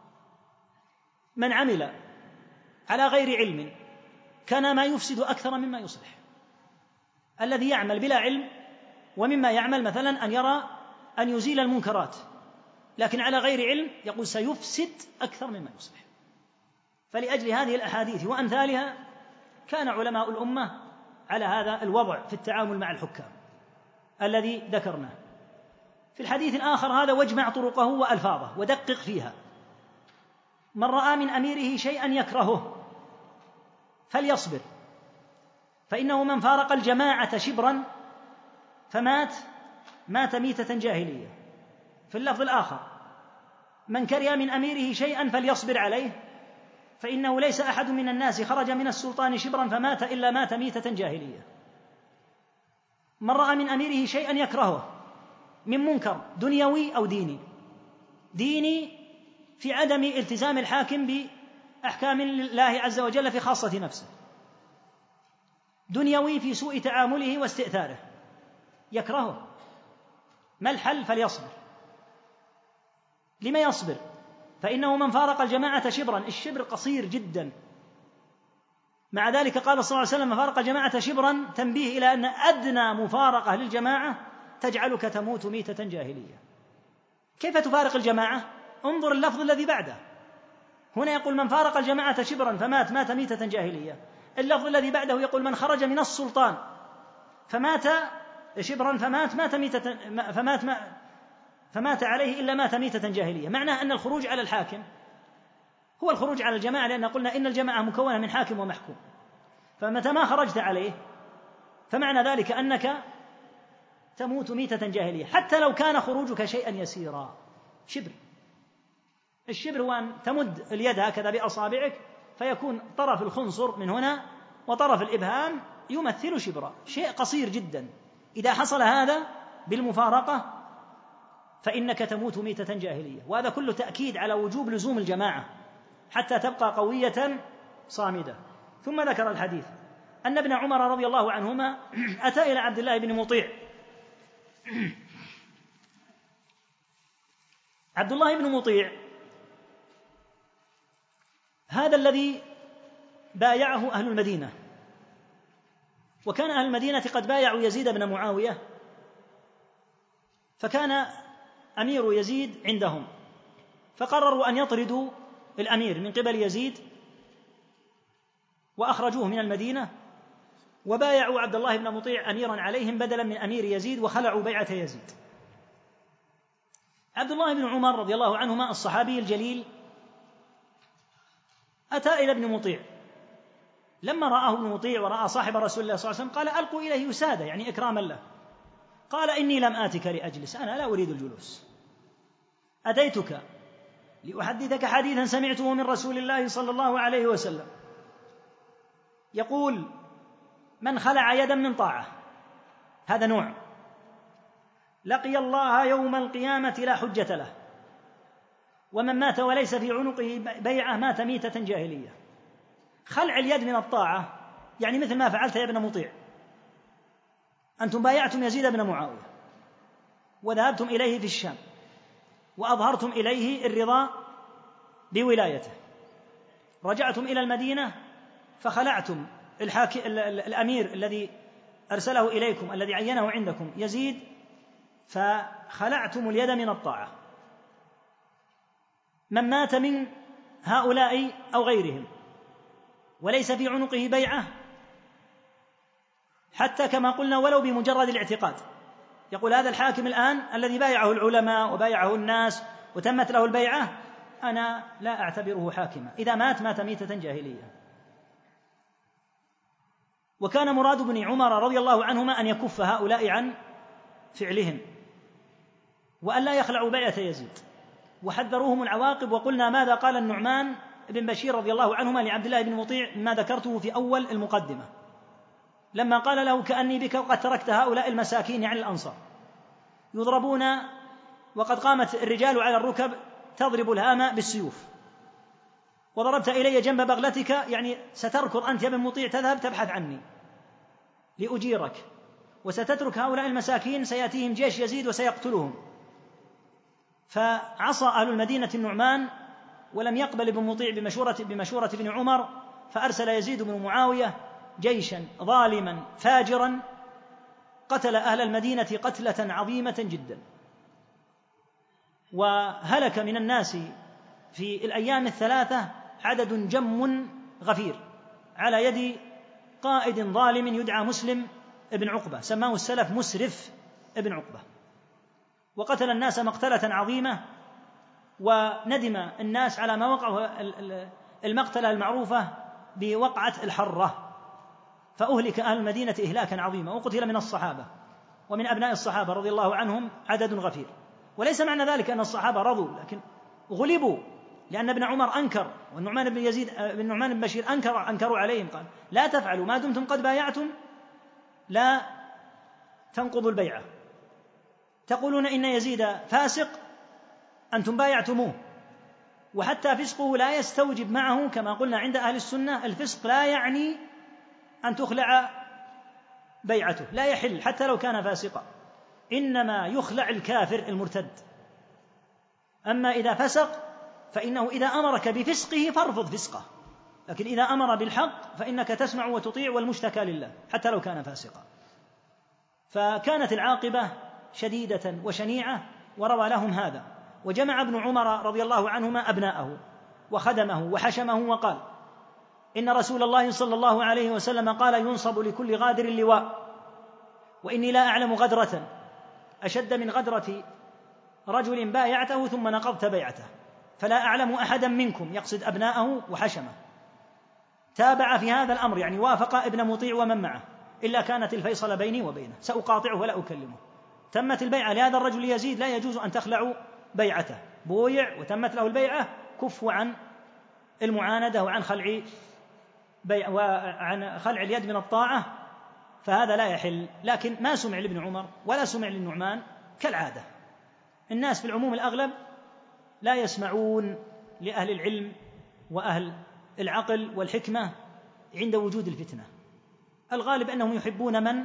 من عمل على غير علم كان ما يفسد أكثر مما يصلح. الذي يعمل بلا علم، ومما يعمل مثلا أن يرى أن يزيل المنكرات لكن على غير علم، يقول سيفسد أكثر مما يصلح. فلأجل هذه الأحاديث وأمثالها كان علماء الأمة على هذا الوضع في التعامل مع الحكام الذي ذكرناه. في الحديث الآخر هذا واجمع طرقه وألفاظه ودقق فيها: من رأى من أميره شيئا يكرهه فليصبر، فإنه من فارق الجماعة شبرا فمات مات ميتة جاهلية. في اللفظ الآخر: من كره من أميره شيئا فليصبر عليه، فإنه ليس أحد من الناس خرج من السلطان شبرا فمات إلا مات ميتة جاهلية. من رأى من أميره شيئا يكرهه من منكر دنيوي أو ديني، ديني في عدم التزام الحاكم بأحكام الله عز وجل في خاصة نفسه، دنيوي في سوء تعامله واستئثاره، يكرهه، ما الحل؟ فليصبر. لما يصبر؟ فإنه من فارق الجماعة شبرا، الشبر قصير جدا، مع ذلك قال صلى الله عليه وسلم: من فارق الجماعة شبرا، تنبيه إلى أن أدنى مفارقة للجماعة تجعلك تموت ميتة جاهلية. كيف تفارق الجماعة؟ انظر اللفظ الذي بعده، هنا يقول من فارق الجماعة شبرا فمات مات ميتة جاهلية، اللفظ الذي بعده يقول من خرج من السلطان فمات شبرا فمات مات ميتة فمات ما فمات عليه إلا مات ميتة جاهلية. معناه أن الخروج على الحاكم هو الخروج على الجماعة، لأن قلنا إن الجماعة مكونة من حاكم ومحكوم، فمتى ما خرجت عليه فمعنى ذلك أنك تموت ميتة جاهلية، حتى لو كان خروجك شيئا يسيرا. شبر، الشبر هو أن تمد اليد هكذا بأصابعك فيكون طرف الخنصر من هنا وطرف الإبهام يمثل شبرا، شيء قصير جدا. إذا حصل هذا بالمفارقة فإنك تموت ميتة جاهلية. وهذا كله تأكيد على وجوب لزوم الجماعة حتى تبقى قوية صامدة. ثم ذكر الحديث أن ابن عمر رضي الله عنهما أتى إلى عبد الله بن مطيع. عبد الله بن مطيع هذا الذي بايعه أهل المدينة، وكان أهل المدينة قد بايعوا يزيد بن معاوية، فكان أمير يزيد عندهم، فقرروا أن يطردوا الأمير من قبل يزيد وأخرجوه من المدينة، وبايعوا عبد الله بن مطيع أميرا عليهم بدلا من أمير يزيد، وخلعوا بيعة يزيد. عبد الله بن عمر رضي الله عنهما الصحابي الجليل أتى إلى ابن مطيع، لما رآه ابن مطيع ورأى صاحب رسول الله صلى الله عليه وسلم قال: ألقوا إليه وسادة، يعني إكراما له. قال: إني لم آتك لأجلس، أنا لا أريد الجلوس، أتيتك لأحدثك حديثا سمعته من رسول الله صلى الله عليه وسلم يقول: من خلع يدا من طاعة، هذا نوع، لقي الله يوم القيامة لا حجة له، ومن مات وليس في عنقه بيعة مات ميتة جاهلية. خلع اليد من الطاعة يعني مثل ما فعلت يا ابن مطيع، أنتم بايعتم يزيد بن معاوية وذهبتم إليه في الشام وأظهرتم إليه الرضا بولايته، رجعتم إلى المدينة فخلعتم الحاكم الأمير الذي أرسله إليكم الذي عينه عندكم يزيد، فخلعتم اليد من الطاعة. من مات من هؤلاء أو غيرهم وليس في عنقه بيعة، حتى كما قلنا ولو بمجرد الاعتقاد، يقول هذا الحاكم الآن الذي بايعه العلماء وبايعه الناس وتمت له البيعة أنا لا أعتبره حاكما، إذا مات مات ميتة جاهلية. وكان مراد بن عمر رضي الله عنهما أن يكف هؤلاء عن فعلهم وأن لا يخلعوا بيعة يزيد، وحذروهم العواقب. وقلنا ماذا قال النعمان بن بشير رضي الله عنهما لعبد الله بن مطيع ما ذكرته في أول المقدمة، لما قال له كأني بك وقد تركت هؤلاء المساكين عن الأنصار يضربون وقد قامت الرجال على الركب تضرب الهام بالسيوف، وضربت إلي جنب بغلتك، يعني ستركض أنت يا ابن مطيع تذهب تبحث عني لأجيرك، وستترك هؤلاء المساكين سيأتيهم جيش يزيد وسيقتلهم. فعصى أهل المدينة النعمان ولم يقبل ابن مطيع بمشورة, بمشورة ابن عمر، فأرسل يزيد بن معاوية جيشا ظالما فاجرا قتل أهل المدينة قتلة عظيمة جدا، وهلك من الناس في الأيام الثلاثة عدد جم غفير على يد قائد ظالم يدعى مسلم ابن عقبة، سماه السلف مسرف ابن عقبة، وقتل الناس مقتلة عظيمة. وندم الناس على ما وقعوا المقتلة المعروفة بوقعة الحرة، فأهلك أهل المدينة إهلاكا عظيما، وقتل من الصحابة ومن أبناء الصحابة رضي الله عنهم عدد غفير. وليس معنى ذلك أن الصحابة رضوا، لكن غلبوا، لأن ابن عمر أنكر، والنعمان بن يزيد بن نعمان بن بشير أنكر أنكروا عليهم، قال لا تفعلوا ما دمتم قد بايعتم لا تنقضوا البيعة، تقولون إن يزيد فاسق أنتم بايعتموه، وحتى فسقه لا يستوجب معه كما قلنا عند أهل السنة الفسق لا يعني أن تخلع بيعته، لا يحل حتى لو كان فاسقا، إنما يخلع الكافر المرتد. أما إذا فسق فإنه إذا أمرك بفسقه فارفض فسقه، لكن إذا أمر بالحق فإنك تسمع وتطيع والمشتكى لله حتى لو كان فاسقا. فكانت العاقبة شديدة وشنيعة، وروى لهم هذا. وجمع ابن عمر رضي الله عنهما أبناءه وخدمه وحشمه وقال إن رسول الله صلى الله عليه وسلم قال ينصب لكل غادر لواء، وإني لا أعلم غدرة أشد من غدرة رجل بايعته ثم نقضت بيعته، فلا أعلم أحدا منكم، يقصد أبناءه وحشمه، تابع في هذا الأمر يعني وافق ابن مطيع ومن معه، إلا كانت الفيصل بيني وبينه، سأقاطعه ولا أكلمه. تمت البيعة لهذا الرجل يزيد، لا يجوز أن تخلعوا بيعته، بويع وتمت له البيعة، كفوا عن المعاندة وعن خلع بيع وعن خلع اليد من الطاعة، فهذا لا يحل. لكن ما سمع لابن عمر ولا سمع للنعمان كالعادة، الناس في العموم الأغلب لا يسمعون لأهل العلم وأهل العقل والحكمة عند وجود الفتنة، الغالب أنهم يحبون من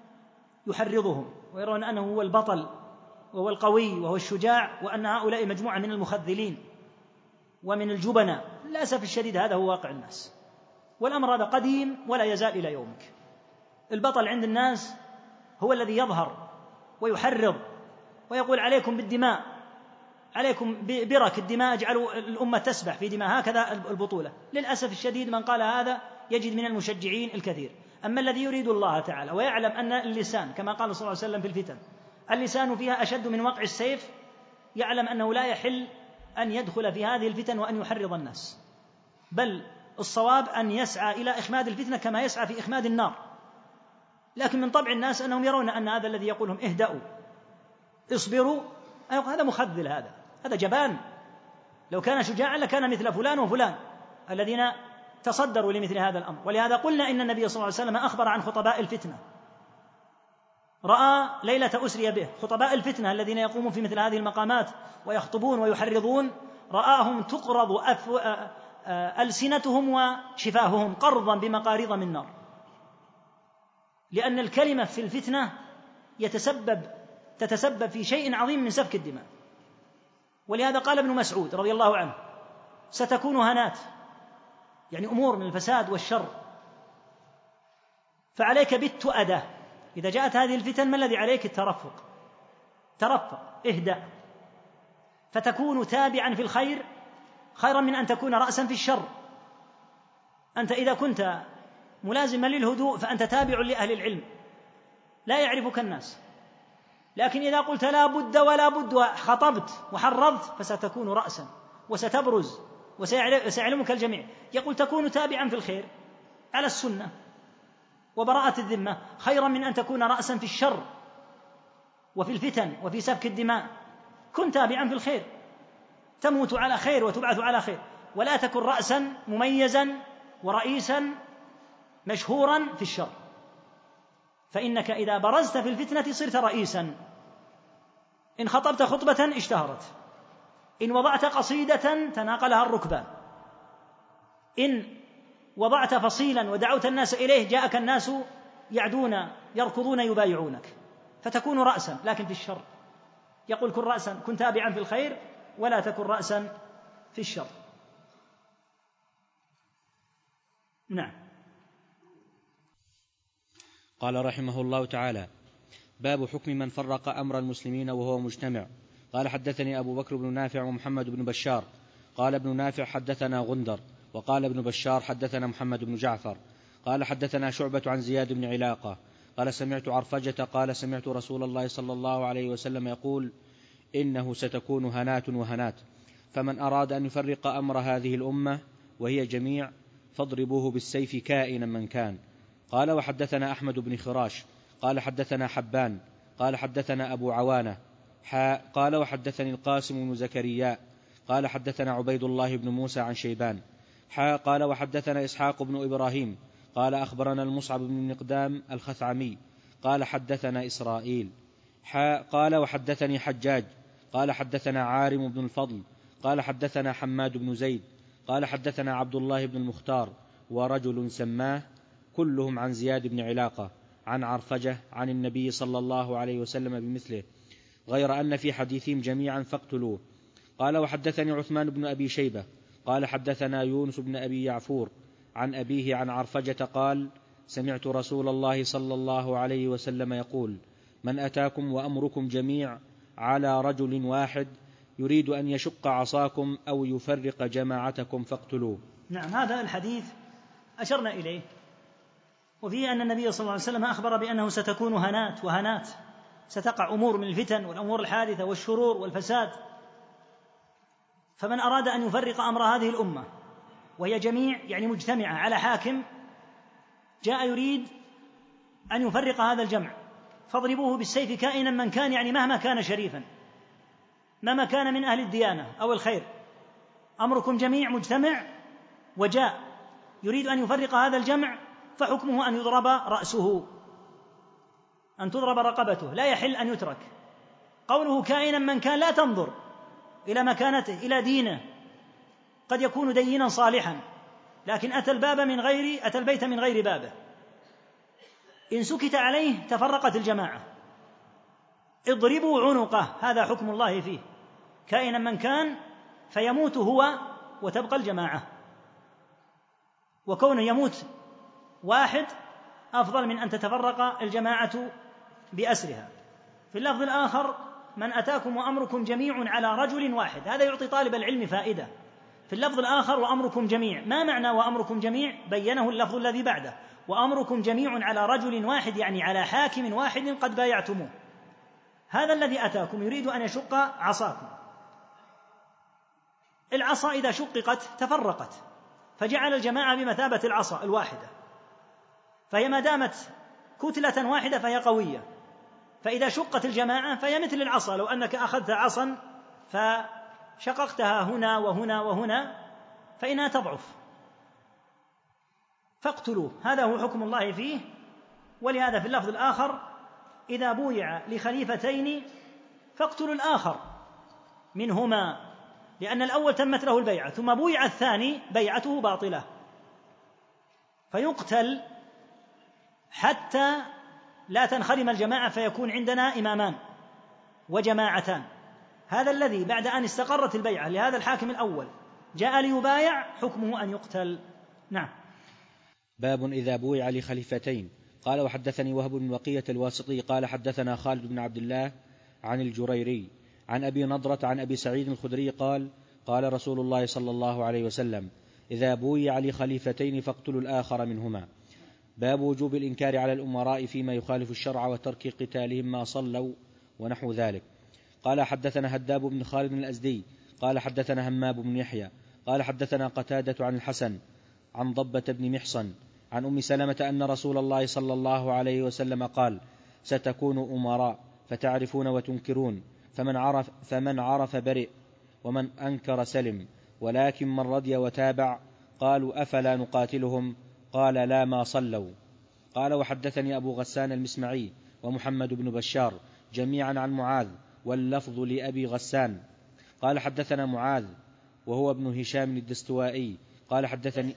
يحرضهم ويرون أنه هو البطل وهو القوي وهو الشجاع، وأن هؤلاء مجموعة من المخذلين ومن الجبناء. للأسف الشديد هذا هو واقع الناس، والأمر هذا قديم ولا يزال إلى يومك. البطل عند الناس هو الذي يظهر ويحرض ويقول عليكم بالدماء، عليكم برك الدماء، اجعلوا الأمة تسبح في دماء، هكذا البطولة. للأسف الشديد من قال هذا يجد من المشجعين الكثير. أما الذي يريد الله تعالى ويعلم أن اللسان كما قال صلى الله عليه وسلم في الفتن اللسان فيها أشد من وقع السيف، يعلم أنه لا يحل أن يدخل في هذه الفتن وأن يحرض الناس، بل الصواب أن يسعى إلى إخماد الفتنة كما يسعى في إخماد النار. لكن من طبع الناس أنهم يرون أن هذا الذي يقولهم اهدأوا اصبروا هذا مخذل، هذا هذا جبان، لو كان شجاعا لكان مثل فلان وفلان الذين تصدروا لمثل هذا الأمر. ولهذا قلنا إن النبي صلى الله عليه وسلم أخبر عن خطباء الفتنة، رأى ليلة أسري به خطباء الفتنة الذين يقومون في مثل هذه المقامات ويخطبون ويحرضون، رآهم تقرض أفو... ألسنتهم وشفاههم قرضا بمقارض من نار، لأن الكلمة في الفتنة يتسبب تتسبب في شيء عظيم من سفك الدماء. ولهذا قال ابن مسعود رضي الله عنه ستكون هنات، يعني أمور من الفساد والشر، فعليك بالتؤدة. إذا جاءت هذه الفتن ما الذي عليك؟ الترفق، ترفق اهدأ، فتكون تابعا في الخير خيرا من أن تكون رأسا في الشر. أنت إذا كنت ملازما للهدوء فأنت تابع لأهل العلم لا يعرفك الناس، لكن إذا قلت لا بد ولا بد وخطبت وحرضت فستكون رأسا وستبرز وسيعلمك الجميع. يقول تكون تابعا في الخير على السنة وبراءة الذمة خيرا من أن تكون رأسا في الشر وفي الفتن وفي سفك الدماء. كن تابعا في الخير تموت على خير وتبعث على خير، ولا تكن رأسا مميزا ورئيسا مشهورا في الشر، فإنك إذا برزت في الفتنة صرت رئيسا. إن خطبت خطبة اشتهرت، إن وضعت قصيدة تناقلها الركبان، إن وضعت فصيلا ودعوت الناس إليه جاءك الناس يعدون يركضون يبايعونك، فتكون رأسا لكن في الشر. يقول كن رأسا، كن تابعا في الخير ولا تكن رأسا في الشر. نعم.
قال رحمه الله تعالى: باب حكم من فرق أمر المسلمين وهو مجتمع. قال حدثني أبو بكر بن نافع ومحمد بن بشار. قال ابن نافع حدثنا غندر، وقال ابن بشار حدثنا محمد بن جعفر قال حدثنا شعبة عن زياد بن علاقة قال سمعت عرفجة قال سمعت رسول الله صلى الله عليه وسلم يقول: إنه ستكون هنات وهنات، فمن أراد أن يفرق أمر هذه الأمة وهي جميع فاضربوه بالسيف كائنا من كان. قال وحدثنا أحمد بن خراش قال حدثنا حبان قال حدثنا أبو عوانة حاء قال وحدثني القاسم بن زكريا قال حدثنا عبيد الله بن موسى عن شيبان حاء قال وحدثنا إسحاق بن إبراهيم قال أخبرنا المصعب بن المقدام الخثعمي قال حدثنا إسرائيل حاء قال وحدثني حجاج قال حدثنا عارم بن الفضل قال حدثنا حماد بن زيد قال حدثنا عبد الله بن المختار ورجل سماه، كلهم عن زياد بن علاقة عن عرفجة عن النبي صلى الله عليه وسلم بمثله، غير أن في حديثهم جميعا فاقتلوه. قال وحدثني عثمان بن أبي شيبة قال حدثنا يونس بن أبي يعفور عن أبيه عن عرفجة قال: سمعت رسول الله صلى الله عليه وسلم يقول: من أتاكم وأمركم جميع على رجل واحد يريد أن يشق عصاكم أو يفرق جماعتكم فاقتلوه.
نعم، هذا الحديث أشرنا إليه، وفيه أن النبي صلى الله عليه وسلم أخبر بأنه ستكون هنات وهنات، ستقع أمور من الفتن والأمور الحادثة والشرور والفساد، فمن أراد أن يفرق أمر هذه الأمة وهي جميع يعني مجتمعة على حاكم جاء يريد أن يفرق هذا الجمع فاضربوه بالسيف كائنا من كان، يعني مهما كان شريفا، مهما كان من أهل الديانة أو الخير، أمركم جميع مجتمع وجاء يريد أن يفرق هذا الجمع فحكمه أن يضرب رأسه، أن تضرب رقبته، لا يحل أن يترك. قوله كائنا من كان لا تنظر إلى مكانته إلى دينه، قد يكون دينا صالحا لكن أتى الباب من غير أتى البيت من غير بابه، إن سكت عليه تفرقت الجماعة. اضربوا عنقه، هذا حكم الله فيه، كائنا من كان فيموت هو وتبقى الجماعة، وكونه يموت واحد أفضل من أن تتفرق الجماعة بأسرها. في اللفظ الآخر: من أتاكم وأمركم جميع على رجل واحد، هذا يعطي طالب العلم فائدة. في اللفظ الآخر: وأمركم جميع، ما معنى وأمركم جميع؟ بينه اللفظ الذي بعده: وأمركم جميع على رجل واحد، يعني على حاكم واحد قد بايعتموه. هذا الذي أتاكم يريد أن يشق عصاكم. العصا إذا شققت تفرقت، فجعل الجماعة بمثابة العصا الواحدة، فهي ما دامت كتلة واحدة فهي قوية، فإذا شقت الجماعة فهي مثل العصا، لو أنك أخذت عصا فشققتها هنا وهنا وهنا فإنها تضعف. فاقتلوه، هذا هو حكم الله فيه. ولهذا في اللفظ الآخر: إذا بويع لخليفتين فاقتلوا الآخر منهما، لأن الأول تمت له البيعة، ثم بويع الثاني بيعته باطلة، فيقتل حتى لا تنخرم الجماعة فيكون عندنا إمامان وجماعتان. هذا الذي بعد أن استقرت البيعة لهذا الحاكم الأول جاء ليبايع حكمه أن يقتل. نعم.
باب إذا بويع لخليفتين. قال وحدثني وهب بن بقية الواسطي قال حدثنا خالد بن عبد الله عن الجريري عن أبي نضرة عن أبي سعيد الخدري قال: قال رسول الله صلى الله عليه وسلم: إذا بويع لخليفتين فاقتلوا الآخر منهما. باب وجوب الإنكار على الأمراء فيما يخالف الشرع وترك قتالهم ما صلوا ونحو ذلك. قال حدثنا هداب بن خالد الأزدي قال حدثنا هماب بن يحيى قال حدثنا قتادة عن الحسن عن ضبة بن محصن عن أم سلمة أن رسول الله صلى الله عليه وسلم قال: ستكون أمراء فتعرفون وتنكرون، فمن عرف, فمن عرف برئ ومن أنكر سلم، ولكن من رضي وتابع. قالوا: أفلا نقاتلهم؟ قال: لا ما صلوا. قال وحدثني أبو غسان المسمعي ومحمد بن بشار جميعا عن معاذ، واللفظ لأبي غسان قال حدثنا معاذ وهو ابن هشام الدستوائي قال حدثني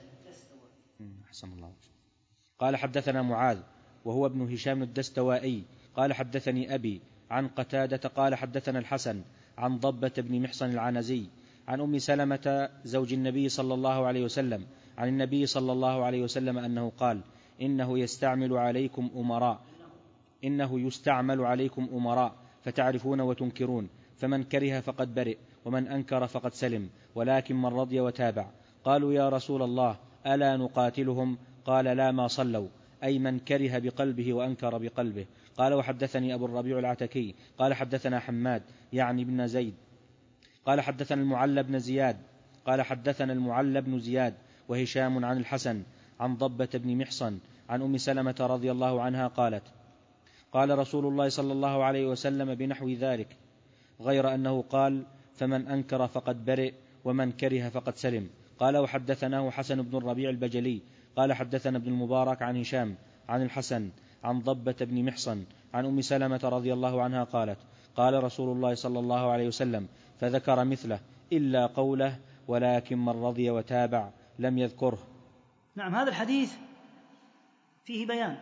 حسن الله قال حدثنا معاذ وهو ابن هشام الدستوائي قال حدثني أبي عن قتادة قال حدثنا الحسن عن ضبة بن محصن العنزي عن أم سلمة زوج النبي صلى الله عليه وسلم عن النبي صلى الله عليه وسلم أنه قال: إنه يستعمل عليكم أمراء إنه يستعمل عليكم أمراء فتعرفون وتنكرون، فمن كره فقد برئ ومن أنكر فقد سلم، ولكن من رضي وتابع. قالوا: يا رسول الله ألا نقاتلهم؟ قال: لا ما صلوا، أي من كره بقلبه وأنكر بقلبه. قال وحدثني أبو الربيع العتكي قال حدثنا حماد يعني بن زيد قال حدثنا المعلى بن زياد قال حدثنا المعلى بن زياد وهشام عن الحسن عن ضبة بن محصن عن أم سلمة رضي الله عنها قالت: قال رسول الله صلى الله عليه وسلم بنحو ذلك، غير أنه قال: فمن أنكر فقد برئ ومن كره فقد سلم. قال وحدثناه حسن بن الربيع البجلي قال حدثنا ابن المبارك عن هشام عن الحسن عن ضبة بن محصن عن أم سلمة رضي الله عنها قالت: قال رسول الله صلى الله عليه وسلم، فذكر مثله إلا قوله: ولكن من رضي وتابع، لم يذكره.
نعم، هذا الحديث فيه بيان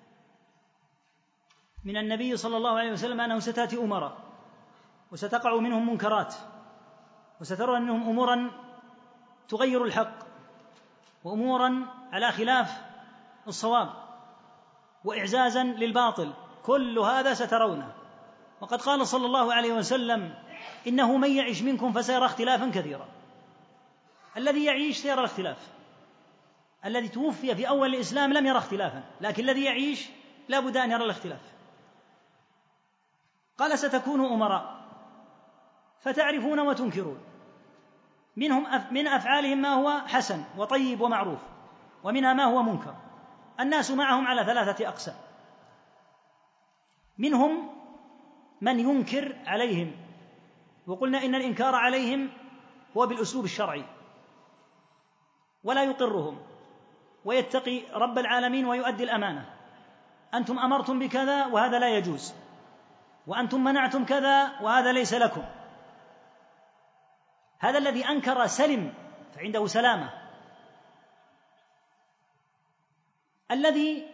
من النبي صلى الله عليه وسلم أنه ستأتي أمراء وستقع منهم منكرات، وسترى منهم أمورا تغير الحق وأمورا على خلاف الصواب وإعزازا للباطل، كل هذا سترونه. وقد قال صلى الله عليه وسلم: إنه من يعش منكم فسيرى اختلافا كثيرا. الذي يعيش سيرى الاختلاف. الذي توفي في أول الإسلام لم يرى اختلافا، لكن الذي يعيش لا بد أن يرى الاختلاف. قال: ستكون أمراء فتعرفون وتنكرون، منهم من أفعالهم ما هو حسن وطيب ومعروف، ومنها ما هو منكر. الناس معهم على ثلاثة أقسام: منهم من ينكر عليهم، وقلنا إن الإنكار عليهم هو بالأسلوب الشرعي، ولا يقرهم ويتقي رب العالمين ويؤدي الأمانة. أنتم أمرتم بكذا وهذا لا يجوز، وأنتم منعتم كذا وهذا ليس لكم. هذا الذي أنكر سلم فعنده سلامة. الذي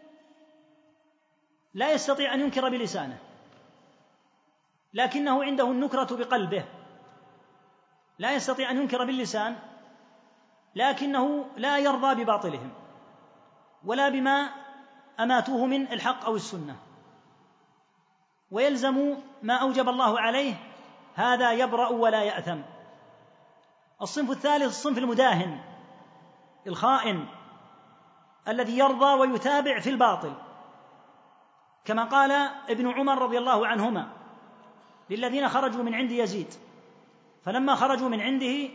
لا يستطيع أن ينكر بلسانه لكنه عنده النكرة بقلبه، لا يستطيع أن ينكر باللسان لكنه لا يرضى بباطلهم ولا بما أماتوه من الحق أو السنة، ويلزم ما أوجب الله عليه، هذا يبرأ ولا يأثم. الصنف الثالث الصنف المداهن الخائن الذي يرضى ويتابع في الباطل، كما قال ابن عمر رضي الله عنهما للذين خرجوا من عند يزيد، فلما خرجوا من عنده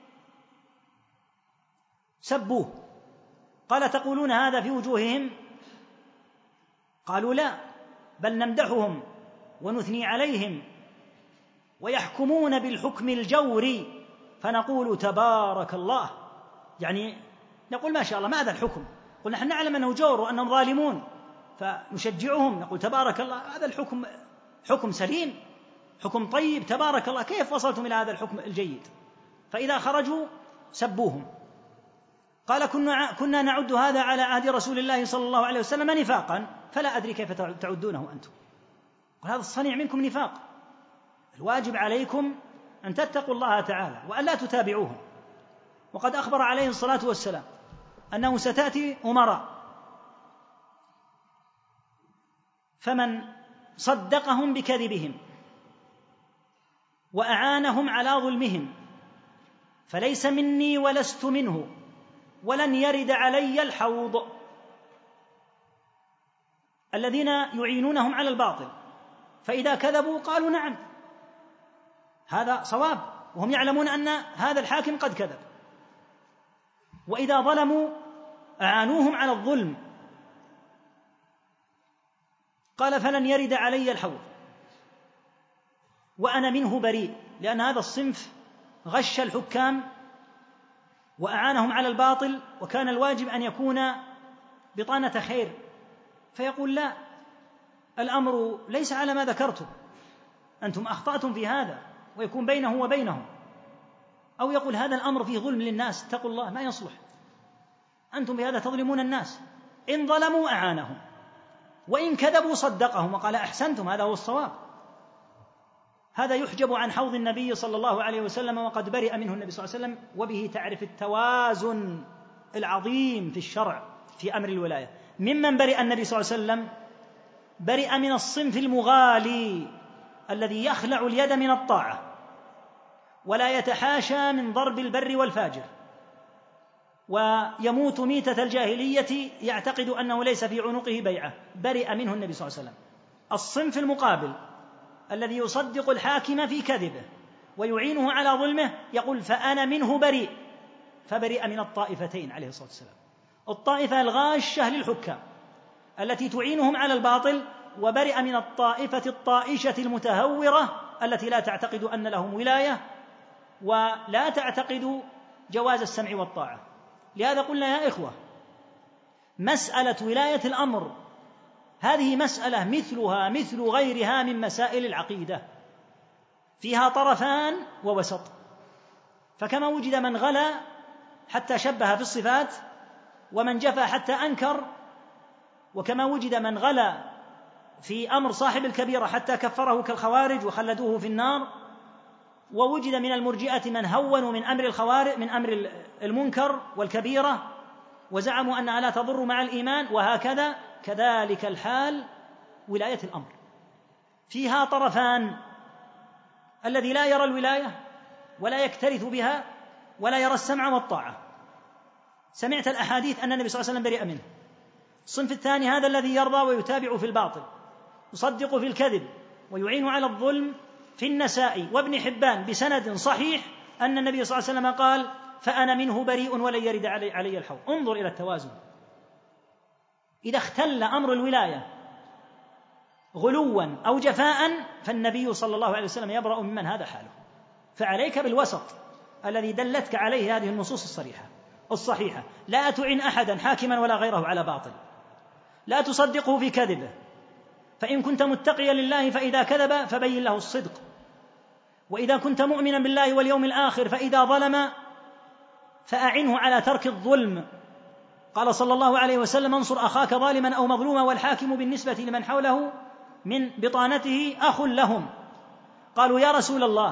سبوه، قال: تقولون هذا في وجوههم؟ قالوا: لا، بل نمدحهم ونثني عليهم ويحكمون بالحكم الجوري فنقول تبارك الله، يعني نقول ما شاء الله، ما هذا الحكم؟ قل نحن نعلم أنه جور وأنهم ظالمون فنشجعهم، نقول تبارك الله، هذا الحكم حكم سليم، حكم طيب، تبارك الله، كيف وصلتم إلى هذا الحكم الجيد؟ فإذا خرجوا سبوهم. قال: كنا, كنا نعد هذا على عهد رسول الله صلى الله عليه وسلم نفاقا، فلا أدري كيف تعدونه أنتم. قال: هذا الصنيع منكم نفاق، الواجب عليكم أن تتقوا الله تعالى وأن لا تتابعوهم. وقد أخبر عليه الصلاة والسلام أنه ستأتي أمراء، فمن صدقهم بكذبهم وأعانهم على ظلمهم فليس مني ولست منه، ولن يرد علي الحوض، الذين يعينونهم على الباطل، فإذا كذبوا قالوا نعم هذا صواب، وهم يعلمون أن هذا الحاكم قد كذب. وإذا ظلموا أعانوهم على الظلم. قال فلن يرد علي الحوض وأنا منه بريء، لأن هذا الصنف غش الحكام وأعانهم على الباطل، وكان الواجب أن يكون بطانة خير، فيقول لا، الأمر ليس على ما ذكرتم، أنتم أخطأتم في هذا، ويكون بينه وبينهم. أو يقول هذا الأمر فيه ظلم للناس، اتقوا الله، ما يصلح، أنتم بهذا تظلمون الناس. إن ظلموا أعانهم، وإن كذبوا صدقهم وقال أحسنتم هذا هو الصواب. هذا يحجب عن حوض النبي صلى الله عليه وسلم، وقد برئ منه النبي صلى الله عليه وسلم. وبه تعرف التوازن العظيم في الشرع في أمر الولاية. ممن برئ النبي صلى الله عليه وسلم، برئ من الصنف المغالي الذي يخلع اليد من الطاعة ولا يتحاشى من ضرب البر والفاجر، ويموت ميتة الجاهلية يعتقد أنه ليس في عنقه بيعة، برئ منه النبي صلى الله عليه وسلم. الصنف المقابل الذي يصدق الحاكم في كذبه ويعينه على ظلمه يقول فأنا منه بريء، فبرئ من الطائفتين عليه الصلاة والسلام، الطائفة الغاشة للحكام التي تعينهم على الباطل، وبرئ من الطائفة الطائشة المتهورة التي لا تعتقد أن لهم ولاية ولا تعتقد جواز السمع والطاعة. لهذا قلنا يا إخوة، مسألة ولاية الأمر هذه مسألة مثلها مثل غيرها من مسائل العقيدة، فيها طرفان ووسط. فكما وجد من غلا حتى شبه في الصفات، ومن جفى حتى أنكر، وكما وجد من غلا في أمر صاحب الكبيرة حتى كفره كالخوارج وخلدوه في النار، ووجد من المرجئة من هونوا من أمر الخوارج من أمر المنكر والكبيرة وزعموا أنها لا تضر مع الإيمان، وهكذا. كذلك الحال ولاية الأمر، فيها طرفان، الذي لا يرى الولاية ولا يكترث بها ولا يرى السمع والطاعة. سمعت الأحاديث أن النبي صلى الله عليه وسلم برئ منه. الصنف الثاني هذا الذي يرضى ويتابع في الباطل، يصدق في الكذب ويعين على الظلم. في النسائي وابن حبان بسند صحيح أن النبي صلى الله عليه وسلم قال فأنا منه بريء ولن يرد علي, علي الحوض. انظر إلى التوازن. إذا اختل أمر الولاية غلوا أو جفاء فالنبي صلى الله عليه وسلم يبرأ ممن هذا حاله. فعليك بالوسط الذي دلتك عليه هذه النصوص الصريحة الصحيحة. لا تعن أحدا حاكما ولا غيره على باطل، لا تصدقه في كذبه، فإن كنت متقيا لله فإذا كذب فبين له الصدق، وإذا كنت مؤمنا بالله واليوم الآخر فإذا ظلم فأعنه على ترك الظلم. قال صلى الله عليه وسلم انصر أخاك ظالما أو مظلوما والحاكم بالنسبة لمن حوله من بطانته أخ لهم. قالوا يا رسول الله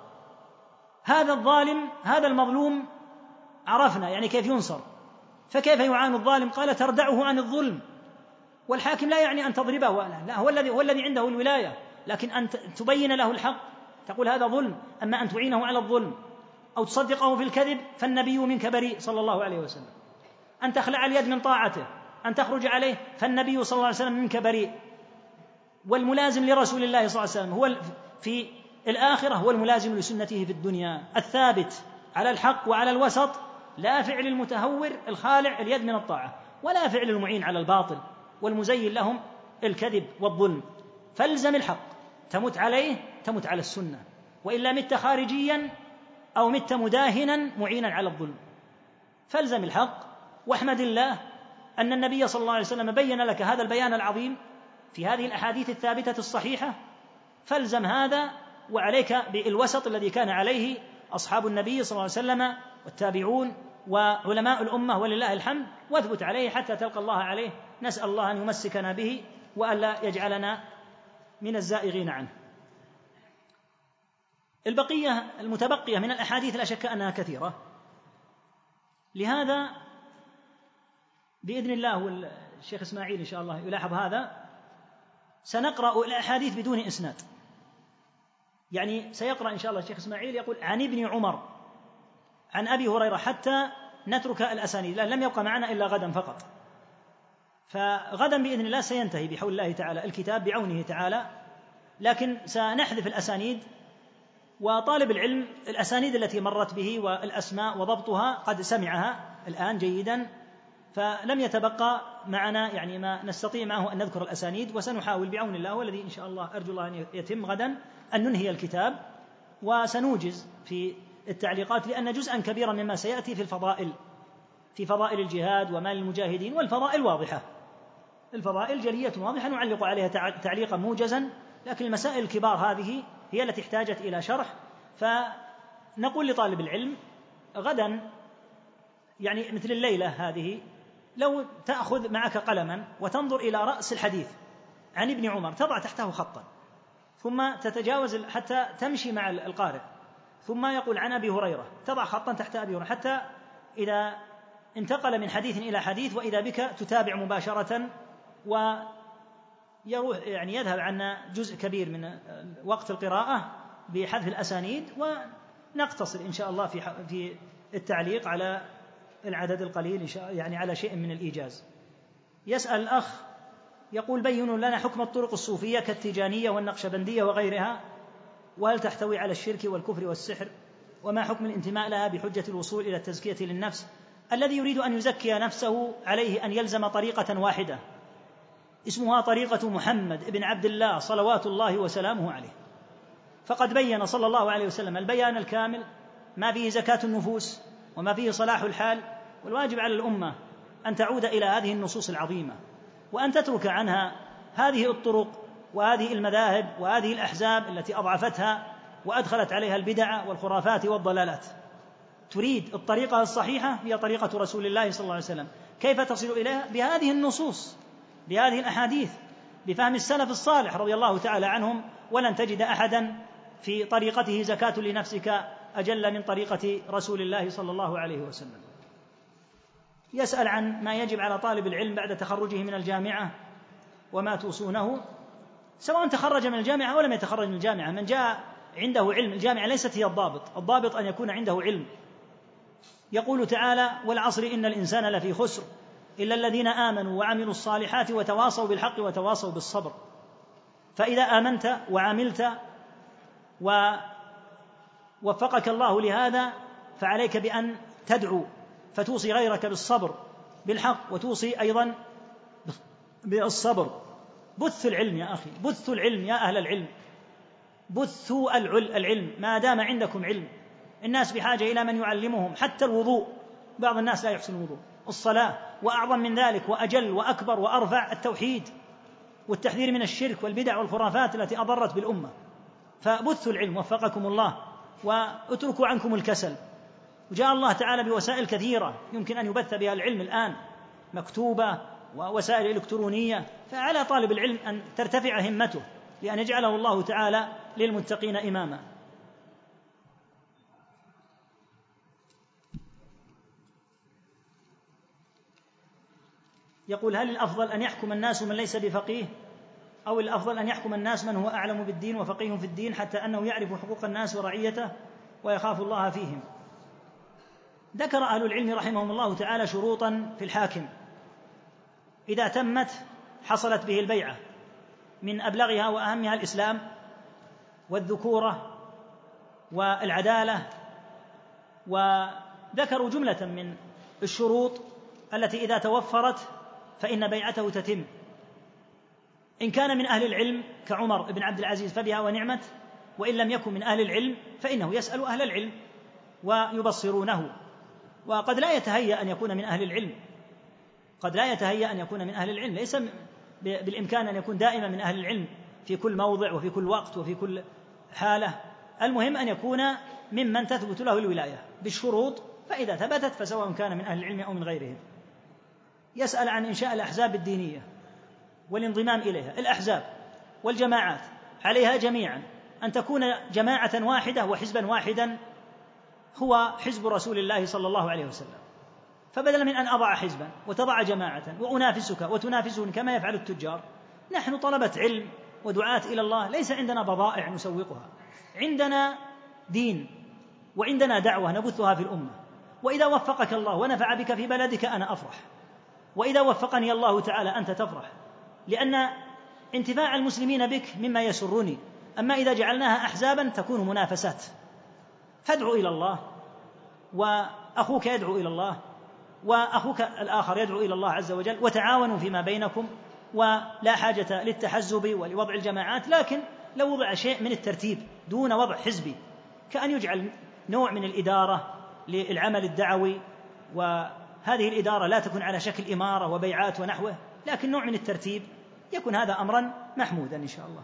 هذا الظالم هذا المظلوم عرفنا يعني كيف ينصر، فكيف يعان الظالم؟ قال تردعه عن الظلم، والحاكم لا يعني أن تضربه، لا، هو الذي هو الذي عنده الولاية، لكن أن تبين له الحق تقول هذا ظلم. أما أن تعينه على الظلم أو تصدقه في الكذب فالنبي منك بريء صلى الله عليه وسلم. أن تخلع اليد من طاعته، أن تخرج عليه، فالنبي صلى الله عليه وسلم منك بريء. والملازم لرسول الله صلى الله عليه وسلم هو في الآخرة هو الملازم لسنته في الدنيا، الثابت على الحق وعلى الوسط، لا فعل المتهور الخالع اليد من الطاعة، ولا فعل المعين على الباطل والمزين لهم الكذب والظلم. فالزم الحق تمت عليه، تمت على السنة، وإلا مت خارجيا أو مت مداهنا معينا على الظلم. فالزم الحق واحمد الله أن النبي صلى الله عليه وسلم بين لك هذا البيان العظيم في هذه الأحاديث الثابتة الصحيحة. فالزم هذا، وعليك بالوسط الذي كان عليه أصحاب النبي صلى الله عليه وسلم والتابعون وعلماء الأمة ولله الحمد، واثبت عليه حتى تلقى الله عليه. نسأل الله أن يمسكنا به وألا يجعلنا من الزائغين عنه. البقية المتبقية من الأحاديث لا شك أنها كثيرة، لهذا بإذن الله والشيخ إسماعيل إن شاء الله يلاحظ هذا، سنقرأ الأحاديث بدون إسناد. يعني سيقرأ إن شاء الله الشيخ إسماعيل يقول عن ابن عمر عن أبي هريرة حتى نترك الأسانيد، لأن لم يبقى معنا إلا غدا فقط. فغدا بإذن الله سينتهي بحول الله تعالى الكتاب بعونه تعالى، لكن سنحذف الأسانيد، وطالب العلم الأسانيد التي مرت به والأسماء وضبطها قد سمعها الآن جيدا، فلم يتبقى معنا يعني ما نستطيع معه أن نذكر الأسانيد. وسنحاول بعون الله والذي إن شاء الله أرجو الله أن يتم غدا أن ننهي الكتاب، وسنوجز في التعليقات، لأن جزءا كبيرا مما سيأتي في الفضائل، في فضائل الجهاد ومال المجاهدين، والفضائل واضحة، الفضائل جلية واضحة نعلق عليها تعليقا موجزا، لكن المسائل الكبار هذه هي التي احتاجت إلى شرح. فنقول لطالب العلم غدا يعني مثل الليلة هذه لو تأخذ معك قلما وتنظر إلى رأس الحديث عن ابن عمر، تضع تحته خطا، ثم تتجاوز حتى تمشي مع القارئ، ثم يقول عن أبي هريرة، تضع خطا تحت أبي هريرة، حتى إذا انتقل من حديث إلى حديث وإذا بك تتابع مباشرة، ويروح يعني يذهب عنا جزء كبير من وقت القراءة بحذف الأسانيد، ونقتصر إن شاء الله في في التعليق على العدد القليل إن شاء يعني على شيء من الإيجاز. يسأل الأخ يقول: بينوا لنا حكم الطرق الصوفية كالتيجانية والنقشبندية وغيرها، وهل تحتوي على الشرك والكفر والسحر، وما حكم الانتماء لها بحجة الوصول إلى التزكية للنفس؟ الذي يريد أن يزكي نفسه عليه أن يلزم طريقة واحدة اسمها طريقة محمد بن عبد الله صلوات الله وسلامه عليه، فقد بين صلى الله عليه وسلم البيان الكامل ما فيه زكاة النفوس وما فيه صلاح الحال، والواجب على الأمة أن تعود إلى هذه النصوص العظيمة، وأن تترك عنها هذه الطرق وهذه المذاهب وهذه الأحزاب التي أضعفتها وأدخلت عليها البدع والخرافات والضلالات. تريد الطريقة الصحيحة هي طريقة رسول الله صلى الله عليه وسلم. كيف تصل إليها؟ بهذه النصوص، بهذه الأحاديث، بفهم السلف الصالح رضي الله تعالى عنهم، ولن تجد أحدا في طريقته زكاة لنفسك أجل من طريقة رسول الله صلى الله عليه وسلم. يسأل عن ما يجب على طالب العلم بعد تخرجه من الجامعة وما توصونه، سواء تخرج من الجامعة ولم يتخرج من الجامعة. من جاء عنده علم، الجامعة ليست هي الضابط، الضابط أن يكون عنده علم. يقول تعالى: والعصر إن الإنسان لفي خسر إلا الذين آمنوا وعملوا الصالحات وتواصوا بالحق وتواصوا بالصبر. فإذا آمنت وعملت ووفقك الله لهذا فعليك بأن تدعو، فتوصي غيرك بالصبر بالحق، وتوصي أيضا بالصبر. بث العلم يا أخي، بث العلم يا أهل العلم، بثوا العلم ما دام عندكم علم. الناس بحاجة إلى من يعلمهم حتى الوضوء، بعض الناس لا يحسن الوضوء، الصلاة، وأعظم من ذلك وأجل وأكبر وأرفع التوحيد والتحذير من الشرك والبدع والخرافات التي أضرت بالأمة. فبثوا العلم وفقكم الله، واتركوا عنكم الكسل. وجاء الله تعالى بوسائل كثيرة يمكن أن يبث بها العلم الآن، مكتوبة ووسائل إلكترونية، فعلى طالب العلم أن ترتفع همته لأن يجعله الله تعالى للمتقين إماما. يقول: هل الأفضل أن يحكم الناس من ليس بفقيه، أو الأفضل أن يحكم الناس من هو أعلم بالدين وفقيه في الدين حتى أنه يعرف حقوق الناس ورعيته ويخاف الله فيهم؟ ذكر أهل العلم رحمهم الله تعالى شروطا في الحاكم إذا تمت حصلت به البيعة، من أبلغها وأهمها الإسلام والذكورة والعدالة، وذكروا جملة من الشروط التي إذا توفرت فإن بيعته تتم. إن كان من أهل العلم كعمر بن عبد العزيز فبها ونعمت، وإن لم يكن من أهل العلم فإنه يسأل أهل العلم ويبصرونه. وقد لا يتهيأ أن يكون من أهل العلم، قد لا يتهيأ أن يكون من أهل العلم، ليس بالإمكان أن يكون دائما من أهل العلم في كل موضع وفي كل وقت وفي كل حالة. المهم أن يكون ممن تثبت له الولاية بالشروط، فإذا ثبتت فسواء كان من أهل العلم أو من غيرهم. يسأل عن إنشاء الأحزاب الدينية والانضمام إليها. الأحزاب والجماعات عليها جميعا أن تكون جماعة واحدة وحزبا واحدا هو حزب رسول الله صلى الله عليه وسلم. فبدلا من أن أضع حزبا وتضع جماعة وأنافسك وتنافسهم كما يفعل التجار، نحن طلبة علم ودعاة إلى الله، ليس عندنا بضائع نسوقها، عندنا دين وعندنا دعوة نبثها في الأمة. وإذا وفقك الله ونفع بك في بلدك أنا أفرح، وإذا وفقني الله تعالى أنت تفرح، لأن انتفاع المسلمين بك مما يسرني. أما إذا جعلناها أحزابا تكون منافسات. فادعو إلى الله، وأخوك يدعو إلى الله، وأخوك الآخر يدعو إلى الله عز وجل، وتعاونوا فيما بينكم، ولا حاجة للتحزب ولوضع الجماعات. لكن لو وضع شيء من الترتيب دون وضع حزبي، كأن يجعل نوع من الإدارة للعمل الدعوي، وهذه الإدارة لا تكون على شكل إمارة وبيعات ونحوه، لكن نوع من الترتيب، يكون هذا أمرا محمودا إن شاء الله.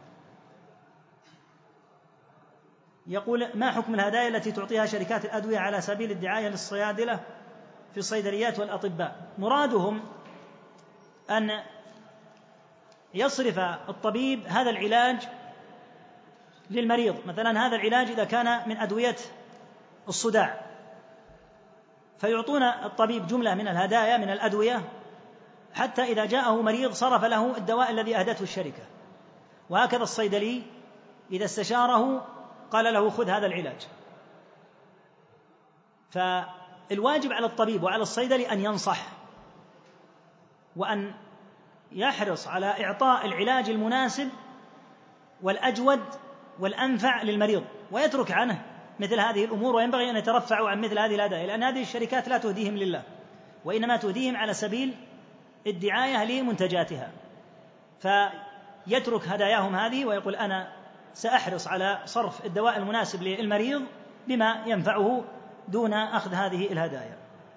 يقول: ما حكم الهدايا التي تعطيها شركات الأدوية على سبيل الدعاية للصيادلة في الصيدليات والأطباء؟ مرادهم أن يصرف الطبيب هذا العلاج للمريض. مثلا هذا العلاج إذا كان من أدوية الصداع، فيعطون الطبيب جملة من الهدايا من الأدوية، حتى إذا جاءه مريض صرف له الدواء الذي أهدته الشركة. وهكذا الصيدلي إذا استشاره قال له: خذ هذا العلاج. فالواجب على الطبيب وعلى الصيدلي أن ينصح، وأن يحرص على إعطاء العلاج المناسب والأجود والأنفع للمريض، ويترك عنه مثل هذه الأمور، وينبغي أن يترفعوا عن مثل هذه الهدايا، لأن هذه الشركات لا تهديهم لله، وإنما تهديهم على سبيل الدعاية لمنتجاتها. فيترك هداياهم هذه ويقول: أنا سأحرص على صرف الدواء المناسب للمريض بما ينفعه دون أخذ هذه الهدايا.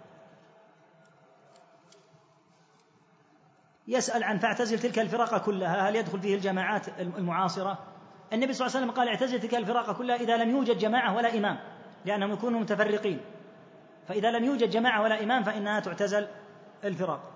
يسأل عن: فاعتزل تلك الفرق كلها، هل يدخل فيه الجماعات المعاصرة؟ النبي صلى الله عليه وسلم قال: اعتزل تلك الفرق كلها إذا لم يوجد جماعة ولا إمام، لأنهم يكونوا متفرقين. فإذا لم يوجد جماعة ولا إمام فإنها تعتزل الفرق.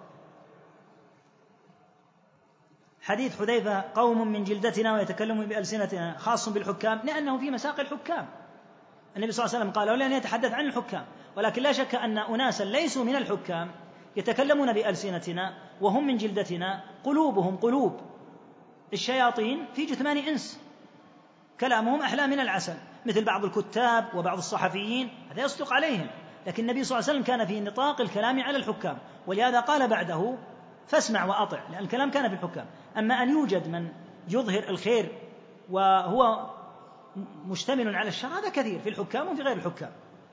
حديث حذيفة: قوم من جلدتنا ويتكلمون بألسنتنا، خاص بالحكام، لأنه في مساق الحكام. النبي صلى الله عليه وسلم قال: ولن يتحدث عن الحكام، ولكن لا شك أن أناسا ليسوا من الحكام يتكلمون بألسنتنا وهم من جلدتنا، قلوبهم قلوب الشياطين في جثمان إنس، كلامهم أحلى من العسل، مثل بعض الكتاب وبعض الصحفيين، هذا يصدق عليهم. لكن النبي صلى الله عليه وسلم كان في نطاق الكلام على الحكام، ولهذا قال بعده: فاسمع وأطع، لأن الكلام كان في الحكام. أما أن يوجد من يظهر الخير وهو مشتمل على الشر، هذا كثير في الحكام وفي غير الحكام.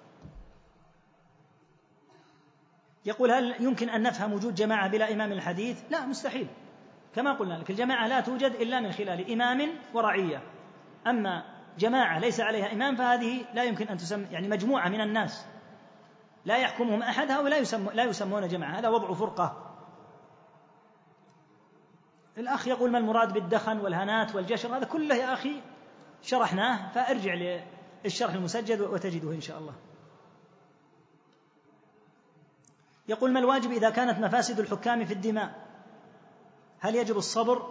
يقول: هل يمكن أن نفهم وجود جماعة بلا إمام الحديث؟ لا، مستحيل. كما قلنا لك، الجماعة لا توجد إلا من خلال إمام ورعية. أما جماعة ليس عليها إمام فهذه لا يمكن أن تسمى، يعني مجموعة من الناس لا يحكمهم أحد، هؤلاء يسمون لا يسمون جماعة، هذا وضع فرقة. الأخ يقول: ما المراد بالدخن والهنات والجشر؟ هذا كله يا أخي شرحناه، فارجع للشرح المسجل وتجده إن شاء الله. يقول: ما الواجب إذا كانت مفاسد الحكام في الدماء؟ هل يجب الصبر؟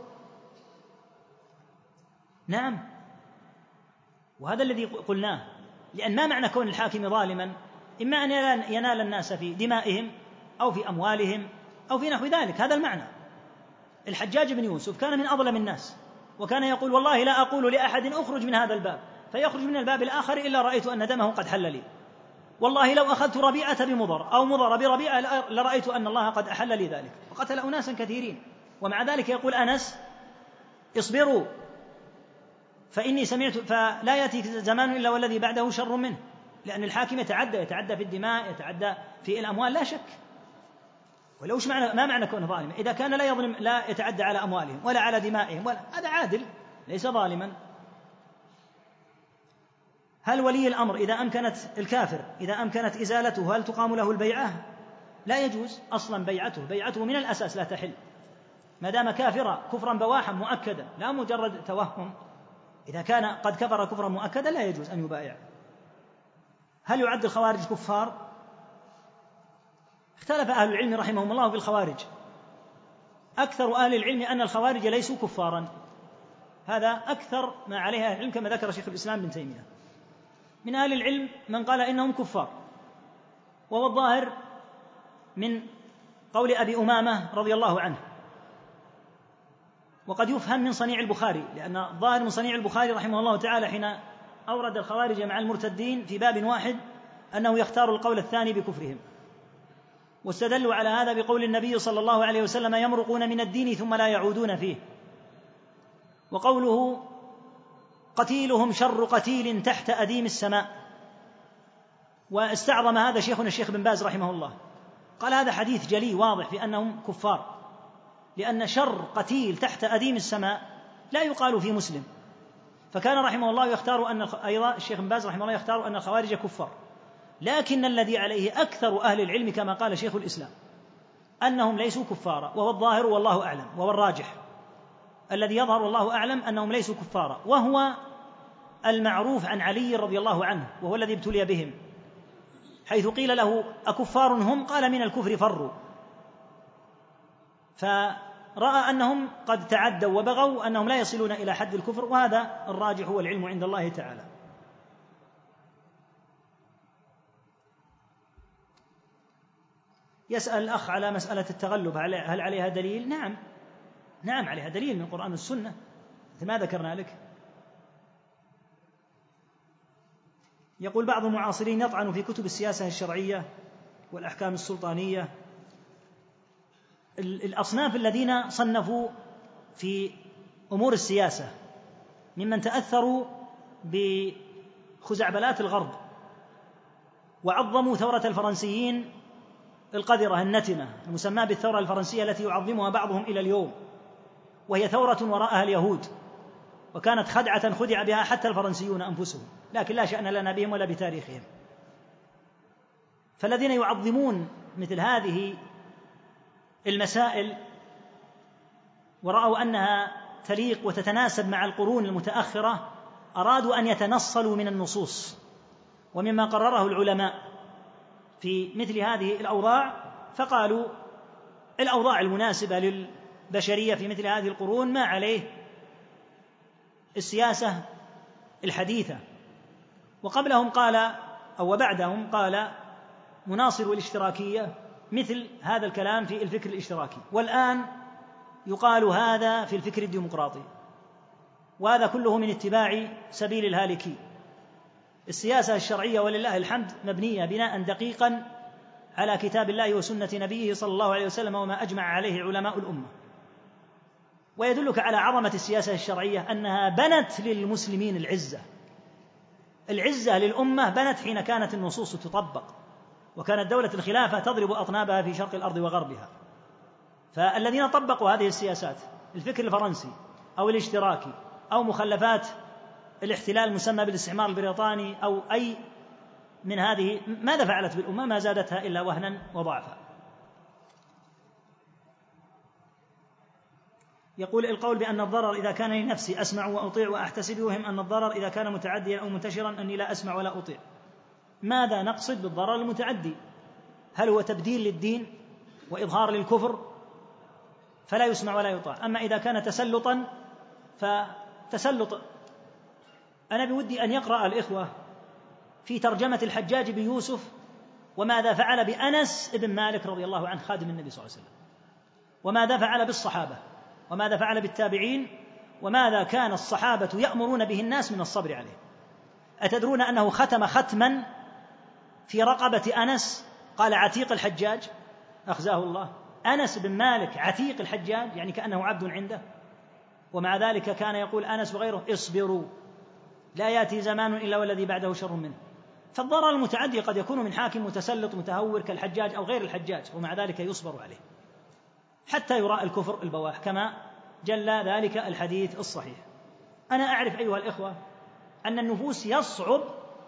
نعم، وهذا الذي قلناه، لأن ما معنى كون الحاكم ظالما؟ إما أن ينال الناس في دمائهم أو في أموالهم أو في نحو ذلك، هذا المعنى. الحجاج بن يوسف كان من أظلم الناس، وكان يقول: والله لا أقول لأحد أخرج من هذا الباب، فيخرج من الباب الآخر إلا رأيت أن دمه قد حل لي. والله لو أخذت ربيعة بمضر أو مضر بربيعة لرأيت أن الله قد أحل لي ذلك. وقتل أناسا كثيرين، ومع ذلك يقول أنس: اصبروا فإني سمعت، فلا يأتي زمان إلا والذي بعده شر منه. لأن الحاكم يتعدى يتعدى في الدماء، يتعدى في الأموال، لا شك. ولو معنى ما معنى كونه ظالما؟ إذا كان لا يظلم، لا يتعدى على أموالهم ولا على دمائهم ولا، هذا عادل ليس ظالما. هل ولي الأمر إذا أمكنت الكافر إذا أمكنت إزالته هل تقام له البيعة؟ لا يجوز أصلا بيعته، بيعته من الأساس لا تحل ما دام كافرا كفرا بواحا مؤكدا، لا مجرد توهم. إذا كان قد كفر كفرا مؤكدا لا يجوز أن يبايع. هل يعد الخوارج كفار؟ اختلف أهل العلم رحمهم الله في الخوارج. أكثر أهل العلم أن الخوارج ليسوا كفارا، هذا أكثر ما عليها العلم كما ذكر شيخ الإسلام ابن تيمية. من أهل العلم من قال إنهم كفار، وهو الظاهر من قول أبي أمامة رضي الله عنه، وقد يفهم من صنيع البخاري، لأن الظاهر من صنيع البخاري رحمه الله تعالى حين أورد الخوارج مع المرتدين في باب واحد أنه يختار القول الثاني بكفرهم، واستدلوا على هذا بقول النبي صلى الله عليه وسلم: يمرقون من الدين ثم لا يعودون فيه. وقوله: قتيلهم شر قتيل تحت أديم السماء. واستعظم هذا شيخنا الشيخ بن باز رحمه الله، قال هذا حديث جلي واضح في أنهم كفار، لأن شر قتيل تحت أديم السماء لا يقال في مسلم. فكان رحمه الله يختار أن أيضا الشيخ بن باز رحمه الله يختار أن الخوارج كفار، لكن الذي عليه أكثر أهل العلم كما قال شيخ الإسلام أنهم ليسوا كفارا، وهو الظاهر والله أعلم، وهو الراجح الذي يظهر والله أعلم أنهم ليسوا كفارا، وهو المعروف عن علي رضي الله عنه، وهو الذي ابتلي بهم، حيث قيل له: أكفار هم؟ قال: من الكفر فروا. فرأى أنهم قد تعدوا وبغوا، أنهم لا يصلون إلى حد الكفر، وهذا الراجح والعلم عند الله تعالى. يسأل الأخ على مسألة التغلب، هل عليها دليل؟ نعم نعم عليها دليل من القرآن والسنة مثل ما ذكرنا لك. يقول بعض المعاصرين يطعن في كتب السياسة الشرعية والأحكام السلطانية. الأصناف الذين صنفوا في أمور السياسة ممن تأثروا بخزعبلات الغرب وعظموا ثورة الفرنسيين القذرة النتنة المسماة بالثورة الفرنسية، التي يعظمها بعضهم إلى اليوم، وهي ثورة وراءها اليهود، وكانت خدعة خدع بها حتى الفرنسيون أنفسهم، لكن لا شأن لنا بهم ولا بتاريخهم. فالذين يعظمون مثل هذه المسائل ورأوا أنها تليق وتتناسب مع القرون المتأخرة أرادوا أن يتنصلوا من النصوص ومما قرره العلماء في مثل هذه الأوضاع، فقالوا الأوضاع المناسبة للبشرية في مثل هذه القرون ما عليه السياسة الحديثة. وقبلهم قال أو وبعدهم قال مناصر الاشتراكية مثل هذا الكلام في الفكر الاشتراكي، والآن يقال هذا في الفكر الديمقراطي، وهذا كله من اتباع سبيل الهالكين. السياسة الشرعية ولله الحمد مبنية بناء دقيقا على كتاب الله وسنة نبيه صلى الله عليه وسلم وما أجمع عليه علماء الأمة. ويدلك على عظمة السياسة الشرعية أنها بنت للمسلمين العزة العزة للأمة، بنت حين كانت النصوص تطبق، وكانت دولة الخلافة تضرب أطنابها في شرق الأرض وغربها. فالذين طبقوا هذه السياسات، الفكر الفرنسي أو الاشتراكي أو مخلفات الاحتلال المسمى بالاستعمار البريطاني أو أي من هذه، ماذا فعلت بالأمة؟ ما زادتها إلا وهنا وضعفا. يقول القول بأن الضرر إذا كان لنفسي أسمع وأطيع وأحتسب، يوهم أن الضرر إذا كان متعديا أو منتشرا أني لا أسمع ولا أطيع. ماذا نقصد بالضرر المتعدي؟ هل هو تبديل للدين وإظهار للكفر فلا يسمع ولا يطاع؟ أما إذا كان تسلطا فتسلط. أنا بودي أن يقرأ الإخوة في ترجمة الحجاج بن يوسف وماذا فعل بأنس بن مالك رضي الله عنه خادم النبي صلى الله عليه وسلم، وماذا فعل بالصحابة، وماذا فعل بالتابعين، وماذا كان الصحابة يأمرون به الناس من الصبر عليه. أتدرون أنه ختم ختما في رقبة أنس قال عتيق الحجاج أخزاه الله؟ أنس بن مالك عتيق الحجاج، يعني كأنه عبد عنده. ومع ذلك كان يقول أنس وغيره اصبروا لا يأتي زمان إلا والذي بعده شر منه. فالضرر المتعدي قد يكون من حاكم متسلط متهور كالحجاج أو غير الحجاج، ومع ذلك يصبر عليه حتى يراء الكفر البواح كما جل ذلك الحديث الصحيح. أنا أعرف أيها الإخوة أن النفوس يصعب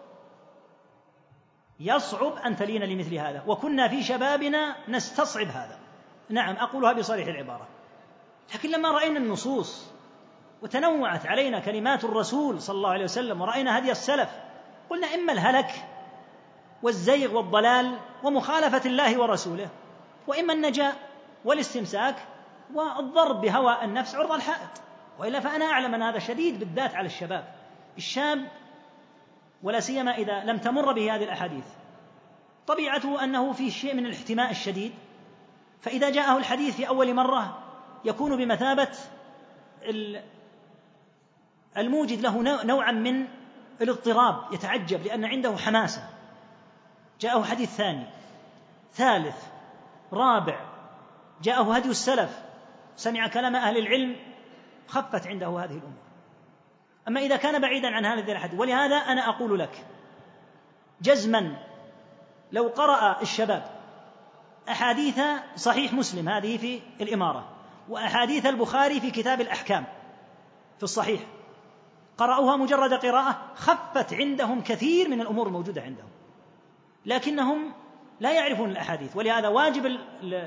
يصعب أن تلين لمثل هذا، وكنا في شبابنا نستصعب هذا، نعم أقولها بصريح العبارة. لكن لما رأينا النصوص وتنوعت علينا كلمات الرسول صلى الله عليه وسلم ورأينا هدي السلف، قلنا إما الهلك والزيغ والضلال ومخالفة الله ورسوله، وإما النجاة والاستمساك والضرب بهوى النفس عرض الحائط. وإلا فأنا أعلم أن هذا شديد بالذات على الشباب. الشاب ولا سيما إذا لم تمر به هذه الأحاديث طبيعته أنه في شيء من الاحتماء الشديد، فإذا جاءه الحديث في أول مرة يكون بمثابة الموجد له نوعا من الاضطراب، يتعجب لأن عنده حماسة، جاءه حديث ثاني ثالث رابع، جاءه هدي السلف، سمع كلام أهل العلم، خفت عنده هذه الأمور. أما إذا كان بعيدا عن هذه الأحاديث، ولهذا أنا أقول لك جزما لو قرأ الشباب أحاديث صحيح مسلم هذه في الإمارة وأحاديث البخاري في كتاب الأحكام في الصحيح، قرأوها مجرد قراءة، خفت عندهم كثير من الأمور الموجودة عندهم، لكنهم لا يعرفون الأحاديث. ولهذا واجب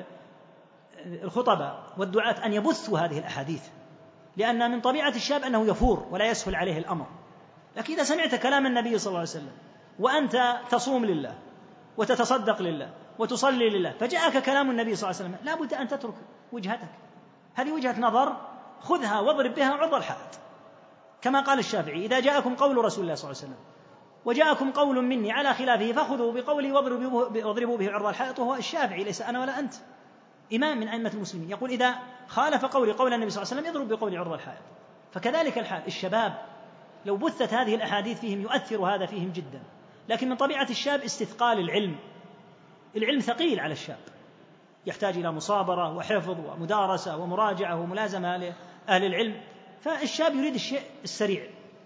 الخطباء والدعاة أن يبثوا هذه الأحاديث، لأن من طبيعة الشاب أنه يفور ولا يسهل عليه الأمر. لكن إذا سمعت كلام النبي صلى الله عليه وسلم وأنت تصوم لله وتتصدق لله وتصلي لله، فجاءك كلام النبي صلى الله عليه وسلم، لا بد أن تترك وجهتك، هذه وجهة نظر، خذها واضرب بها عرض الحائط، كما قال الشافعي: إذا جاءكم قول رسول الله صلى الله عليه وسلم وجاءكم قول مني على خلافه فخذوا بقولي واضربوا به عرض الحائط. وهو الشافعي، ليس أنا ولا أنت، إمام من أئمة المسلمين، يقول إذا خالف قولي قول النبي صلى الله عليه وسلم يضرب بقولي عرض الحائط. فكذلك الحال الشباب لو بثت هذه الأحاديث فيهم يؤثر هذا فيهم جدا. لكن من طبيعة الشاب استثقال العلم، العلم ثقيل على الشاب، يحتاج إلى مصابرة وحفظ ومدارسة ومراجعة وملازمة لأهل العلم، فالشاب يريد الشيء السريع،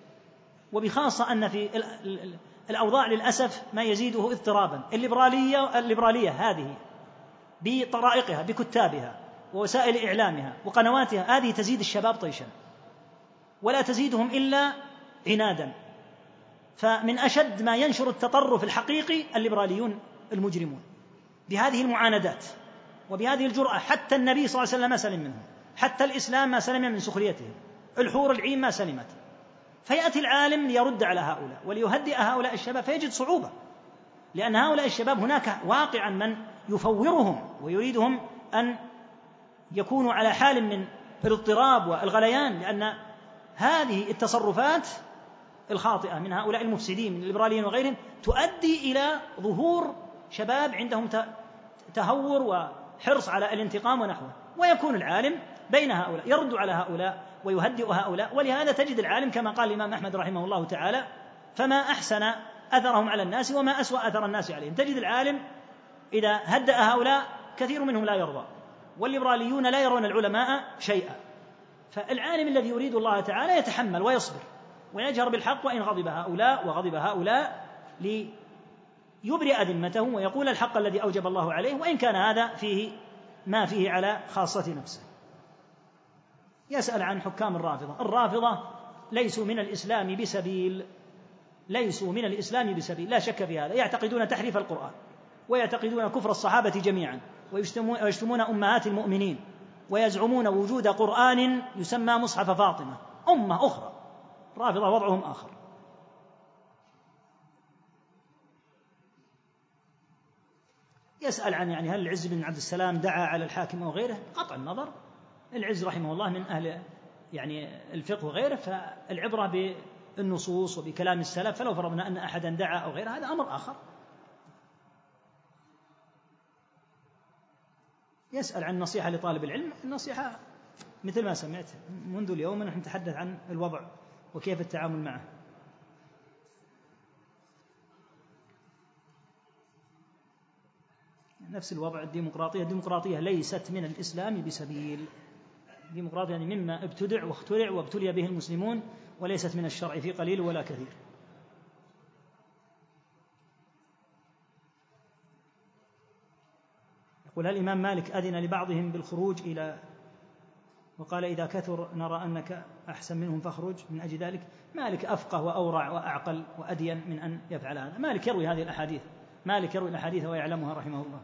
وبخاصة أن في الأوضاع للأسف ما يزيده اضطرابا. الليبرالية الليبرالية هذه بطرائقها بكتابها ووسائل إعلامها وقنواتها، هذه تزيد الشباب طيشا ولا تزيدهم إلا عنادا. فمن أشد ما ينشر التطرف الحقيقي الليبراليون المجرمون بهذه المعاندات وبهذه الجرأة. حتى النبي صلى الله عليه وسلم ما سلم منهم، حتى الإسلام ما سلم من سخريتهم، الحور العين ما سلمت. فيأتي العالم ليرد على هؤلاء وليهدئ هؤلاء الشباب، فيجد صعوبة، لأن هؤلاء الشباب هناك واقعا من يفورهم ويريدهم أن يكونوا على حال من الاضطراب والغليان، لأن هذه التصرفات الخاطئة من هؤلاء المفسدين من الليبراليين وغيرهم تؤدي إلى ظهور شباب عندهم تهور وحرص على الانتقام ونحوه، ويكون العالم بين هؤلاء يرد على هؤلاء ويهدئ هؤلاء. ولهذا تجد العالم كما قال الإمام أحمد رحمه الله تعالى: فما أحسن أثرهم على الناس وما أسوأ أثر الناس عليهم. تجد العالم إذا هدأ هؤلاء كثير منهم لا يرضى، والليبراليون لا يرون العلماء شيئا. فالعالم الذي يريد الله تعالى يتحمل ويصبر ويجهر بالحق، وإن غضب هؤلاء وغضب هؤلاء ليبرئ ذمتهم ويقول الحق الذي أوجب الله عليه، وإن كان هذا فيه ما فيه على خاصة نفسه. يسأل عن حكام الرافضة. الرافضة ليسوا من الإسلام بسبيل، ليسوا من الإسلام بسبيل، لا شك في هذا. يعتقدون تحريف القرآن ويعتقدون كفر الصحابة جميعا ويشتمون أمهات المؤمنين ويزعمون وجود قرآن يسمى مصحف فاطمة، أمة أخرى. الرافضة وضعهم آخر. يسأل عن يعني هل العز بن عبد السلام دعا على الحاكم أو غيره؟ قطع النظر، العز رحمه الله من أهل يعني الفقه وغيره، فالعبرة بالنصوص وبكلام السلف، فلو فرضنا أن أحدا دعا أو غيره هذا أمر آخر. يسأل عن نصيحة لطالب العلم. النصيحة مثل ما سمعت منذ اليوم نحن نتحدث عن الوضع وكيف التعامل معه. نفس الوضع الديمقراطية. الديمقراطية ليست من الإسلام بسبيل. الديمقراطية يعني مما ابتدع واخترع وابتلي به المسلمون، وليست من الشرع في قليل ولا كثير. يقول: هل الإمام مالك أذن لبعضهم بالخروج إلى وقال إذا كثر نرى أنك أحسن منهم فاخرج من أجل ذلك؟ مالك أفقه وأورع وأعقل وأدين من أن يفعل هذا. مالك يروي هذه الأحاديث، مالك يروي الأحاديث ويعلمها رحمه الله.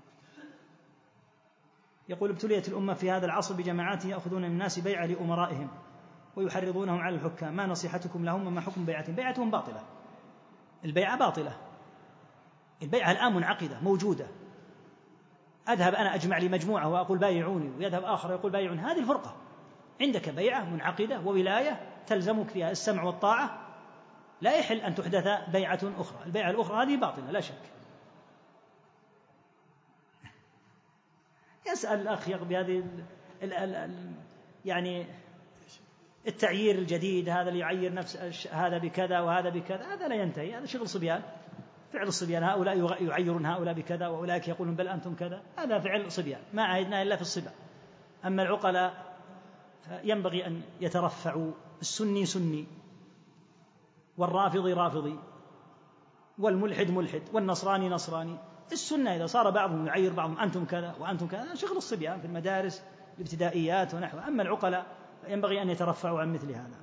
يقول: ابتليت الأمة في هذا العصر بجماعات يأخذون من الناس بيعة لأمرائهم ويحرضونهم على الحكام، ما نصيحتكم لهم وما حكم بيعتهم؟ بيعتهم باطلة، البيعة باطلة، البيعة الآن منعقدة موجودة. أذهب أنا أجمع لي مجموعة وأقول بايعوني، ويذهب آخر يقول بايعوني، هذه الفرقة. عندك بيعة منعقدة وولاية تلزمك فيها السمع والطاعة، لا يحل أن تحدث بيعة أخرى. البيعة الأخرى هذه باطلة لا شك. يسأل الأخ بهذه ال ال ال يعني التعيير الجديد، هذا اللي يعير نفس هذا بكذا وهذا بكذا، هذا لا ينتهي، هذا شغل صبيان. فعل الصبيان، هؤلاء يعيرون هؤلاء بكذا وأولئك يقولون بل أنتم كذا، هذا فعل صبيان ما عهدنا إلا في الصبا. أما العقلاء ينبغي أن يترفعوا، السني سني، والرافضي رافضي، والملحد ملحد، والنصراني نصراني. السنة إذا صار بعضهم يعير بعضهم أنتم كذا وأنتم كذا شغل الصبيان في المدارس الابتدائيات ونحوها. أما العقلاء ينبغي أن يترفعوا عن مثل هذا.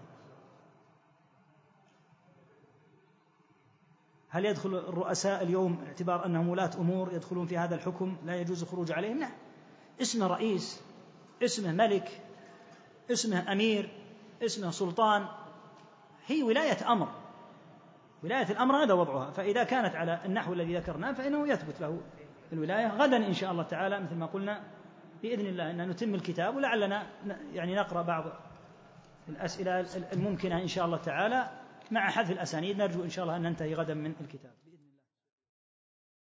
هل يدخل الرؤساء اليوم اعتبار أنهم ولاة أمور يدخلون في هذا الحكم لا يجوز الخروج عليهم؟ نعم، اسمه رئيس، اسمه ملك، اسمه أمير، اسمه سلطان، هي ولاية أمر، ولاية الأمر هذا وضعها. فإذا كانت على النحو الذي ذكرناه فإنه يثبت له الولاية. غدا إن شاء الله تعالى مثل ما قلنا بإذن الله أن نتم الكتاب، ولعلنا يعني نقرأ بعض الأسئلة الممكنة إن شاء الله تعالى مع حذف الأسانيد. نرجو إن شاء الله أن ننتهي غدا من الكتاب.